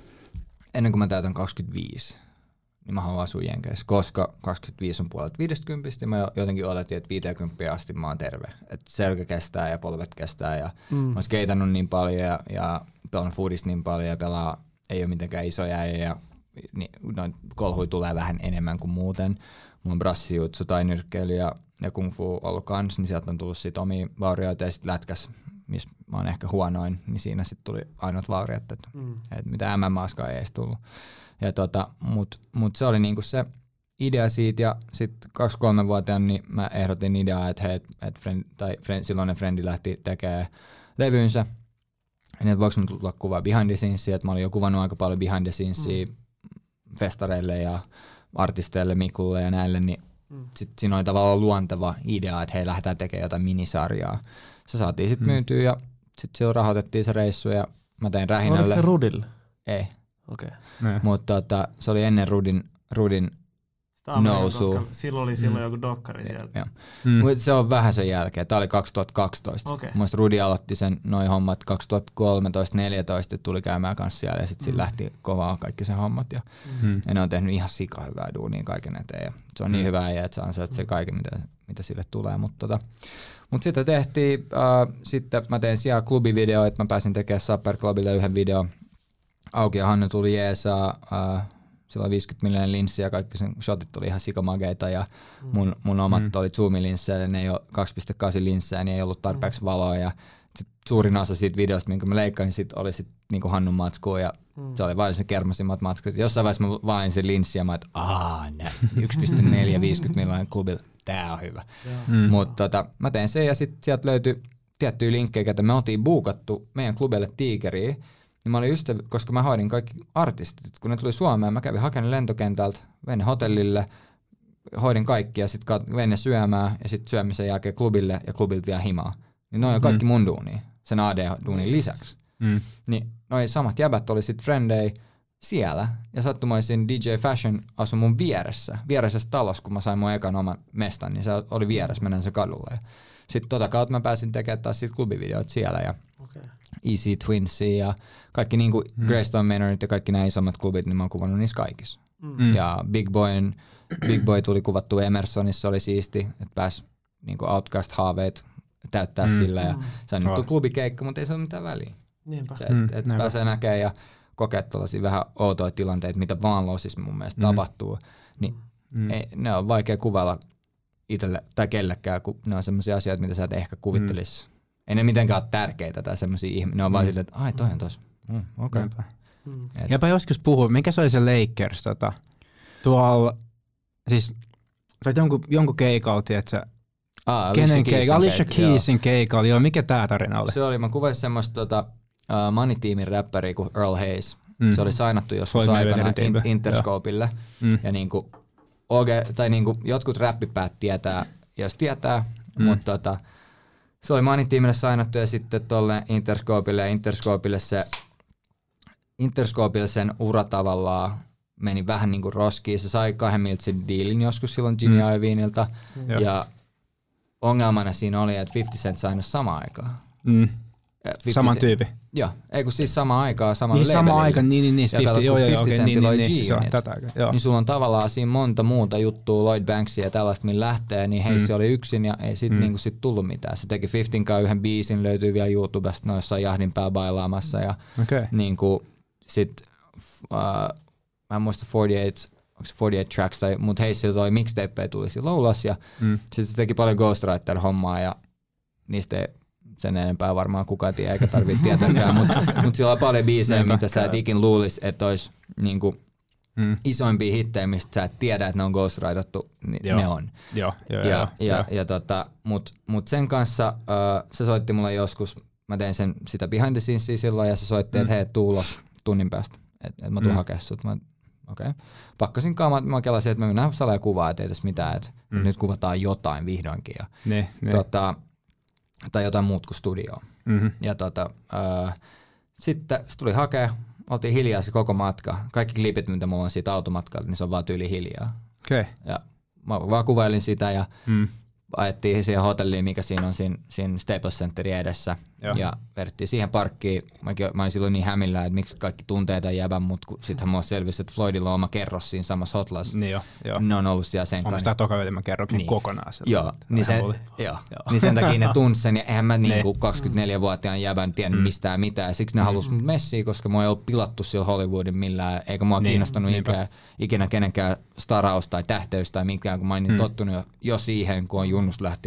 ennen kuin mä täytän kaksikymmentäviisi, niin mä haluan asua Jenkeissä, koska kaksikymmentäviisi on puolet viisikymmentä, ja mä jotenkin oletin, että viisikymmentä asti mä oon terve. Että selkä kestää ja polvet kestää, ja mm. mä oon skeitannut niin paljon, ja, ja pelannut foodista niin paljon, ja pelaa, ei ole mitenkään isoja, ja niin, noin kolhui tulee vähän enemmän kuin muuten. Mulla on brassijutsu tai nyrkkeily ja, ja kung fu ollut kans, niin sieltä on tullut sit omia vaurioita, ja sit lätkäs, missä mä oon ehkä huonoin, niin siinä sit tuli ainoat vauriot, että mm. et mitä M M A:skaan ei edes tullut. Ja tota, mut, mut se oli niinku se, idea siitä ja sitten kaksi-kolme-vuotiaana niin mä ehdotin ideaa, että hei, et friend, tai friend, silloinen frendi lähti tekemään levyynsä. Niin, että voiko mä tulla kuvaa behind the scenesia, että mä olin jo kuvannut aika paljon behind the scenesia mm. festareille ja artisteille, Miklulle ja näille, niin mm. sitten siinä oli tavallaan luonteva idea, että hei, lähdetään tekemään jotain minisarjaa. Se saatiin sitten mm. myytyä ja sitten silloin rahoitettiin se reissu ja mä tein Rähinälle. Oliko se Rudille? Ei. Okei. Okay. Mutta tota, se oli ennen Rudin, Rudin nousu. Silloin oli silloin mm. joku dokkari sieltä. Mm. Mutta se on vähän sen jälkeen. Tämä oli kaksituhattakaksitoista. Okay. Mielestäni Rudi aloitti sen noin hommat kaksituhattakolmetoista neljätoista tuli käymään kanssa siellä ja sitten mm. lähti kovaa kaikki sen hommat. Ja, mm. ja ne on tehnyt ihan sika hyvää duunia kaiken eteen. Ja se on mm. niin hyvä äijä, että se ansaitsee kaiken, mitä, mitä sille tulee. Mutta tota, mut sitten tehtiin, äh, sitten mä tein siellä klubivideoita, mä pääsin tekemään Supper Clubille yhden videon. Auki ja Hannu tuli jeesaa. Äh, Sillä oli viisikymmentä miljoonaa linssiä ja kaikki sen shotit oli ihan sikamageita ja mun, mun omat mm. oli zoomilinssejä, ne ei ole kaksi pilkku kahdeksan linssejä, niin ei ollut tarpeeksi mm. valoa ja sit suurin osa siitä videosta, minkä mä leikkasin, sit oli sit niinku Hannun matskua ja mm. se oli vain se kermasimmat matskut. Jossain vaiheessa mä vain sen linssi ja mä että aah, yksi pilkku neljä viisikymmentä miljoonaa klubilla, tää on hyvä. Mm. Mutta tota, mä tein sen ja sit sieltä löytyi tiettyjä linkkejä, että me oltiin buukattu meidän klubille Tiikeriin. Niin mä olin ystävä, koska mä hoidin kaikki artistit. Kun ne tuli Suomeen, mä kävin hakemaan lentokentältä, vein ne hotellille, hoidin kaikki ja sitten vein ne syömään ja sitten syömisen jälkeen klubille ja klubilta vielä himaa. Niin noin on kaikki mun duunia, sen A D-duunin lisäksi. Mm. Niin noi samat jäbät oli sitten frendei siellä ja sattumaisin D J Fashion asui mun vieressä, vieressässä talossa, kun mä sain mun ekan oman mestan, niin se oli vieressä, mennään se kadulle. Sitten tota kautta mä pääsin tekemään taas sit klubivideoita siellä ja okay. Easy Twinsia ja kaikki niinku mm. Greystone Manorit ja kaikki nämä isommat klubit, niin mä oon kuvannut niissä kaikissa. Mm. Ja Big Boyn, Big Boy tuli kuvattu Emersonissa, oli siisti, että pääsi niinku Outcast-haaveet täyttää mm. sillä ja se on nyt oh. klubikeikka, mutta ei se ole mitään väliä. Niinpä. Se, et, et mm. pääsee näkemään ja kokea tuollaisia vähän outoja tilanteita, mitä vaan Lossissa mun mielestä mm. tapahtuu, niin mm. ei, ne on vaikea kuvailla itselle tai kellekään, kun ne on semmoisia asioita, mitä sä et ehkä kuvittelisi. Mm. Ei ne mitenkään ole tärkeitä tai semmoisia ihmisiä. Ne on mm. vaan silleen, että ai toi on tossa. Mm, okay. mm. Jopa joskus puhuu, mikä se oli se Lakers tota, tuolla, siis sä oot jonkun, jonkun keikalta, että sä, ah, kenen keikalla? Alicia Keysin keikalla, joo, mikä tää tarina oli? Se oli, mä kuvasin semmoista tota, uh, Money-tiimin räppäriä kuin Earl Hayes. Mm. Se oli sainattu joskus aikana in, Interscopeille. Mm. Ja niinku, okay, tai niinku, jotkut räppipäät tietää, jos tietää, mm. mutta tota, se oli Money-tiimille sainattu ja sitten tolle Interscopeille ja Interscopeille se Interscopeille sen ura tavallaan meni vähän niinku roskiin. Se sai kahden miltsin diilin joskus silloin Jimmy mm. Iovinilta mm. ja ongelmana siinä oli, että fifty Cent sainasi samaan aikaan. Mm. Saman tyyppi. Joo, ei kun siis samaan aikaan, saman niin, labelille. Sama aika, niin, niin, niin, fifty, joo, joo, okay, niin, niin, niin, niin, niin, tätä, niin sulla on tavallaan siinä monta muuta juttua, Lloyd Banksia ja tällaista, millä lähtee, niin Heissi mm. oli yksin ja ei sit, mm. niinku sit tullut mitään. Se teki fiftyn kanssa yhden biisin, löytyy vielä YouTubesta noissa jahdin päällä bailaamassa ja okay. niinku sit, uh, mä en muista forty-eight, onko se forty-eight tracks, tai, mutta Heissi toi mixtapeja tuli silloin ulos ja mm. sit se teki paljon Ghostwriter-hommaa ja niistä ei sen enempää varmaan kukaan tiedä, eikä tarvitse tietääkään, mutta mut sillä on paljon biisejä, mitä sä et ikin luulisi, että olisi niinku mm. isoimpia hittejä, mistä sä et tiedä, että ne on ghostwritettu, niin joo. ne on. Joo, joo, ja, joo, ja, joo. ja tota, mut, mut sen kanssa uh, se soitti mulle joskus, mä tein sen sitä behind the scenesia silloin, ja se soitti, mm. että hei, tuu ulos tunnin päästä, että et mä tuun mm. hakemaan sut. Okei. Okay. Pakkasin kaamaan, mä kelasin, että mä mennään saleen kuvaa, että ei tässä mitään, että mm. nyt kuvataan jotain vihdoinkin. Ja, ne, ne. Tota, tai jotain muut kuin studioon. Mm-hmm. Ja tota, äh, sitten se tuli hakea, oltiin hiljaa se koko matka. Kaikki klipit, mitä mulla on siitä automatkalta, niin se on vaan tyyli hiljaa. Okay. Ja mä vaan kuvailin sitä ja mm. ajettiin siihen hotelliin, mikä siinä on siinä, siinä Staples Centerin edessä. Joo. Ja vedettiin siihen parkkiin. Mäkin, mä olin silloin niin hämillä, että miksi kaikki tuntee tämän jäbän, mutta sittenhän mulla selvisi, että Floydilla on oma kerros siinä samassa hotlassa. Niin jo, jo. Ne on ollut siellä sen kanssa. Onko sitä toka yli mä kerroksen niin. kokonaan? Joo, niin, se, joo. Joo. niin sen takia ne tunsi sen, ja eihän mä niinku kaksikymmentäneljävuotiaan jäbän tiennyt mm. mistään mitään. Ja siksi ne mm. halusi mut messiä, koska mua ei ollut pilattu siellä Hollywoodin millään, eikä mua niin. kiinnostanut ikinä, ikinä kenenkään staraus tai tähteys tai mikään, kun mä olin mm. tottunut jo, jo siihen, kun on junnusta lähtien mm.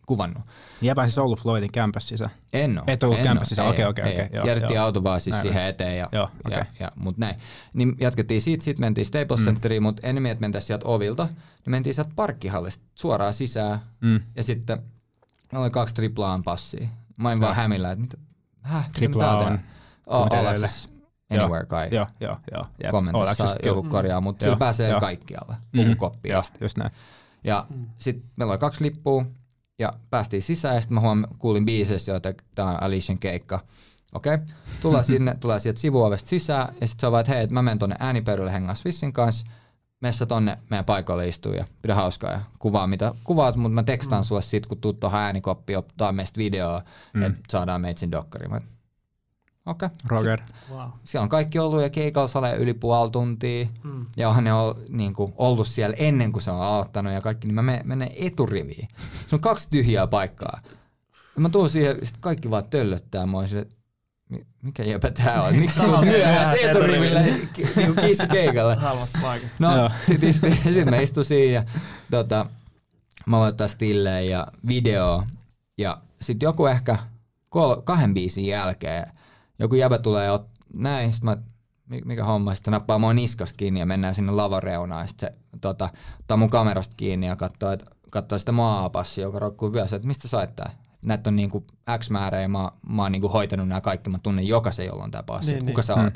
kuvannut. Jäpä siis ollut Floydin kämpässä sisään? En oo. Et ollut kämpässä sisään, okei okei okei. Jätettiin auto vaan siis siihen eteen ja, joo, okay. ja, ja mut näin. Niin jatkettiin siitä, sit mentiin Staples mm. Centeriin, mut enemmän, että mentäisiin sieltä ovilta, niin mentiin sieltä parkkihallista suoraan sisään mm. ja sitten oli kaksi triplaan passia. Mä olin no. vaan hämillä, että mitä, häh, tripla on. All-Access Anywhere kai. Joo, joo, joo. Kommentossa joku korjaa, mutta sillä pääsee jo. kaikkialle. Pukukoppiin asti. Just näin. Ja mm. sitten meillä oli kaksi lippua ja päästiin sisään ja sitten mä huom- kuulin biisissä jo, että tää on Alician keikka. Okei, okay. tullaan sinne, tulee sieltä sivuovesta sisään ja sitten se on vaan, että hei, et mä menen tonne äänipöydälle hengaa Swissin kanssa. Messä tonne meidän paikoille istuu ja pidä hauskaa ja kuvaa mitä kuvaat, mutta mä tekstaan mm. sulle sit, kun tuut tohon äänikoppiin, ottaa meistä videoa, mm. että saadaan meitsin dokkari. Okei. Okay. Roger. Wow. Siellä on kaikki ollut ja keikalla salee yli puoli tuntia. Mm. Ja onhan ne ol, niin kuin, ollut siellä ennen kuin se on aloittanut ja kaikki, niin mä menen, menen eturiviin. Se on kaksi tyhjää paikkaa. Ja mä tuun siihen, sit kaikki vaan töllöttää. Mä oon sille, mikä jäpä tää on? Miksi tulet myöhässä eturiville niin kissikeikalle? Halvat paikat. No, sit, sit me istu siinä ja tota, mä aloittaa stilleen ja video. Ja sit joku ehkä kol- kahden biisin jälkeen joku jäbä tulee ot- näin, sit mä, mikä homma, sit se nappaa mua niskasta kiinni ja mennään sinne lavan reunaan. Sit se tota, ottaa mun kamerasta kiinni ja katsoo, et, katsoo sitä maapassia, joka roikkuu vyössä, että mistä sait tää? Näitä on niinku X määrä ja mä, mä oon niinku hoitanut nämä kaikki, mä tunnen jokaisen, jolla on tää passi. Niin, kuka niin. sä oot?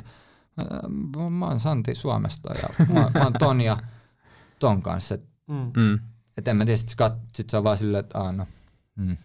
Mm. Mä oon Santi Suomesta ja mä, mä oon ton ja ton kanssa. Et, mm. et en mä tiedä, sit, sit se on vaan silleen, että aah no, mm.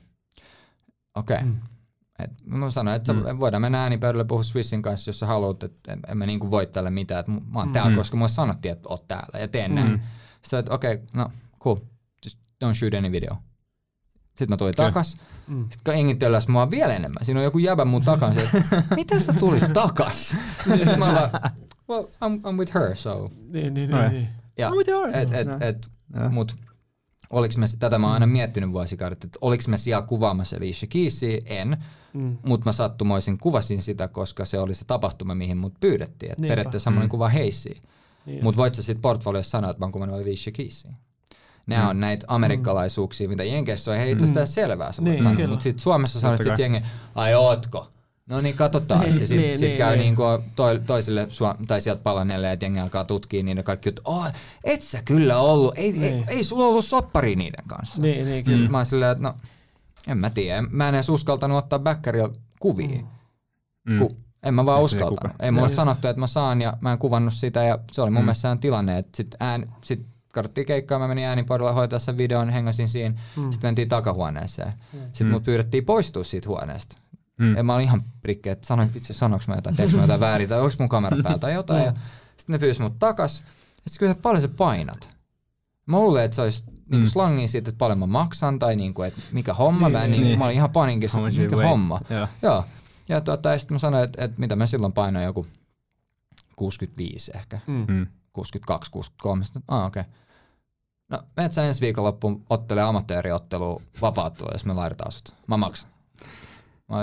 okei. Okay. Mm. Et mä sanoin, että mm. voidaan mennä äänipöydälle puhua Swissin kanssa, jos sä haluat, että en, en mä niinku voi tälle mitään. Et mä oon mm. täällä, koska mulle sanottiin, että oot täällä ja teen mm. näin. Sitten että okei, okay, no cool, just don't shoot any video. Sitten mä tulin okay. takas. Mm. Sitten jengi tölläs mua vielä enemmän. Siinä on joku jäbä mun takan. Se, mitä sä tulit takas? Sitten mä vaan, well, I'm, I'm with her, so. Niin, niin, niin. Ja, et, et, et, mut oliks mä, tätä mä oon aina miettinyt vuosikaudet, että oliks mä siellä kuvaamassa Alicia Keysia? En. Mm. Mutta mä sattumoisin kuvasin sitä, koska se oli se tapahtuma, mihin mut pyydettiin. Että periaatteessa semmoinen mm. kuva heissiä. Niin mutta voit sä sit portfoliossa sanoa, että mä oon kuvannut Alicia Keysia. Nämä mm. on näitä amerikkalaisuuksia, mitä Jenkeissä on ihan itse asiassa selvää. Niin, mutta sitten Suomessa sanoo, että sit jengi, ai ootko? No niin, kato taas. Ja sitten niin, sit niin, käy niin. Niinku to, toisille suom- tai sieltä palanneille, että jengi alkaa tutkia niiden kaikki, että oh, et sä kyllä ollut, ei, niin. ei, ei sulla ollut soppari niiden kanssa. Niin, niin, kyllä. Mä oon silleen, että no, en mä tiedä. Mä en edes uskaltanut ottaa backeria kuvia. Mm. Ku, en mä vaan uskaltanut. Ei mulle sanottu, että mä saan ja mä en kuvannut sitä ja se oli mun mm. mielestä sehän tilanne, että sit ään, sit karttiin keikkaa, mä menin ääniporilla hoitaa sen videon, hengasin siinä, mm. sitten mentiin takahuoneeseen. Mm. Sitten mm. mut pyydettiin poistua siitä huoneesta. Mm. Ja mä olin ihan prikke, että sanoin, vitsi, sanoinko mä jotain, teekö mä jotain väärin, tai onko mun kamera päällä tai jotain. Ja sitten ne pyysi mut takas. Sitten kyllä paljon sä painat. Mä luulen, että se olisi mm. niinku slangia siitä, että paljon mä maksan, tai niinku, että mikä homma. Niin, mä, niin, niin. mä olin ihan paninkissa, että mikä way. homma. Yeah. Joo. Ja tuota, sitten mä sanoin, että, että mitä mä silloin painoin, joku kuusikymmentäviisi ehkä. Mm. kuusikymmentäkaksi kuusikymmentäkolme. Ah, okei. Okay. No, menet sä ensi viikonloppuun ottelee amatööriottelua vapaattelua, jos me laitetaan sut. Mä maksan. Mä,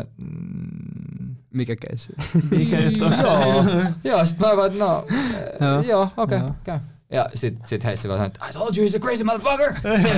mm, mikä keissi? Mikä juttu on se? Joo, sit mä vaan, no, äh, joo, okei, okay, käy. Ja sit, sit Heissi vaan sanoi, I told you he's a crazy motherfucker!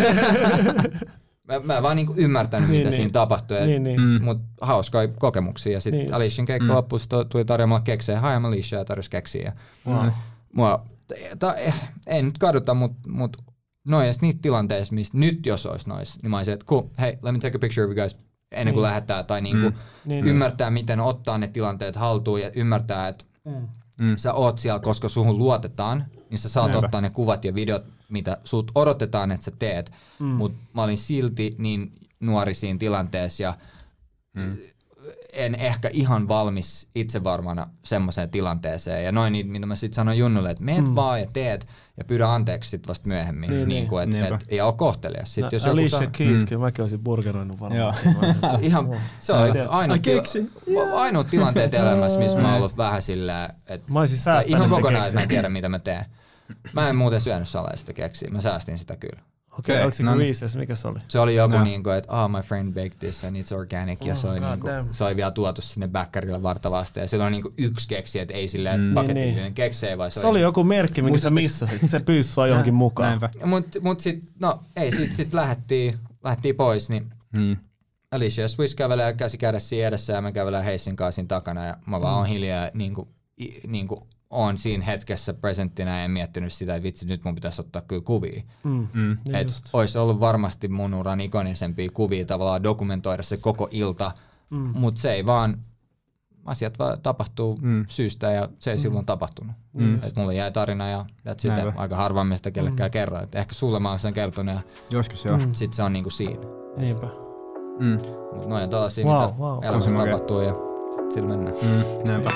mä, mä en vaan niinku ymmärtänyt, niin, mitä niin. siinä tapahtui, niin, niin. Mm. mut hauskaa kokemuksia. Ja sit niin. Alician keikka mm. loppuisi tuli tarjoamaan keksejä. Hi, I'm Alicia, ja tarjosi keksiä. Wow. Mua, ta, ei nyt kaduta, mut, mut noin, ja niitä tilanteissa, missä nyt jos olisi nois, niin mä olisin, että cool, hey, let me take a picture of you guys ennen kuin niin. lähdetään, tai niinku mm. ymmärtää, miten ottaa ne tilanteet haltuun, ja ymmärtää, että mm. sä oot siellä, koska suhun luotetaan, niin sä saat Näinpä. ottaa ne kuvat ja videot, mitä sut odotetaan, että sä teet, mm. mutta mä olin silti niin nuori siinä tilanteessa, ja mm. en ehkä ihan valmis itsevarmana semmoiseen tilanteeseen. Ja noin, mitä mä sitten sanoin Junnulle, että meet mm. vaan ja teet ja pyydä anteeksi sit vasta myöhemmin. Niin, niin, niin, et, et, ja ole kohtelias. Sit, no, jos Alicia Keys, mm. mäkin olisin burgeroinut varmaan. Ihan, se on ainut, tila, ainut tilanteet elämässä, missä mä oon ollut vähän silleen, että ihan kokonaan, että mä en tiedä mitä mä teen. Mä en muuten syönyt salaista keksiä, mä säästin sitä kyllä. Okei, okay, onko se Reese's? Mikä se oli? Se oli joku no. niinku, että oh, my friend baked this and it's organic, oh, ja se oli, niinku, se oli vielä tuotu sinne bäkkärille vartavasti, ja se oli niinku yksi keksi, että ei silleen mm. paketillinen niin, niin. keksejä, vaan se, se oli... oli joku merkki, minkä sä missasit, se pyysi sua johonkin mukaan. Mut, mut sit, no ei, sit, sit lähdettiin, lähdettiin pois, niin mm. Alicia ja Swiss kävelee käsi kädessä siinä edessä ja mä kävelen Heissin kanssa siinä takana ja mä vaan mm. oon hiljaa ja niin kuin, niin kuin oon siinä hetkessä presenttinä ja miettinyt sitä, että vitsi nyt mun pitäisi ottaa kyllä kuvia. Mm. Mm. Että olisi ollut varmasti mun uran ikonisempia kuvia tavallaan dokumentoida se koko ilta, mm. mutta se ei vaan, asiat vaan tapahtuu mm. syystä ja se ei mm. silloin tapahtunut. Mm. Että mulle jäi tarina ja sitten aika harvaan mä sitä kellekään mm. kerran. Et ehkä sulle mä oon sen kertonut ja joskus joo. Mm. Sit se on niinku siinä. Niinpä. Mm. Mut noin on tällaisia, wow, mitä wow. elämässä tapahtuu ja sillä mennään. Mm. Näinpä.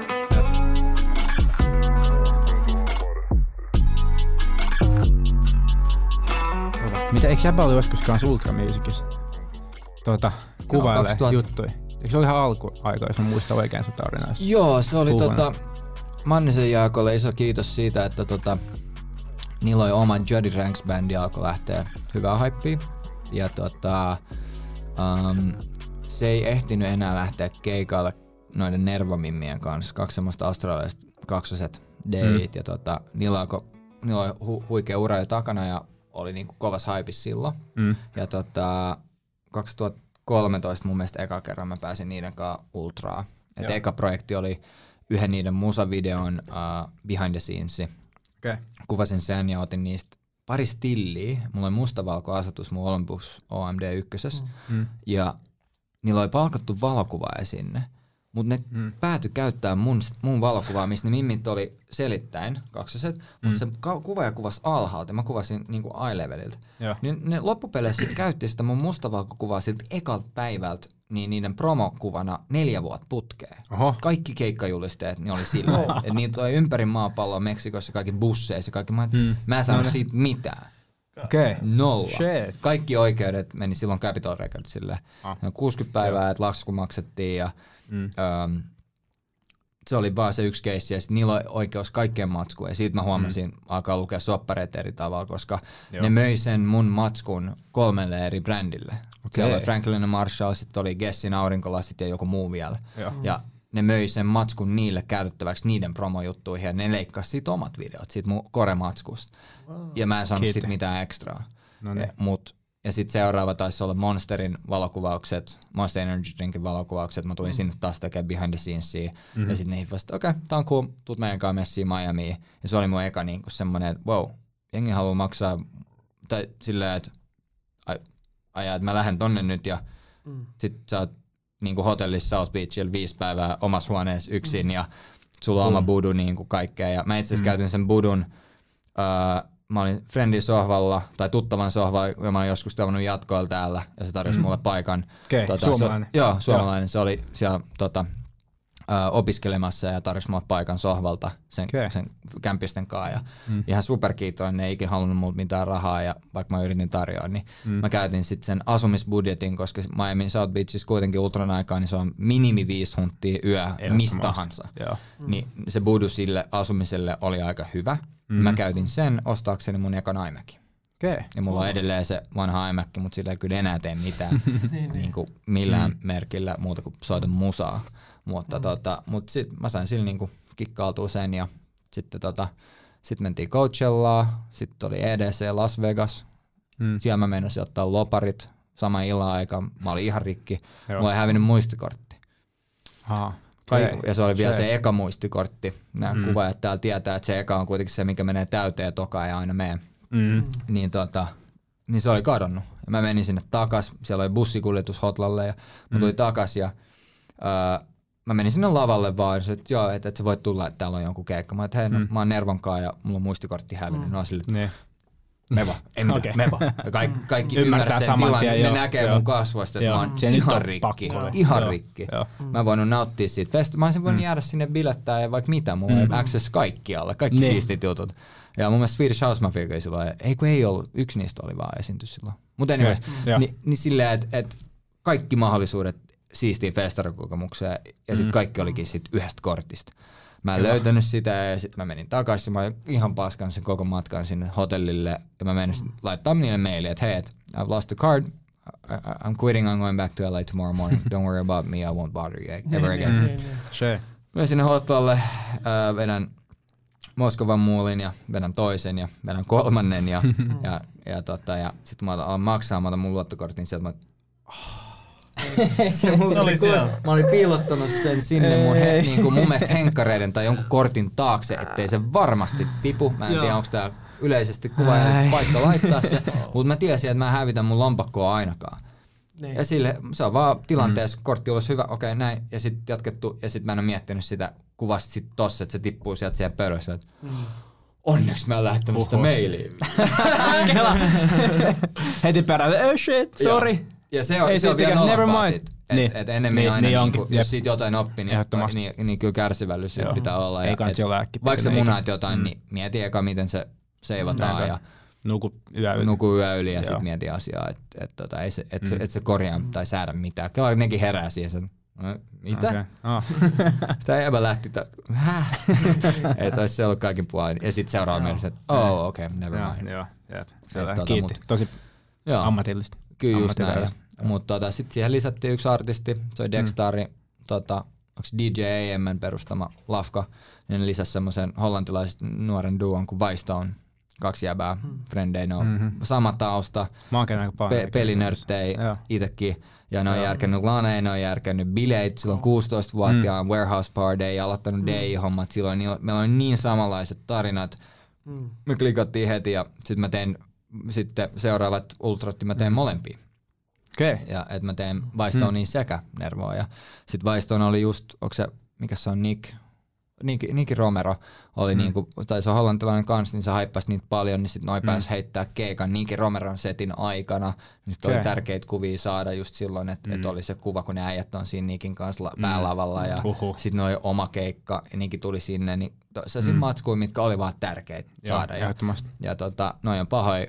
Mitä, eikö jäbä ollut joskus kans Ultra Musicissa tuota, kuvailee no, juttuja? Eikö se oli ihan alkuaika, jos mä muistan oikein sun tarinaa? Joo, se oli Kuvana. tota, Mannisen Jaakolle iso kiitos siitä, että tota, niillä oli oma Juddy Ranks bändi alkoi lähteä hyvää hypeä. Ja tota, um, se ei ehtinyt enää lähteä keikalle noiden Nervomimmien kanssa. Kaksi semmoista australialaiset kaksoset Deit. Mm. Ja tota, niillä, alko, niillä oli hu- huikea ura jo takana ja oli niinku kovas hypis silloin. Mm. Ja tota, kaksituhattakolmetoista mun mielestä eka kerran mä pääsin niiden kanssa Ultraa. Et eka projekti oli yhden niiden musavideon uh, behind the scenes. Okay. Kuvasin sen ja otin niistä pari stilliä. Mulla oli mustavalkoasetus mun Olympus O M D yksi. Mm. Ja niillä oli palkattu valokuvaaja sinne. Mutta ne mm. päätyi käyttää mun, mun valokuvaa, missä ne mimmit oli selittäin, kaksoset, mm. mutta se kuvaaja kuvasi alhaalta ja mä kuvasin niinku eye-leveliltä. Niin ne loppupeleissä sit käytti sitä mun mustavalkokuvaa siltä ekalta päivältä niin niiden promokuvana neljä vuotta putkeen. Oho. Kaikki keikkajulisteet niin oli silleen. Et niitä oli ympäri maapalloa Meksikossa, kaikki busseissa, kaikki. Mä, mm. mä en saanut no, siitä mitään. Okay. Nolla. Shit. Kaikki oikeudet meni silloin Capitol Recordsille. Ah. kuusikymmentä päivää, että lasku maksettiin ja Mm. Um, se oli vaan se yksi keissi ja sit niillä oli oikeus kaikkeen matskuun ja siitä mä huomasin mm. alkaa lukea soppareita eri tavalla, koska Joo. ne möi sen mun matskun kolmelle eri brändille. Okay. Siellä oli Franklin Marshall, sitten oli Guessin aurinkolasit ja joku muu vielä. Joo. Ja ne möi sen matskun niille käytettäväksi niiden promojuttuihin ja ne leikkasi siitä omat videot siitä mun korematskusta. Wow. Ja mä en saanut siitä mitään ekstraa. No niin. Mut ja sitten seuraava taisi olla Monsterin valokuvaukset, Monster Energy Drinkin valokuvaukset. Mä tulin mm. sinne taas tekemään behind the scenesia. Mm-hmm. Ja sitten ne hiffasivat, okei, okay, tää on cool, tuut meidän kanssa messiin Miamiin. Ja se oli mun eka niinku semmonen, että wow, jengi haluaa maksaa, tai silleen, että ajaa, että mä lähden tonne nyt. Ja mm. sit sä oot niinku hotellissa South Beachilla viisi päivää omassa huoneessa yksin. Mm. Ja sulla on mm. oma budu niinku kaikkea. Ja mä itse asiassa mm. käytin sen budun. Uh, Mä olin friendin sohvalla, tai tuttavan sohvalla, ja mä olin joskus tavannut jatkoilla täällä, ja se tarjosi mm. mulle paikan. Okei, okay, tota, suomalainen. Se, joo, suomalainen. Joo. Se oli siellä tota, ö, opiskelemassa ja tarjosi mulle paikan sohvalta sen, okay. sen kämpisten kanssa. Ja mm. ihan superkiitollinen, ne ei ikinä halunnut multa mitään rahaa, ja vaikka mä yritin tarjoa, niin mm. mä käytin sitten sen asumisbudjetin, koska Miami South Beachissa kuitenkin ultran aikaa, niin se on minimi viisi hunttia yö, mistä tahansa. Mm. Niin se budu sille asumiselle oli aika hyvä. Mm. Mä käytin sen ostaakseni mun ekan iMacin. Okay. Ja mulla oh. on edelleen se vanha iMac, mutta sillä ei kyllä enää tee mitään niin kuin millään mm. merkillä muuta kuin soitan musaa. Mutta mm. tota, mut sit mä sain sillä niinku kikkaaltua sen ja sitten tota, sit mentiin Coachellaan, sitten oli E D C Las Vegas. Mm. Siellä mä meinasin ottaa loparit saman illan aikaan. Mä olin ihan rikki. Joo. Mulla ei hävinnyt muistikortti. Ah. Kaik- ja se oli vielä se, se eka muistikortti. Nämä mm. kuvaajat täällä tietää, että se eka on kuitenkin se, mikä menee täyteen toka ja aina menee. Mm. Niin, tota, niin se oli kadonnut. Ja mä menin sinne takas. Siellä oli bussikuljetus Hotlalle ja mä tulin mm. takas. Ja, ää, mä menin sinne lavalle vaan. Ja että joo, että et sä voit tulla, että täällä on jonkun keikka. Mä että hei, no, mm. mä oon Nervonkaan ja mulla on muistikortti hävinnyt. Mm. No sille, ne. Me vaan, ei mitään, okay. me vaan. Ja kaikki, kaikki ymmärtää sen tilan, ne joo, näkee joo. mun kasvoista, että joo. mä oon sen ihan rikki, joo. ihan joo. rikki. Joo. Mä en voinut nauttia siitä festa. Mä olisin voinut mm. jäädä sinne bilettää ja vaikka mitä, mulla mm. on access kaikkialle, kaikki niin. siistit jutut. Ja mun mielestä Swedish House Mafia ei silloin, ei kun ei ollut, yksi niistä oli vaan esiintys silloin. Mutta anyways, okay. niin, niin silleen, että et kaikki mahdollisuudet siistiin festarukokemukseen ja sit mm. kaikki olikin sit yhdestä kortista. Mä en Kyllä. löytänyt sitä ja sitten mä menin takaisin. Mä ihan paskan sen koko matkan sinne hotellille. Ja mä menin mm. laittaa niille mailia, että hei, et, I've lost the card. I, I'm quitting, I'm going back to L A tomorrow morning. Don't worry about me, I won't bother you ever again. Mm. Sure. Mä sinne hotellalle, äh, vedän Moskovan muulin ja vedän toisen ja vedän kolmannen. Ja, ja, ja, tota, ja sitten mä alan maksaa, mä otan mun luottokortin sieltä. Mä se, se oli siellä. Mä olin piilottanut sen sinne mun, he, niin kuin mun mielestä henkkareiden tai jonkun kortin taakse, ettei se varmasti tipu. Mä en tiedä, onko tää yleisesti kuvaajan paikka laittaa se, mutta mä tiesin, että mä hävitän mun lompakkoa ainakaan. Niin. Ja sille se on vaan tilanteessa, mm. kortti olisi hyvä, okei okay, näin, ja sitten jatkettu, ja sitten mä en ole miettinyt sitä, kuvasta sit tossa, että se tippuu sieltä siellä pöydässä, että mm. onneksi mä oon lähtenyt sitä mailiin. Heti perään, oh shit, sorry. Joo. Ja se on, se on vielä nolompaa sit, että niin. et enemmän niin, aina, niin niinku, jos siitä jotain oppii, niin, niin, niin kyllä kärsivällisyys pitää olla. Ei kannata jo lääkki. Vaikka sä munaat jotain, mm. niin mieti eka miten se seivataan ja nuku yö yli, nuku yö yli ja sitten mieti asiaa, että et, et, et, et, mm. et se korjaa tai säädä mitään. Kyllä nekin herää siihen, sen, no, mitä? Okay. Oh. Sitä jäbä lähti, häh? Että olisi se ollut kaikin puolin. Ja sitten seuraava mielessä, että oh, okei, okay, never mind. Joo, joo. Kiitti, tosi ammatillista. Kyllä just näin. Mutta tota, sitten siihen lisättiin yksi artisti, se oli Dextari, mm. tota, onko D J A M:n perustama lafka, niin ne lisäsi semmoisen hollantilaisen nuoren duon kuin Wystone. Kaksi jäbää, mm. frendei, ne on mm-hmm. sama tausta, pe- pelinörttejä itsekin, ja ne on järkännyt laneja, ne on järkännyt bileitä silloin kuusitoistavuotiaan, mm. warehouse party, ja aloittanut mm. D J-hommat silloin, niin meillä oli niin samanlaiset tarinat, mm. me klikattiin heti, ja sitten mä tein sitten seuraavat ultrat, mä tein mm. molempia. Okay. Ja että mä teen Wystoneen mm. sekä Nervoa, ja sitten Wystone oli just, onko se, mikä se on Nick, Nick, Nicky Romero oli mm. niinku, tai se on hollantilainen kans, niin se haippasi niitä paljon, niin sit noin mm. pääsi heittää keikan Nicky Romeron setin aikana, niin sit okay. oli tärkeitä kuvia saada just silloin, että mm. et oli se kuva, kun ne äijät on siinä Nickin kanssa la- päälavalla, ja Uhuh. sit noin oma keikka, ja Nicky tuli sinne, niin se siinä mm. matskuja, mitkä oli vaan tärkeitä saada, ja, ja tota, noin on pahoin,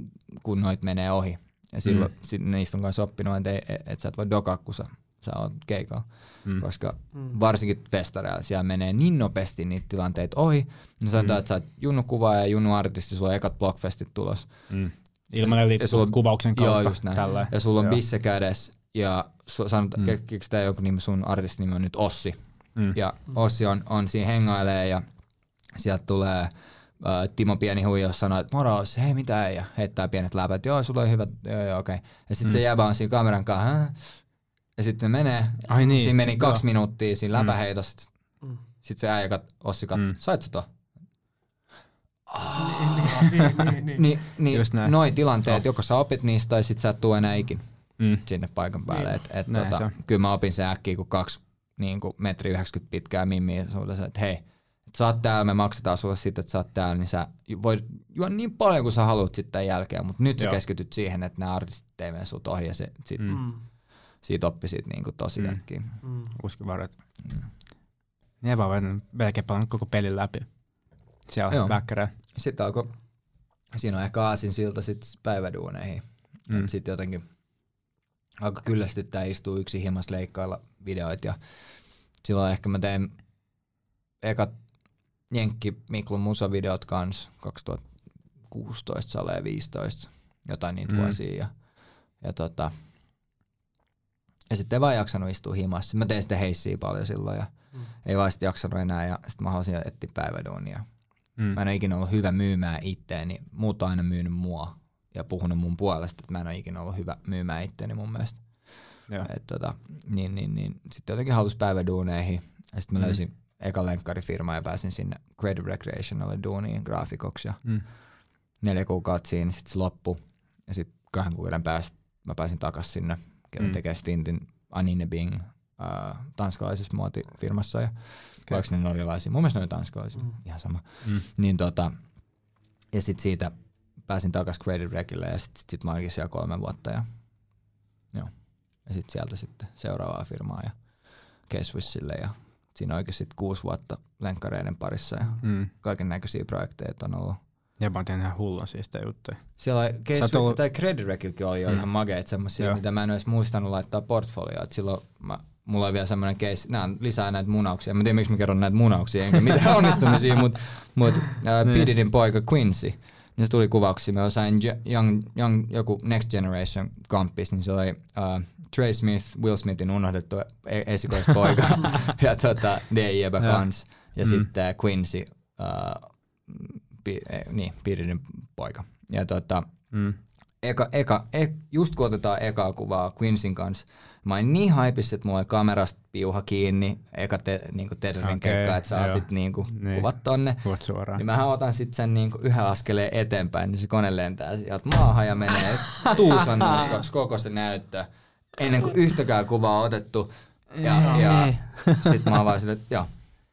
kun noit menee ohi, ja silloin mm. sit niistä on kanssa oppinut, että et, et sä et voi dokaa, kun sä, sä oot keikalla. Mm. Koska mm. varsinkin festareilla siellä menee niin nopeasti niitä tilanteita ohi. No sanotaan, mm. että sä oot junnu-kuvaaja ja junnu-artisti, sulla on ekat blockfestit tulos. Mm. Ilmanen lippu kuvauksen kautta. Joo, ja sulla on joo. bisse kädessä ja sanotaan, mm. keksikö tää joku nimi, sun artistin nimi on nyt Ossi. Mm. Ja Ossi on, on siinä hengailee ja sieltä tulee Uh, Timo Pieni Huijaus sanoo, että moro Ossi, hei mitä ei, ja heittää pienet läpät, joo sulla on hyvä, joo joo okei. Okay. Ja sitten mm. se jäbä on siinä kameran kanssa, Hä? Ja sitten menee, ai niin, siinä meni kaksi joo. minuuttia siinä läpäheitosta. Mm. Sitten se äijä kat, Ossi katsoi, mm. sait sä to? Niin, niin noi tilanteet, joko sä opit niistä tai sit sä et tuu enää ikin mm. sinne paikan päälle. Niin. Et, et tota, kyllä mä opin sen äkkiä, kun kaksi niin kuin metri yhdeksänkymmentä pitkää mimmiä sulle, että hei, et sä oot täällä, me maksetaan sulle siitä, että sä oot täällä, niin sä voit juo niin paljon kuin sä haluat sitten jälkeen, mutta nyt joo. sä keskityt siihen, että nämä artistit ei mene sut ohi ja se, sit, mm. siitä oppi siitä niinku tosi äkkiä. Mm. Mm. Uskon varmaan. Mm. Ne vaan melkein paljon koko pelin läpi. Siellä väkkärää. Sitten alkoi, siinä on ehkä aasinsilta sit päiväduuneihin. Mm. Sitten jotenkin alkoi kyllästyttää istua yksi himas leikkailla videoita. Ja silloin ehkä mä tein ekat Jenkki Miklun musavideot kans kaksituhattakuusitoista, salee viisitoista, jotain niitä mm. vuosia. Ja, ja tota... Ja sitten ei vaan jaksanut istua himassa. Mä tein sitten heissiä paljon silloin ja mm. ei vaan sitten jaksanut enää ja sitten mä halusin etsiä päiväduunia. Mm. Mä en ole ikinä ollut hyvä myymään itteeni. Muut on aina myynyt mua ja puhunut mun puolesta, että mä en ole ikinä ollut hyvä myymään itteeni mun mielestä. Et tota, niin, niin, niin. Sitten jotenkin halusin päiväduuneihin ja sitten mä mm. löysin ekan lenkkarifirman ja pääsin sinne Creative Recreationalle duuniin graafikoksi ja mm. neljä kuukautta siinä, sitten se loppui ja sitten kahden kuukauden päästä mä pääsin takas sinne. Mm. tekee stintin Anine Bing äh, tanskalaisessa muotifirmassa ja okay. vaikka ne norjalaisia, mun mielestä ne oli tanskalaisia, mm. ihan sama. Mm. Niin tota, ja sit siitä pääsin takas Creative Recille ja sit, sit mä olinkin siellä kolme vuotta ja joo. Ja sit sieltä sitten seuraavaa firmaa ja K-Swissille ja siinä oikein sit kuusi vuotta lenkkareiden parissa ja mm. kaiken näköisiä projekteja on ollut. Ja mä tein ihan hullun siistejä juttuja. Siellä Case ollut... tai Credit Recilläkin oli jo mm. ihan mageet semmosia, joo. mitä mä en edes muistanut laittaa portfolioon. Et silloin mä, mulla oli vielä semmoinen case, nää on lisää näitä munauksia. Mä en tiedä miksi mä kerron näitä munauksia, enkä mitään onnistumisia, mutta mut, uh, P. Didyn poika Quincy, niin se tuli kuvauksia. Mä sain young, young, joku Next Generation kampis, niin se oli uh, Trey Smith, Will Smithin unohdettu esikoispoika ja tota, D J Ebä kans. Ja mm. sitten uh, Quincy, uh, Pi, eh, niin, P. Didyn poika. Ja tota, mm. eka, eka, e, just kun otetaan ekaa kuvaa Quinceyn kanssa, mä olin niin haipissa, että mulla oli kamerasta piuha kiinni, eka te, niinku Tedderin okay, keikka, että saa sit niinku niin. kuvat tonne. Niin mähän otan sit sen niinku yhden askeleen eteenpäin, niin se kone lentää sieltä maahan ja menee tuusannuskaksi koko se näyttö, ennen kuin yhtäkään kuvaa on otettu. Ja, ja sit mä oon vaan silleen, että joo.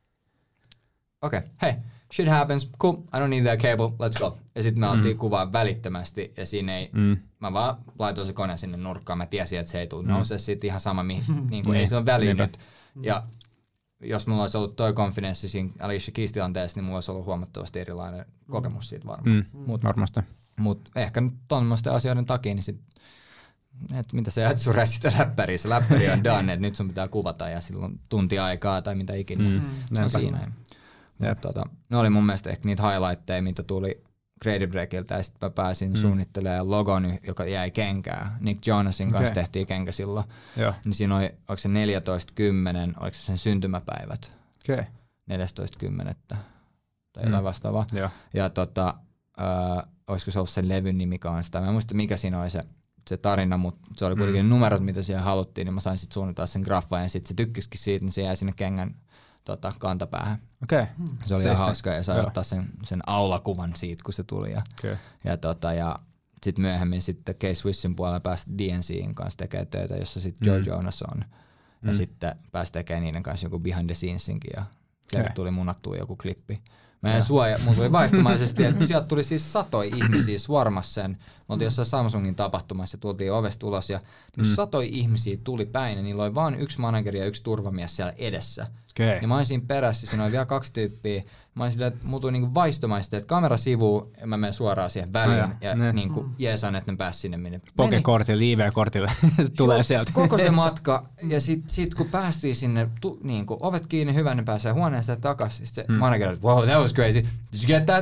Okei, okay, hei. Shit happens, cool, I don't need that cable, let's go. Ja sitten me mm. otettiin kuvaa välittömästi ja siinä ei, mm. mä vaan laitoin se kone sinne nurkkaan, mä tiesin, että se ei tule mm. nousee siitä ihan sama, mi, niin kuin, ei se ole väliä nyt. Ja jos mulla olisi ollut toi konfidenssi siinä Alicia Keys-tilanteessa, niin mulla olisi ollut huomattavasti erilainen mm. kokemus siitä varmaan. Mm. Mut, Varmasti. Mut ehkä nyt tommoisten asioiden takia, niin sit, että mitä sä jäät surraa sitä läppäriä, se läppäri on done, että nyt sun pitää kuvata ja silloin tunti aikaa tai mitä ikinä. Mm. Se on siinä. Yep. Tota, ne oli mun mielestä ehkä niitä highlightteja, mitä tuli Creative Breakiltä, ja sitten mä pääsin mm. suunnittelemaan logon, joka jäi kenkään. Nick Jonasin kanssa okay. tehtiin kenkä silloin. Joo. Niin siinä oli, oliko se neljätoista kymmenen, oliko se sen syntymäpäivät? Okay. neljästoista kymmenettä tai jotain mm. vastaavaa. Joo. Ja tota, äh, olisiko se ollut sen levyn nimi kanssa. Mä en muista mikä siinä oli se, se tarina, mutta se oli kuitenkin mm. numerot, mitä siihen haluttiin, niin mä sain sitten suunnitella sen graffan, ja sitten se tykkäsikin siitä, niin se jäi sinne kengän Tota, kantapäähän. Okay. Se oli ihan hauska ja sai ottaa sen, sen aulakuvan siitä, kun se tuli. Ja, okay. ja, tota, ja sitten myöhemmin sitten K-Swissin puolella pääsi D N C:n kanssa tekemään töitä, jossa sitten Joe mm. Jonas on. Ja mm. sitten pääsi tekemään niiden kanssa joku behind the scenesinkin ja sieltä okay. tuli munattua joku klippi. Mä en suoja, mun tuli vaistomaisesti, että sieltä tuli siis satoi ihmisiä swarmas sen. Me oltiin jossain Samsungin tapahtumassa ja tultiin ovesta ulos ja mm. satoi ihmisiä tuli päin ja niillä oli vain yksi manageri ja yksi turvamies siellä edessä. Okay. Ja mä olin siinä perässä, siinä oli vielä kaksi tyyppiä. Mä olin silleen, että mulla tuli niinku vaistomaisesti, että kamera sivuu ja mä menen suoraan siihen väliin no, ja, ja niinku mm. jeesan, että ne pääsi sinne minne. Pokekortille, liiveä-kortille tulee sieltä. Koko se matka ja sit, sit kun päästiin sinne, tu, niinku, ovet kiinni, hyvä, ne pääsee huoneeseen takaisin. Sitten se mm. manageri oli, wow, that was crazy. Did you get that?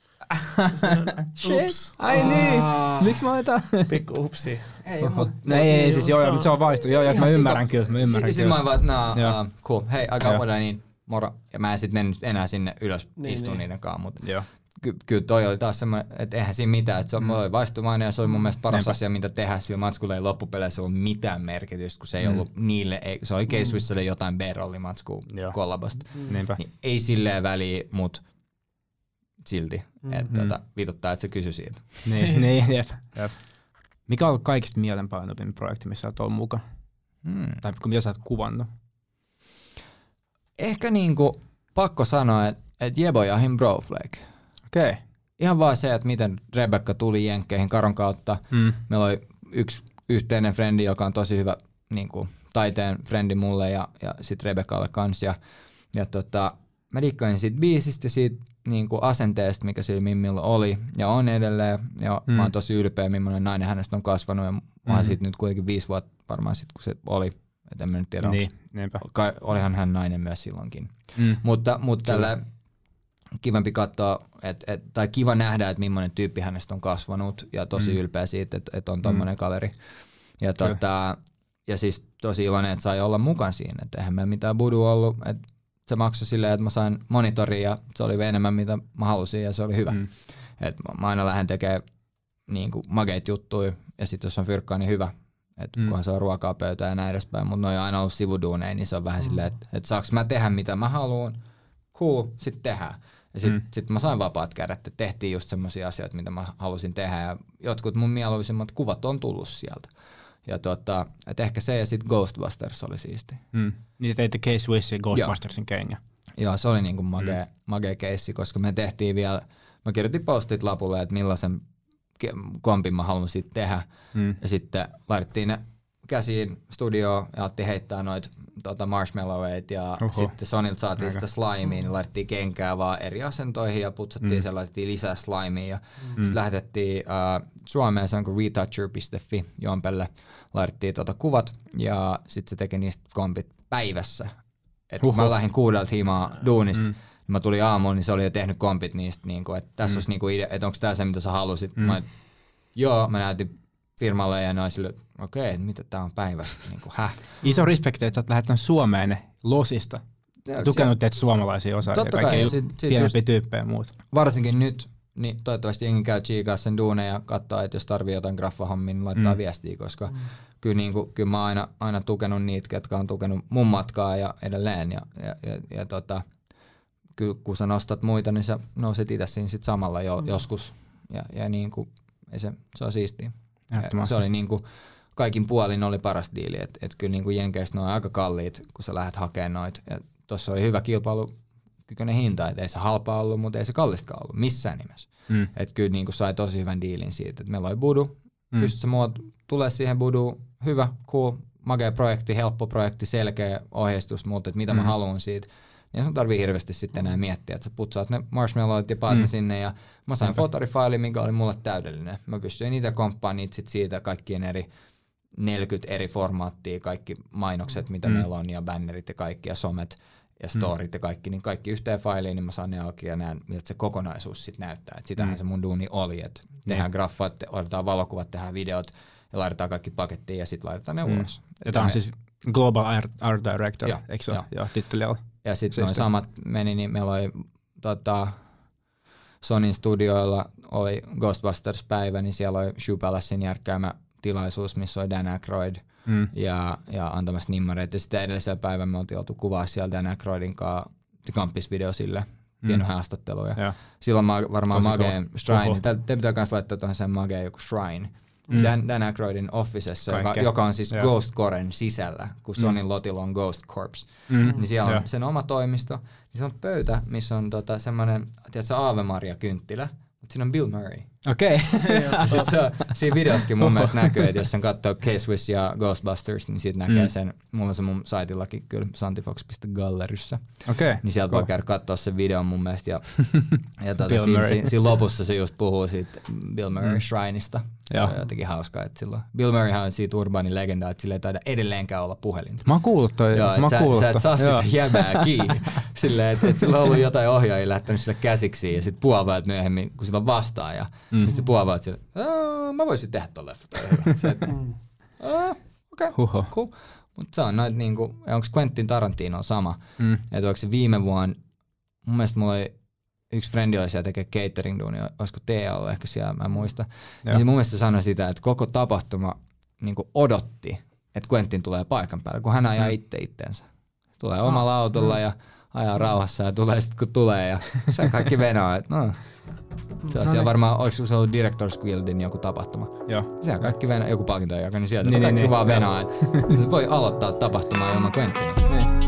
Shit. Ai niin. Miksi mä otan? Pikku upsi. Ei, mut, no ei, ei, siis joo, mutta se on vaistu. Joo, mä ymmärrän kyllä, mä ymmärrän kyllä. Sitten mä oon vaan, no, uh, cool, hei, I got what I need, moro. Ja mä en sit mennyt enää sinne ylös niin, istuun niin. niiden kanssa, mutta ky- kyllä toi oli taas semmoinen, että eihän siinä mitään, että se mm. oli vaistumainen ja se oli mun mielestä paras Niinpä. asia, mitä tehdä. Sillä matskulla ei loppupeleissä ollut mitään merkitystä, kun se ei mm. ollut niille, ei, se oli K-Swissille mm. jotain B-rollimatskua kollabosta. Mm. Niin ei silleen väliä, mut silti, mm. että mm. tota, vituttaa, että se kysyi siitä. Niin, niin jep, jep. Mikä on ollut kaikista mielenpainuvin projekti, missä olet ollut mukaan? Mm. Tai mitä sä oot kuvannut? Ehkä niinku pakko sanoa, että et Jebo ja him Broflake. Okei. Okay. Ihan vaan se, että miten Rebecca tuli Jenkkeihin Karon kautta. Mm. Meillä oli yksi yhteinen frendi, joka on tosi hyvä niinku, taiteen frendi mulle ja, ja sit Rebeccalle kanssa. Ja, ja tota, mä dikkain siitä biisistä ja siitä niinku asenteesta, mikä sillä Mimmillä oli ja on edelleen. Ja mm. mä oon tosi ylpeä, millainen nainen hänestä on kasvanut. Ja mä oon mm. siitä nyt kuitenkin viisi vuotta varmaan sit, kun se oli. Et en mä nyt tiedä, niin, onko, olihan hän nainen myös silloinkin. Mm. Mutta, mutta tällä kivempi katsoa, et, et, tai kiva nähdä, että millainen tyyppi hänestä on kasvanut. Ja tosi mm. ylpeä siitä, että et on tommonen mm. kaveri. Ja, tota, ja siis tosi iloinen, että sai olla mukaan siinä. Et eihän meillä mitään budu ollut. Et se maksoi silleen, että mä sain monitorin ja se oli enemmän, mitä mä halusin ja se oli hyvä. Mm. Et mä aina lähden tekemään niin kuin mageita juttuja ja sitten jos on fyrkkaa, niin hyvä. Että mm. kunhan se on ruokaa pöytään ja näin edespäin, mutta ne on aina ollut sivuduuneja, niin se on vähän mm. silleen, että et saaks mä tehdä mitä mä haluan, cool, sit tehdään. Ja sit, mm. sit mä sain vapaat kädet, että tehtiin just semmosia asioita, mitä mä halusin tehdä ja jotkut mun mieluisimmat kuvat on tullut sieltä. Ja tota, et ehkä se ja sit Ghostbusters oli siisti. Mm. Niin teitte K-Swiss ja Ghostbustersin kengä. Joo, se oli niinku magea, mm. magea keissi, koska me tehtiin vielä, mä kirjoitin postit lapulle, että millaisen kompin mä haluan siitä tehdä. Mm. Ja sitten laitettiin ne käsiin studioon ja alettiin heittää noita tota marshmalloweit ja Oho. sitten Sonilta saatiin Aika. sitä slimea, niin laitettiin kenkää vaan eri asentoihin ja putsattiin mm. sen, laitettiin lisää slimea ja mm. sitten lähetettiin uh, Suomeen, se on kuin retoucher piste fi Jompelle, laitettiin tota kuvat ja sitten se teki niistä kompit päivässä. Et kun mä lähdin kuudelta himaa duunista, mm. mä tulin aamuun, niin se oli jo tehnyt kompit niistä, niinku, että tässä mm. olisi niinku idea, että onko tämä se, mitä sä halusit. Mm. Mä, joo, mä näytin firmalle ja noin sille, okei, okay, mitä tää on päivästä, niinku, häh. Iso respekti, että olet lähtenyt Suomeen losista. Ja tukenut teitä suomalaisia osaajia ja kaikkia pienempiä tyyppejä ja muut. Varsinkin nyt, niin toivottavasti jengi käy chiikaa sen duuneja ja katsoo, että jos tarvii jotain graffahommia, niin laittaa mm. viestiä, koska mm. kyllä, niin kuin, kyllä mä oon aina, aina tukenut niitä, jotka on tukenut mun matkaa ja edelleen. Ja, ja, ja, ja tota, kyllä kun sä nostat muita, niin sä nousit itse siinä sit samalla jo, mm. joskus. Ja, ja niin kuin, se, se on siistiä. Se oli niin kuin, kaikin puolin oli paras diili. Että et kyllä niin kuin jenkeistä ne on aika kalliit, kun sä lähdet hakemaan noita. Tuossa oli hyvä kilpailukykyinen hinta, että ei se halpaa ollut, mutta ei se kallistakaan ollut missään nimessä. Mm. Että kyllä niin kuin sai tosi hyvän diilin siitä, että meillä oli Budu, mm. pystyt sä muut tulee siihen Buduun, hyvä, cool, makea projekti, helppo projekti, selkeä ohjeistus, mutta että mitä mm. mä haluan siitä. Ja sun tarvii hirveästi sitten enää miettiä, että sä putsaat ne marshmallowit ja paat mm. sinne ja mä sain okay. fotorifaili, mikä oli mulle täydellinen. Mä pystyin niitä komppaan niitä sit siitä kaikkien eri neljäkymmentä eri formaattia, kaikki mainokset, mitä mm. meillä on ja bannerit ja kaikki ja somet ja storit mm. ja kaikki, niin kaikki yhteen failiin, niin mä saan ne auki ja näen, miltä se kokonaisuus sitten näyttää. Et sitähän mm. se mun duuni oli, että tehdään mm. graffat, otetaan valokuvat, tehdään videot ja laitetaan kaikki pakettiin ja sitten laitetaan ne mm. ulos. Ja tämä on me... siis Global Art, Art Director, ja, eikö se ole? Joo, tittelialla. Ja sitten noin samat meni, niin meillä oli tota, Sonyn studioilla oli Ghostbusters-päivä, niin siellä oli Shoe Palacen järkkäämä tilaisuus, missä oli Dan Aykroyd mm. ja, ja antamassa nimmareita. Ja sitten edellisellä päivänä me oltiin oltu kuvaa siellä Dan Aykroydin kanssa kamppisvideo sille, pienoja mm. haastatteluja. Ja. Silloin ma- varmaan Mageen Shrine, te pitää myös laittaa tuohon sen Mageen joku Shrine. Mm. Dan, Dan Aykroydin Officessa, joka, joka on siis yeah. Ghost Coren sisällä, kun Sonyn mm. lotilla on Ghost Corps. Mm. Niin siellä on yeah. sen oma toimisto, niin se on pöytä, missä on tota semmoinen, tiedätkö, Aave Maria-kynttilä, mutta siinä on Bill Murray. Okei. Okay. Siinä videossakin mun mielestä näkyy, että jos sen katsoo K-Swiss ja Ghostbusters, niin siitä näkee mm. sen, mulla on se mun saitillakin kyllä, santifox piste galleryssä. Okei. Okay. Niin sieltä cool. voi käydä katsoa sen videon mun mielestä. Ja, ja tuota, siinä, siinä, siinä lopussa se just puhuu siitä Bill Murray mm. Shrineista. Se on jotenkin hauskaa, että silloin Bill Murrayhan on siitä urbaani legenda, että sillä ei taida edelleenkään olla puhelinta. Mä oon kuullut toi. Joo, mä sä, kuullut sä et saa sitä jäbää kiinni. Silleen, että et sillä on ollut jotain ohjaajia lähtenyt sille käsiksi ja sit puoliväät myöhemmin, kun sillä on vastaaja, mm. sit se puoliväät sille, mä voisin tehdä ton leffa. Okei, okay, cool. Mutta se on noit niinku, onko Quentin Tarantino sama? Mm. Että onko se viime vuonna, mun mielestä mulla oli yksi frendi oli siellä tekee catering-duunia, olisiko T A ehkä siellä, mä en muista. Niin mun mielestä sanoi sitä, että koko tapahtuma niin kuin odotti, että Quentin tulee paikan päälle, kun hän ajaa mm. itse itsensä. Tulee ah. omalla autolla mm. ja ajaa rauhassa ja tulee sitten kun tulee ja se kaikki venoo. Että no, se on no siellä niin. Varmaan, olisiko se ollut Directors Guildin joku tapahtuma. Joo. Siellä kaikki venoo, joku palkintojen jako, niin sieltä niin, kaikki niin, vaan niin. venoo. Että se voi aloittaa tapahtumaa ilman Quentinia. Niin.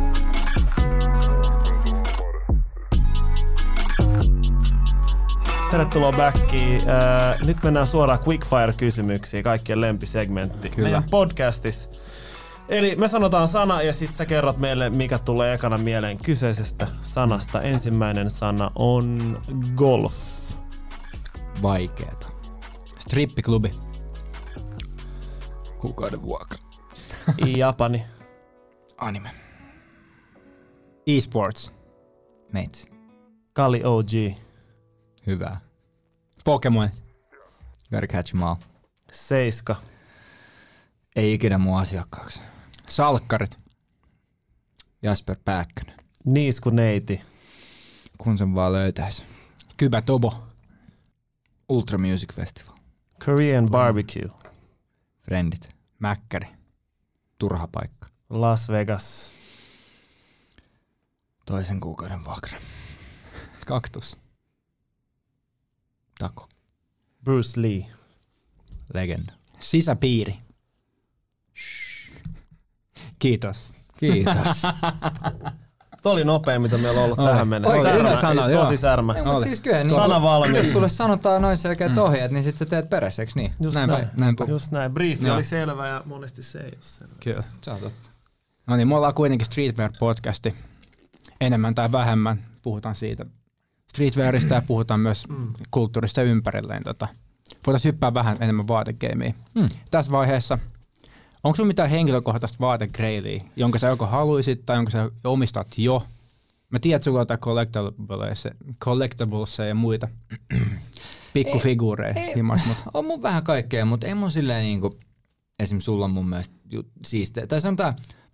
Tervetuloa backiin. Äh, nyt mennään suoraan quickfire-kysymyksiin, kaikkien lempisegmentti Kyllä. meidän podcastissa. Eli me sanotaan sana ja sit sä kerrot meille, mikä tulee ekana mieleen kyseisestä sanasta. Ensimmäinen sana on golf. Vaikeeta. Strippiklubi. Kuukauden vuokra. Japani. Anime. E-sports. Meitsi. Kali O G. Hyvä. Pokemon. Gotta catch them all. Seiska. Ei ikinä mun asiakkaaksi. Salkkarit. Jasper Pääkkönen. Niiskuneiti. Kun sen vaan löytäis. Kybä Tobo. Ultra Music Festival. Korean barbecue. Friendit. Mäkkäri. Turha paikka. Las Vegas. Toisen kuukauden vuokra. Kaktus. Tako. Bruce Lee. Legenda. Sisäpiiri. Shh. Kiitos. Kiitos. Tuo oli nopea, mitä meillä on ollut oli. tähän mennessä. Oikein, särmä, sana, tosi särmä. Ei, siis kyllä, niin, sana valmis. Jos sulle sanotaan noin selkeät mm. ohjeet, niin sit sä teet perässä, eikö niin? Just näin. näin. näin. Just näin. Briefi oli selvä ja monesti se ei ole selvä. Kyllä. Se on totta. No niin, me ollaan kuitenkin Streetwear-podcasti. Enemmän tai vähemmän puhutaan siitä streetwearista ja puhutaan myös mm. kulttuurista ympärilleen. Tota. Voitaisiin hyppää vähän enemmän vaategeimiin. Mm. Tässä vaiheessa, onko sinulla mitään henkilökohtaista vaategreilia, jonka sä joko haluisit tai jonka sä omistat jo? Mä tiedän, että sulla on jotain collectibles, collectibles ja muita pikkufiguureja. On mun vähän kaikkea, mutta ei mun silleen niinku, esimerkiksi sulla on mun mielestä siistiä. Tai sanotaan,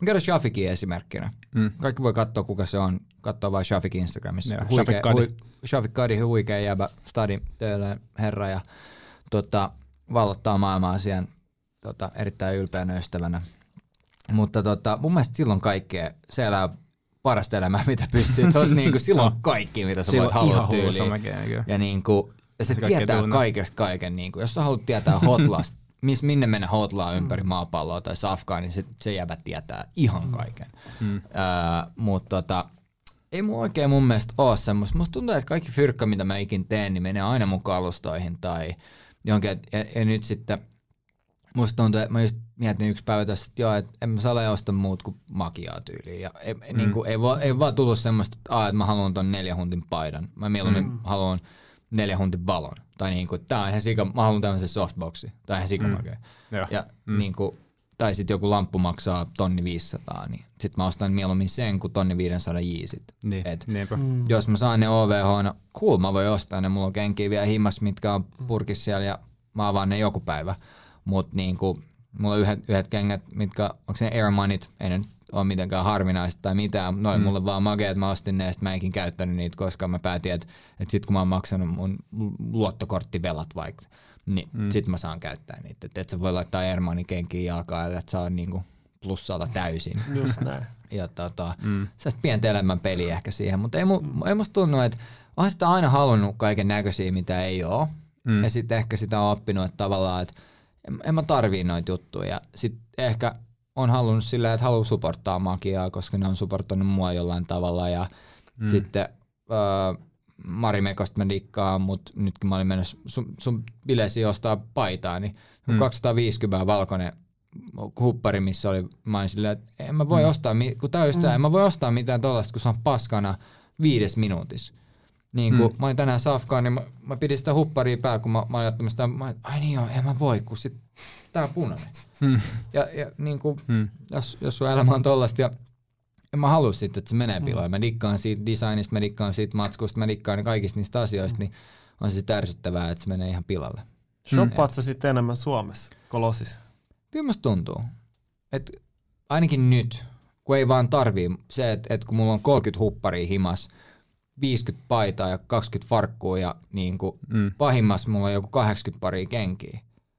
Kerro Shafikin esimerkkinä. Mm. Kaikki voi katsoa, kuka se on. Katsoa vaan Shafikin Instagramissa. Yeah, Shafik Kadi. Hui, Shafik Kadi, huikea jäbä, stadi, töölleen herra ja tota, vallottaa maailmaa siihen tota, erittäin ylpeänä ystävänä. Mutta tota, mun mielestä silloin kaikkea, se elää parasta elämää, mitä pystyy. Se olisi niinku silloin kaikki, mitä sä voit haluta tyyliin. Ja, niinku, ja se, se tietää tunne. Kaikesta kaiken. Niinku. Jos sä haluat tietää Hotlasta, miss, minne mennä Hotlaa ympäri mm. maapalloa tai Safkaa, niin se, se jäbä tietää ihan kaiken. Mm. Öö, Mutta tota, ei mun oikein mun mielestä ole semmoista. Musta tuntuu, että kaikki fyrkka, mitä mä ikin teen, niin menee aina mun kalustoihin tai jonkin. Ja, ja nyt sitten musta tuntuu, että mä just mietin yksi päivä tässä, että joo, että en mä saa osta muut kuin makiaa tyyliin. Ja ei, mm. niin kuin, ei, va, ei vaan tullut semmoista, että, aah, että mä haluan ton neljän huntin paidan. Mä mieluummin mm. haluan neljän huntin valon. Tai niin kuin, tää on ihan sika, mä haluan tämmöisen softboxi. Tää on ihan sikamakea. Mm. Ja mm. niin kuin, tai sit joku lamppu maksaa tonni viisisataa, niin sit mä ostan mieluummin sen kuin tonni viisisataa jiisit. Niin. Et mm. jos mä saan ne O V H, cool, mä voin ostaa ne. Mulla on kenkiä vielä himas, mitkä on purkissa siellä ja mä avaan ne joku päivä. Mut niinku, mulla on yhdet, yhdet kengät, mitkä, onko ne Air Moneyt, ei ne nyt ole mitenkään harvinaista tai mitään. Noin mm. mulle vaan makea, että mä ostin ne ja sit mä enkin käyttänyt niitä, koska mä päätin, että, että sit kun mä oon maksanut mun luottokorttivelat vaikka, niin mm. sit mä saan käyttää niitä. Että et sä voi laittaa Air Money kenkiin jalkaan ja että saa niinku plussalla täysin. Just näin. Ja tota, mm. se on pientä elämän peliä ehkä siihen, mutta ei, mu, mm. ei musta tunnu, että on sitä aina halunnut kaiken näköisiä, mitä ei oo. Mm. Ja sitten ehkä sitä on oppinut, että tavallaan, että en, en mä tarvii noita juttuja. Ja sit ehkä on halunnut silleen, että haluaa supporttaa makiaa, koska ne on supportannut mua jollain tavalla. Ja mm. sitten äh, Marimekosta mä dikkaan, mutta nyt kun mä olin mennyt sun, sun bileisiin ostaa paitaa, niin mm. kaksisataaviisikymmentä valkoinen huppari, missä oli, mä olin silleen, että en mä voi mm. ostaa, kun tää mm. en mä voi ostaa mitään tollaista, kun se on paskana viides minuutissa. Niin kun mm. mä olin tänään Safkaan, niin mä, mä pidin sitä hupparia päällä, kun mä, mä olin ottamassa sitä, mä olin, ai niin joo, en mä voi, kun sit tää on punainen. Mm. Ja, ja niin kun, mm. jos, jos sun elämä on tollaista, ja en mä halua sitten, että se menee piloon. Mä dikkaan siitä designista, mä dikkaan siitä matskusta, mä dikkaan kaikista niistä asioista, niin on se sitten ärsyttävää, että se menee ihan pilalle. Shoppaat sä sitten enemmän Suomessa, Kolossis? Kyllä musta tuntuu. Et ainakin nyt, kun ei vaan tarvii se, että et kun mulla on kolmekymmentä hupparia himas, viisikymmentä paitaa ja kaksikymmentä farkkua ja niin kuin mm. pahimmassa mulla on joku kahdeksankymmentä paria kenkiä.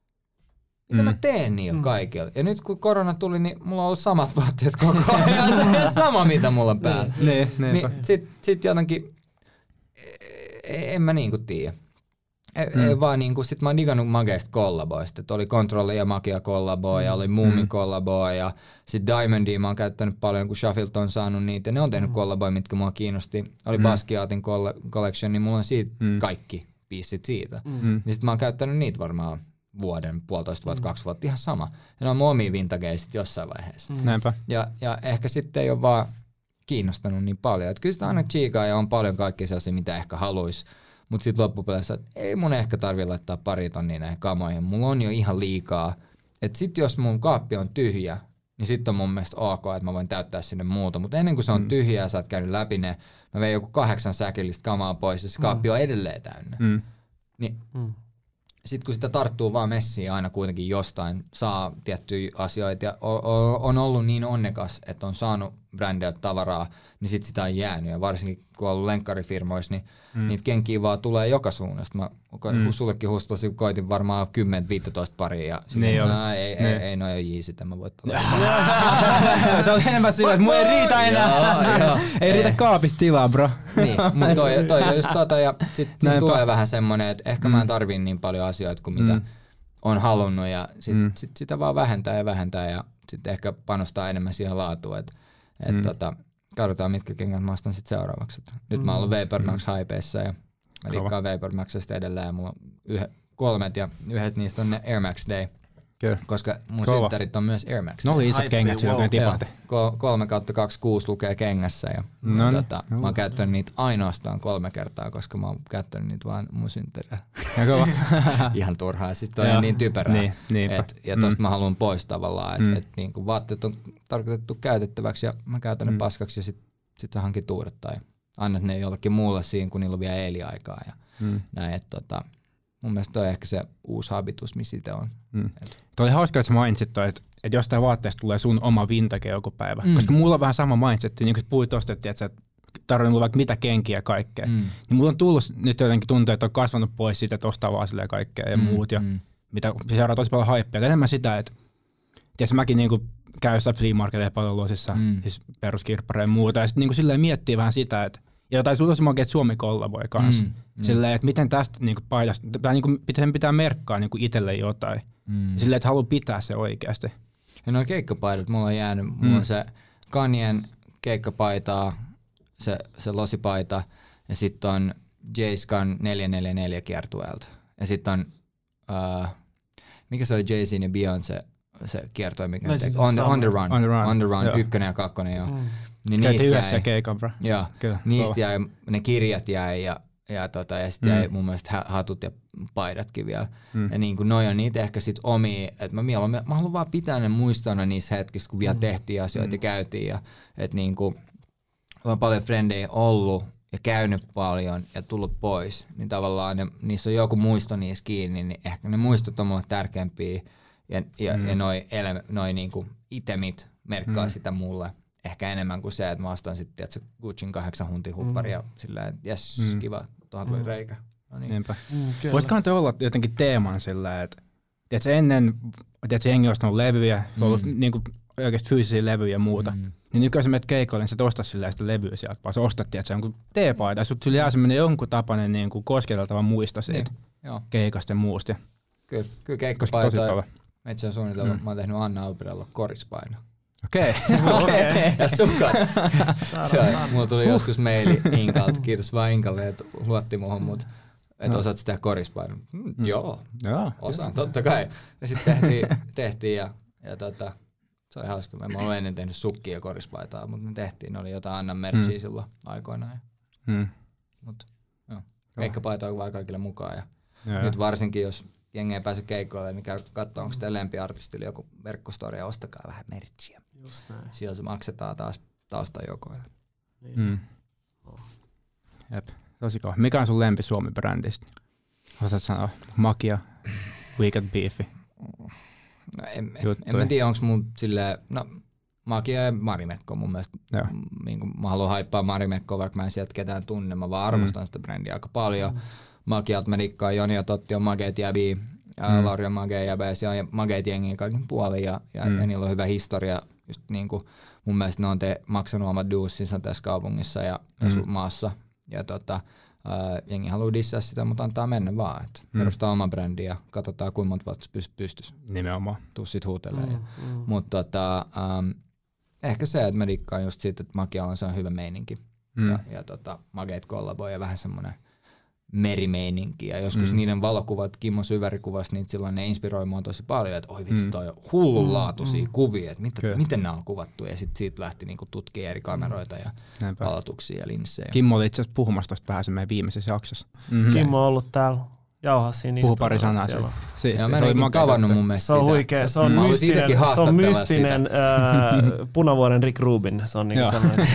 Mitä mm. mä teen niillä mm. kaikilla? Ja nyt kun korona tuli, niin mulla on ollut samat vaatteet koko ajan. Se on sama, mitä mulla on päällä. niin, niin sit, sit jotenkin, en mä niinku tiedä. Mm. Ei vaan niinku, sit mä oon digannut mageista kollaboista. Et oli Control ja Magia kollaboi mm. ja oli Moomi mm. kollaboi ja sit Diamondia mä oon käyttänyt paljon, kun Shaffilt on saanut niitä. Ja ne on tehnyt mm. kollaboi, mitkä mua kiinnosti. Oli mm. Basquiatin collection, niin mulla on siitä mm. kaikki biisit siitä. Mm. Niin sit mä oon käyttänyt niitä varmaan vuoden, puolitoista vuotta, mm. kaksi vuotta, ihan sama. Ja ne on mun omia vintageja sit jossain vaiheessa. Mm. Näinpä. Ja, ja ehkä sitten ei ole vaan kiinnostanut niin paljon. Et kyllä sitä aina chiikaa ja on paljon kaikkea sellaisia, mitä ehkä haluaisi. Mutta sitten loppupeleissä, että ei mun ehkä tarvitse laittaa pari tonnia näihin kamoihin. Mulla on jo ihan liikaa. Että sitten jos mun kaappi on tyhjä, niin sitten on mun mielestä ok, että mä voin täyttää sinne muuta. Mutta ennen kuin se on mm. tyhjä ja sä oot käynyt läpi ne, mä vein joku kahdeksan säkillistä kamaa pois ja se kaappi mm. on edelleen täynnä. Mm. Niin mm. sitten kun sitä tarttuu vaan messiin aina kuitenkin jostain, saa tiettyjä asioita ja on ollut niin onnekas, että on saanut brändeiltä tavaraa, niin sitten sitä on jäänyt. Ja varsinkin kun on ollut lenkkarifirmoissa, niin mm. niitä kenkiä vaan tulee joka suunnasta. Mä mm. sullekin hustosin, kun koitin varmaan kymmenen viisitoista paria ja niin ei, ei, ei, ei no ei jiisit, en mä voi tulla. Se on enemmän sillä, että mun ei riitä enää. joo, joo. Ei riitä kaapista tilaa, bro. Niin, mutta toi, toi on just tota ja sitten sit tulee vähän semmoinen, että ehkä mm. mä en tarvii niin paljon asioita kuin mitä mm. on halunnut ja sit, mm. sit sitä vaan vähentää ja vähentää ja sitten ehkä panostaa enemmän siihen laatuun, että et mm. tota, katsotaan mitkä kengät mä ostan sitten seuraavaksi. Et nyt mm. mä oon ollut Vapormax hypeessä ja mä dikkaan Vapormaxista edelleen ja mulla on yhdet, kolmet ja yhdet niistä on ne Air Max Day. Kyllä. Koska mun Kova. synttärit on myös Air Max. Ne oli isot kengät silloin, kun ne tipahti. kolme kautta kaksikymmentäkuusi lukee kengässä ja no, tota, no. mä oon käyttänyt niitä ainoastaan kolme kertaa, koska mä oon käyttänyt niitä vaan mun synttärillä. Ihan turhaa. Siis toi on niin typerää. Niin, et, ja tosta mm. mä haluan pois tavallaan, että mm. et, niinku vaatteet on tarkoitettu käytettäväksi ja mä käytän ne mm. paskaksi ja sit, sit sä hankit uudet tai annat ne jollekin muulle siinä, kun niillä on vielä eiliaikaa ja mm. näin. Et, tota, mun mielestä toi on ehkä se uusi habitus, missä itse on. Mm. Toi oli hauska, että sä mainitsit toi, että että jostain vaatteesta tulee sun oma vintage joku päivä. Mm. Koska mulla on vähän sama mindset, niin kuin sä puhuit tosta, että sä tarvitset mulla vaikka mitä kenkiä ja kaikkea. Mm. Niin mulla on tullut nyt jotenkin tuntuu, että on kasvanut pois siitä, että ostaa vaan silleen kaikkea ja mm. muut. Ja mm. mitä seuraa tosi paljon haippia. Enemmän sitä, että tiedätkö, mäkin niinku käyn sitä flea marketeja paljon luosissa, mm. siis peruskirppareja ja muuta. Ja sitten niinku silleen miettii vähän sitä, että ja jotain tosi makeat Suomi-kollavoi kanssa. Mm. Mm. Silleen, että miten tästä niinku paidasta, tai niinku pitää, pitää merkkaa niinku itselle jotain. Mm. Silleen, että haluaa pitää se oikeasti. Ja nuo keikkapaidat, mulla on jäänyt, mulla mm. on se Kanyen keikkapaitaa, se, se losipaita, ja sitten on J-Scan neljä neljä neljä kiertueelta. Ja sitten on, uh, mikä se on Jay-Z ja Beyoncé, se kiertue, mikä no, siis on, on the Run, on the Run, on the run joo. ykkönen ja kakkonen joo. Mm. Niin käytiin yhdessä keikan, bro. Joo, Kyllä, niistä jäi, ne kirjat jäi ja, ja, tota, ja sitten mm. jäi mun mielestä hatut ja paidatkin vielä. Mm. Ja niin kuin noi on niitä ehkä sit omia, että mä mieluummin, mä haluan vaan pitää ne muistona niissä hetkissä, kun vielä mm. tehtiin asioita mm. ja käytiin. Ja, että niin kuin, on paljon frendejä ollut ja käynyt paljon ja tullut pois, niin tavallaan ne, niissä on joku muisto niissä kiinni, niin ehkä ne muistot on mulle tärkeämpiä ja, ja, mm. ja noi, ele, noi niinku itemit merkkaa mm. sitä mulle ehkä enemmän kuin se, että mä ostan sitten Gucciin kahdeksan huntin huppari mm. ja silleen, että jes, mm. kiva, tuohon tuli mm. reikä. No niin. Niinpä. Mm, voisikohan te olla jotenkin teeman sillä, että tiedätkö, ennen tiedätkö, jengi on ostanut levyjä, se on ollut mm. niinku oikeasti fyysisiä levyjä ja muuta. Mm. Niin nykyään sä menet keikoille, niin sä et osta sillä sitä levyä sieltä, vaan sä ostat tiedätkö, jonkun teepaita, ja sut sillä jää semmoinen jonkun tapainen niin kuin kosketeltava muisto siitä niin. keikasta ja muusta. Kyllä, kyllä keikkapaitoja. Meitä on suunnitelma, mm. mä oon tehnyt Anna Alpirella korispaino. Okei. Okay. Ja sukat. Mulla tuli uh. joskus maili Inkalta, kiitos vaan Inkalle, että luotti muhun, mutta että no. osaat sitä korispainoa. Mm, mm. Joo, ja, osaan, kyllä. Totta kai. Ja sitten tehtiin, tehtiin ja, ja tota, se oli hauska. Mä olen ennen tehnyt sukkia ja korispaitaa, mutta me tehtiin, ne oli jotain Annan merchia mm. silloin aikoinaan. Mm. Mutta joo, keikkapaita on vaan kaikille mukaan. Ja ja nyt varsinkin, jos jengi ei pääse keikoille, niin käy katsoa, onko teillä lempiartistilla joku verkkostori ja ostakaa vähän merchia. Just näin. Siellä se maksetaan taas taustajokoille. Mm. Oh. Jep, tosi kova. Mikä on sun lempi Suomi-brändistä? Osaat sanoa Makia, Weekend Beefi? No en, en mä tiedä, onko mun silleen, no Makia ja Marimekko mun mielestä, niin kun mä haluan haippaa Marimekkoa, vaikka mä en sieltä ketään tunne, mä vaan arvostan mm. sitä brändiä aika paljon. Mm. Makialta mä dikkaan, Joni ja Totti on mageet jäviä, mm. Lauri on mageen jäviä, siellä on mageet jengiä kaikin puolin ja, ja, mm. ja niillä on hyvä historia. Just niin kuin mun mielestä ne on te maksanut omat duussinsa tässä kaupungissa ja, mm. ja maassa. Ja tota, ää, jengi haluaa dissaa sitä, mutta antaa mennä vaan. Et mm. perustaa oma brändi ja katsotaan kuinka monta vuotta pystyisi. Nimenomaan. Tuu sit huutelee. Mm. Mm. Mutta tota, ähm, ehkä se, että mä dikkaan just siitä, että Makialla on se on hyvä meininki. Mm. Ja, ja tota, mageet kollaboi ja vähän semmoinen merimeininki. Ja joskus mm. niiden valokuvat, Kimmo Syvärikuvasta, niin silloin ne inspiroi mua tosi paljon, että oi vitsi, toi on hullunlaatuisia mm. kuvia, että miten, miten nämä on kuvattu. Ja sitten siitä lähti niinku tutkia eri kameroita ja Näinpä. valotuksia ja linssejä. Kimmo oli itse asiassa puhumassa tuosta vähän meidän viimeisessä jaksossa. Mm-hmm. Kimmo on ollut täällä. Jauhaa siinä Puhu pari sanaa siellä. Ja mä en ole tavannut mun mielestä sitä. Se on huikea. Se on mm. mystinen, se on mystinen äh, Punavuoren Rick Rubin. Se on niinku sellainen.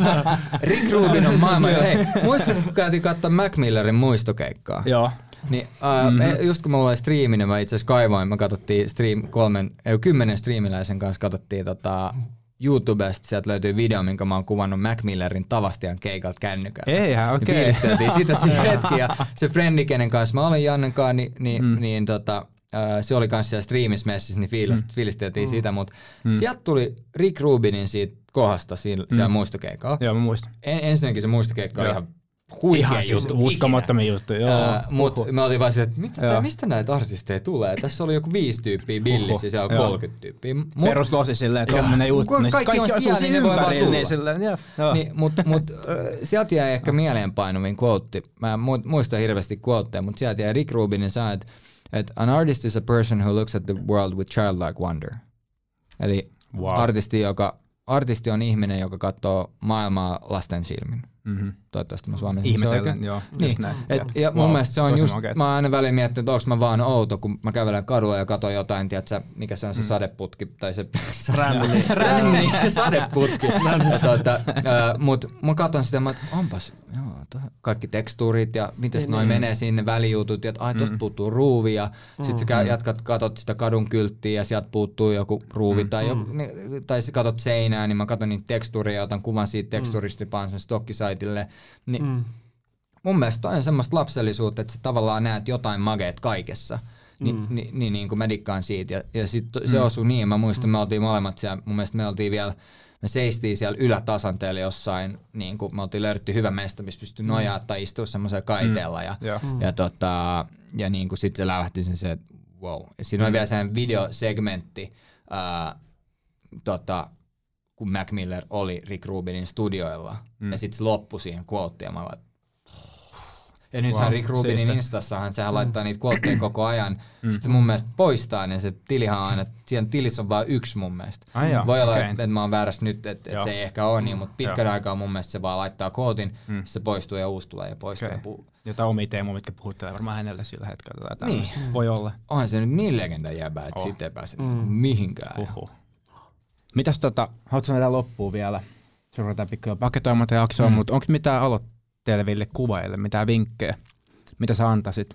Rick Rubin on maailman. Hei, muistatko kun käytiin katsoa Mac Millerin muistokeikkaa? Joo. Niin, äh, mm-hmm. just kun mulla oli striiminen, mä itse asiassa kaivoin, mä katsottiin stream kolmen, ei kymmenen striimiläisen kanssa katsottiin tota YouTubesta, sieltä löytyy video, minkä mä oon kuvannut Mac Millerin Tavastian keikalta kännykällä. Eihän, okei. Okay. Niin fiilisteltiin sitä siinä hetki, ja se frendi, kenen kanssa mä olin Jannenkaan, niin, niin, mm. niin tota, äh, se oli kanssa siellä streamismessissä, niin fiilist, mm. fiilisteltiin mm. sitä, mutta mm. sieltä tuli Rick Rubinin siitä kohdasta siellä, siellä mm. muistokeikalla. Joo, mä muistan. En, ensinnäkin se muistokeikka oli ihan huikea ihan juttu. Siis uskomattomia juttuja, joo. Uh, Mutta me oltiin vaan silleen, että mitä, mistä näitä artisteja tulee? Tässä oli joku viisi tyyppiä billissä ja siellä on kolmekymmentä tyyppiä. Mut, peruslosi silleen, että tommonen juttu. Kaikki, kaikki on siellä, niin ne voi vaan tulla. Niin silleen, joo, joo. Niin, Mutta mut, uh, sieltä jäi ehkä mieleenpainuvin quote. Mä muistan hirveästi quoteja, mutta sieltä jäi Rick Rubinin sanoi, että et, an artist is a person who looks at the world with childlike wonder. Eli wow. artisti, joka, artisti on ihminen, joka katsoo maailmaa lasten silmin. Mm-hmm. Toivottavasti mä suomensin ihmetellen, se joo. Niin. Et, ja wow, mun mielestä se on just, makeet. Mä oon aina väliin miettinyt, että onko mä vaan outo, kun mä kävelen kadulla ja katson jotain, tiiätsä, mikä se on se mm. sadeputki, tai se ränni, ränni, sadeputki. tuota, äh, mut mä katson sitä, että onpas, joo, to, kaikki tekstuurit ja miten noin mm. menee sinne välijutut, ja ai tosta mm. puuttuu ruuvi, ja mm. sit sä jatkat, katot sitä kadun kylttiä, ja sieltä puuttuu joku ruuvi, mm. tai, joku, tai sä katot seinää, niin mä katon niitä tekstuuria, ja otan kuvan siitä tekstuurista, mm. ja stokkisaitille. Niin mm. mun mielestä on semmoista lapsellisuutta, että sä tavallaan näet jotain mageet kaikessa. Ni, mm. ni, ni, niin kuin mä dikkaan siitä. Ja, ja sit se mm. osui niin. Mä muistan, me oltiin molemmat siellä. Mun mielestä me oltiin vielä, me seistiin siellä ylätasanteella jossain. Niin kuin me oltiin löydetty hyvä mesta, missä pystyi nojaa mm. tai istua semmoisella kaiteella. Mm. Ja, ja, mm. ja, tota, ja niin kuin sit se lävähti sen se, että wow. Ja siinä mm. oli vielä sellainen videosegmentti, ää, tota, kun Mac Miller oli Rick Rubinin studioilla. Mm. Ja sitten se loppui siihen quoteen. Ja mä olin, ja nythän wow, Rick Rubinin siistä. Instassahan sehän mm. laittaa niitä quoteja koko ajan. Mm. Sitten se mun mielestä poistaa, niin se tilihan on aina, siinä tilissä on vain yksi mun mielestä. Ah, joo, voi olla, okay. että mä oon väärässä nyt, että et se ei ehkä ole niin, mutta pitkän joo. aikaa mun mielestä se vaan laittaa quotin, mm. se poistuu ja uusi tulee ja poistuu okay. ja puu. Jotain omia teemoja, mitkä puhuttelee varmaan hänelle sillä hetkellä. Tai niin. Voi olla. Onhan se nyt niin legenda jäbä, että oh. siitä ei pääse mm. mihinkään. Uhuh. Mitäs tota, haluatko sanoa loppuun vielä? Se ruvetaan pikkuja paketoimatta jaksoa, mm. mutta onko mitään aloitteleville kuvaajille, mitään vinkkejä? Mitä sä antaisit?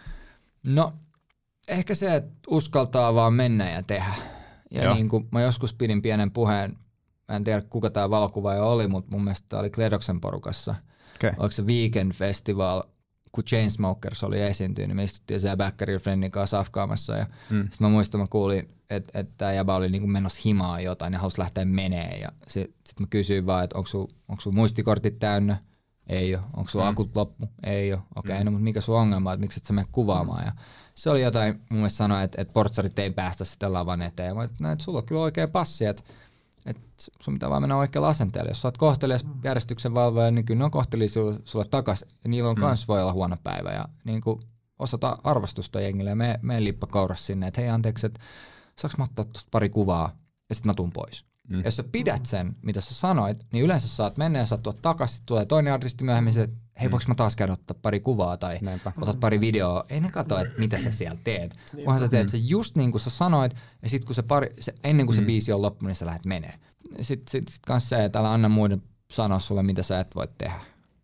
No, ehkä se, että uskaltaa vaan mennä ja tehdä. Ja niin kuin mä joskus pidin pienen puheen, mä en tiedä kuka tää valokuvaaja oli, mutta mun mielestä tää oli Kledoksen porukassa. Okay. Oliko se Weekend Festival, kun Chainsmokers oli esiintynyt, niin me istuttiin siellä Backeril Friendin kanssa afkaamassa. Ja mm. sitten mä muistan, mä kuulin, että et tää jäbä oli niinku menossa himaa jotain ja halusi lähteä menee. Ja sitten sit mä kysyin vaan, että onko sun, sun muistikortit täynnä? Ei ole. Onko sun mm. akut loppu? Ei ole. Okei, okay, mm. no mutta mikä sun ongelma, että miksi et sä mene kuvaamaan? Mm. Ja se oli jotain, mun mielestä sanoa, että, että portsarit ei päästä sitä lavan eteen. Ja mä että, no, että sulla on kyllä oikea passi, että, että sun pitää vaan mennä oikealla asenteella. Jos sä oot kohtelias mm. järjestyksen valvoja, niin kyllä ne on kohtelias sulle, sulle takas. Ja niillä on mm. kans voi olla huono päivä. Ja niin kuin osata arvostusta jengille. Ja me, me lippa kauras sinne, että hei anteeksi, että saaks mä ottaa tosta pari kuvaa? Ja sit mä tuun pois. Mm. Jos sä pidät sen, mitä sä sanoit, niin yleensä saat mennä ja saat tuot takaisin, tulee toinen artisti myöhemmin, se, hei, voiko mä taas käydä ottaa pari kuvaa tai Näinpä. otat pari videoa. Ei ne katso, että mitä sä siellä teet. Kunhan sä teet se just niin kuin sä sanoit, ja sit kun se pari, se, ennen kuin se mm. biisi on loppu, niin sä lähdet menee. Sitten sit, sit kans se, että älä anna muiden sanoa sulle, mitä sä et voi tehdä.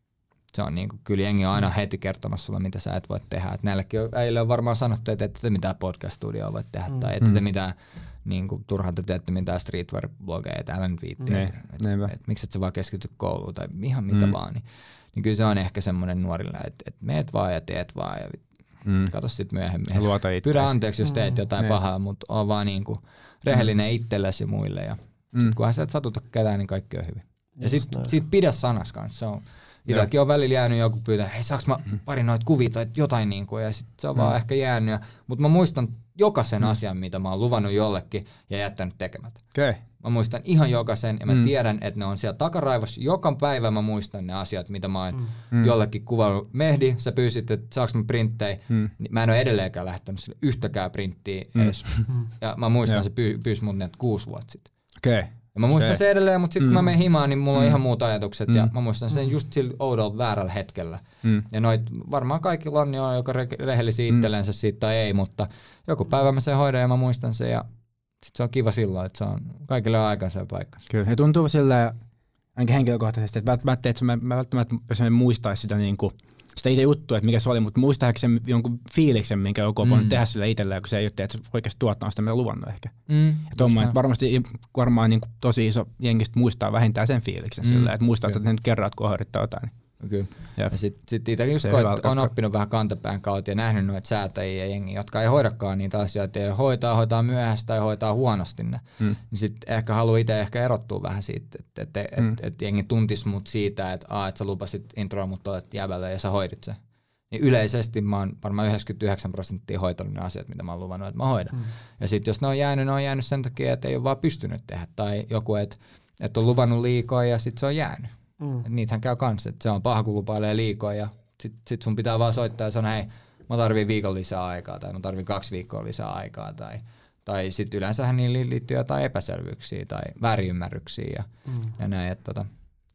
Se on niin kuin, kyllä jengi on aina heti kertomassa sulle, mitä sä et voi tehdä. Et näillekin äijille on varmaan sanottu, että ette te mitään podcast-studioa voi tehdä, mm. tai ette te mitään niin kuin, turhaan te teette mitään streetwear-blogeja, että älä nyt viittiä, ne, että et, et, miksi et sä vaan keskity kouluun tai ihan mitä mm. vaan. Niin, niin kyllä se on ehkä semmoinen nuorille, että et meet vaan ja teet vaan ja mm. kato sit myöhemmin. Pyydä anteeksi, jos teet jotain mm. pahaa, mutta on vaan niin kuin rehellinen mm. itsellesi ja muille. Ja mm. sit kunhan sä et satuta ketään, niin kaikki on hyvin. Ja sit, sit pidä sanas kanssa. Se on, itselläkin on välillä jäänyt joku pyytää, hei saaks mä mm. pari noita kuvia tai jotain niin kuin, ja sit se on mm. vaan ehkä jäänyt. Mutta mä muistan jokaisen mm. asian, mitä mä oon luvannut jollekin ja jättänyt tekemättä. Okay. Mä muistan ihan jokaisen ja mä mm. tiedän, että ne on siellä takaraivossa. Joka päivä mä muistan ne asiat, mitä mä oon mm. jollekin kuvannut. Mehdi, sä pyysit, että saaks mä printtejä. Mm. Mä en ole edelleenkään lähtenyt sille yhtäkään printtiä edes. Mm. Ja mä muistan, yeah. se pyy- pyysi mut ne kuusi vuotta sitten. Okay. Ja mä muistan okay. se edelleen, mutta sitten mm. kun mä menen himaan, niin mulla on mm. ihan muut ajatukset. Mm. Ja mä muistan sen just sillä oudolla väärällä hetkellä. Mm. Ja noit varmaan kaikilla on jo joka re- rehellisiä itsellensä siitä tai ei, mutta joku päivä mä sen hoidan ja mä muistan sen. Ja sit se on kiva silloin, että se on kaikille on aikansa ja paikka. Kyllä, ja tuntuu silleen, ainakin henkilökohtaisesti, että välttämättä, että mä, mä välttämättä, jos mä muistaisin sitä, niin kuin, sitä itse juttua, että mikä se oli, mutta muistaako se jonkun fiiliksen, minkä joku on voinut mm. tehdä sille itselleen, kun se ei ole, että se oikeasti tuottaa sitä meillä luvannut ehkä. Mm, ja tommoinen, että varmasti varmaan niin kuin, tosi iso jengistä muistaa vähintään sen fiiliksen mm. silleen, että muistaa, että sen kerran, kun hoidittaa jotain. Niin. Kyllä. Ja, ja sitten sit itsekin just koet, on oppinut vähän kantapään kautta ja nähnyt noita säätäjiä ja jengiä, jotka ei hoidakaan niitä asioita ja hoitaa, hoitaa myöhäistä tai hoitaa huonosti ne. Mm. Niin sitten ehkä haluaa itse ehkä erottua vähän siitä, että et, et, mm. et, et jengi tuntisi mut siitä, että a, et sä lupasit introa mut olet jäbälle ja sä hoidit sen. Niin yleisesti mä oon varmaan yhdeksänkymmentäyhdeksän prosenttia hoitanut ne asiat, mitä mä oon luvannut, että mä hoidan. Mm. Ja sitten jos ne on jäänyt, ne on jäänyt sen takia, että ei ole vaan pystynyt tehdä. Tai joku, että et on luvannut liikoa ja sitten se on jäänyt. Mm. Niitähän käy kanssa, että se on paha, kun lupailee liikoa ja sit, sit sun pitää vaan soittaa ja sanoa, hei, mä tarviin viikon lisää aikaa tai mä tarviin kaksi viikkoa lisää aikaa tai, tai sitten yleensähän niihin liittyy jotain epäselvyyksiä tai väärinymmärryksiä ja, mm. ja näin, että tota,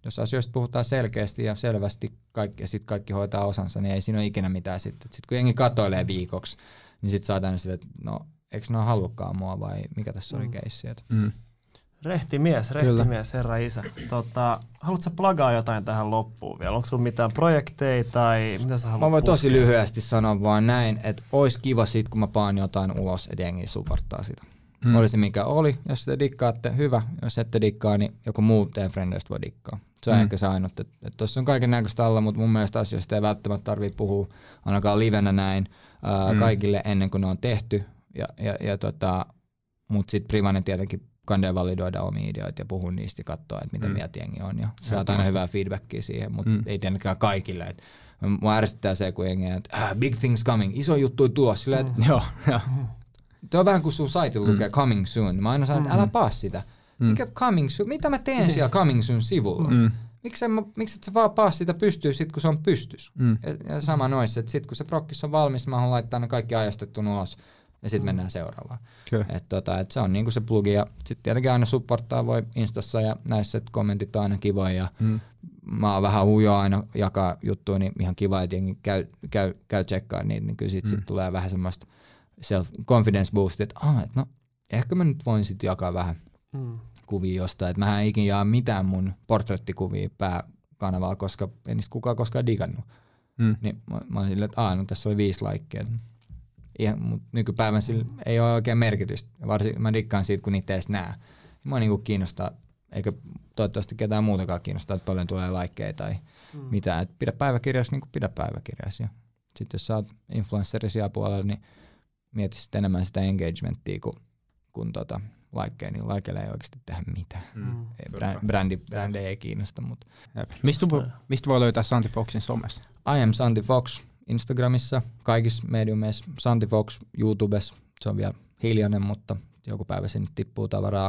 jos asioista puhutaan selkeästi ja selvästi kaikki, ja sitten kaikki hoitaa osansa, niin ei siinä ole ikinä mitään sitten. Sitten kun jengi katoilee viikoksi, niin sitten saadaan sille, että no, eikö ne ole halukaan mua vai mikä tässä mm. oli keissi? Mm. Rehtimies, rehtimies, herra isä. Tota, haluatko plagaa jotain tähän loppuun vielä? Onko sulla mitään projekteja tai mitä sä haluat Mä voin puskea? tosi lyhyesti sanoa vaan näin, että olisi kiva sit, kun mä paan jotain ulos, että jengi supporttaa sitä. Mm. Oli se mikä oli, jos te dikkaatte, hyvä. Jos ette dikkaa, niin joku muu teidän frendeistä voi dikkaa. Se on mm. ehkä se ainut, että et tuossa on kaiken näköistä alla, mutta mun mielestä asioista ei välttämättä tarvitse puhua ainakaan livenä näin ää, mm. kaikille ennen kuin ne on tehty. Ja, ja, ja tota, mutta sitten privanen tietenkin kandee validoida omia ideoita ja puhua niistä ja katsoa, että mitä mm. mieltä jengi on. Ja saat aina hyvää feedbackia siihen, mutta mm. ei tietenkään kaikille. Et mua ärsyttää se, kun jengi on, että ah, big things coming, iso juttu tulossa. Silleen, että mm. joo, joo. Tuo on vähän kuin sun saitilla lukee mm. coming soon. Mä aina sanon, että älä paa sitä. Mm. Mikä coming soon? Mitä mä teen siellä coming soon sivulla? Mm. Miksi, mä, miksi et sä vaan paa sitä pystyy sit, kun se on pystys? Mm. Ja, ja sama noissa, että sit kun se prokkis on valmis, mä haluan laittaa ne kaikki ajastettuun ulos. Ja sitten mm. mennään seuraavaan. Et tota, et se on niinku se plugi. Ja sitten tietenkin aina supporttaa voi Instassa ja näissä, että kommentit on aina kivoja. Ja mm. mä oon vähän hujoa aina jakaa juttuja, niin ihan kiva, että jengi käy, käy, käy tsekkaa niitä. Niin kyllä sit, mm. sit tulee vähän semmoista self-confidence boostia, että ah, et no, ehkä mä nyt voin sit jakaa vähän mm. kuvia jostain. Että mähän en ikin jaa mitään mun portrettikuvia pääkanavalla, koska ei niistä kukaan koskaan digannut. Mm. Niin mä, mä oon silleen, että aah, no tässä oli viisi laikkea. Ihan, mutta nykypäivän sillä ei ole oikein merkitystä. Varsinkin mä dikkaan siitä, kun niitä edes näe. Mä niinku kiinnostaa, eikä toivottavasti ketään muutakaan kiinnostaa, että paljon tulee laikkeja tai mm. mitään. Et pidä päiväkirjassa niin kuin pidä päiväkirjassa. Sitten jos sä oot influensseri siellä puolella, niin mieti sitten enemmän sitä engagementtia kuin, kuin tota laikkeja, niin likeilla ei oikeasti tehdä mitään. Mm. Ei, brändi, brändi ei kiinnosta. Mutta. Mistä, mistä voi löytää Santi Foxin somessa? I am Santi Fox. Instagramissa, kaikissa mediumeissa, Santi Fox, YouTubessa, se on vielä hiljainen, mutta joku päivä sinne tippuu tavaraa.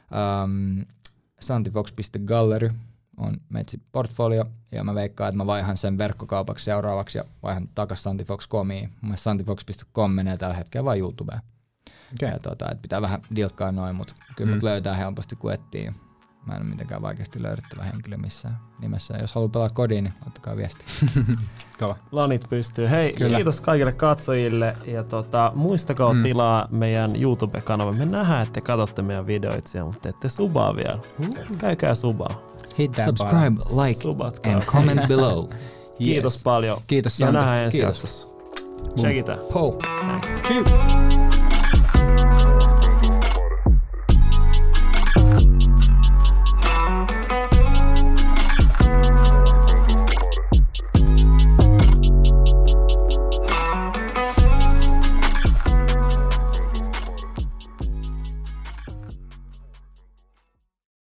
Um, santifox piste gallery on Metsi portfolio, ja mä veikkaan, että mä vaihan sen verkkokaupaksi seuraavaksi ja vaihan takas santifox piste comiin. Mun mielestä santifox piste com menee tällä hetkellä vain YouTubeen. Okay. Ja tota, et pitää vähän dilkkaa noin, mutta kyllä mm. mut löytää helposti kun etsii. Mä en ole mitenkään vaikeasti löydettävä henkilö missään nimessä. Jos haluaa pelaa kodiin, niin ottakaa viesti. Kova. Lanit pystyy. Hei, kyllä. Kiitos kaikille katsojille. Ja tota, muistakaa mm. tilaa meidän YouTube-kanava. Me nähdään, että te katsotte meidän videoita siellä, mutta ette subaa vielä. Mm. Käykää subaa. Hit that subscribe, bar. Like Subatkaa. And comment below. Kiitos yes. paljon. Kiitos ja nähdään ensi jaksossa. Check it out. Po.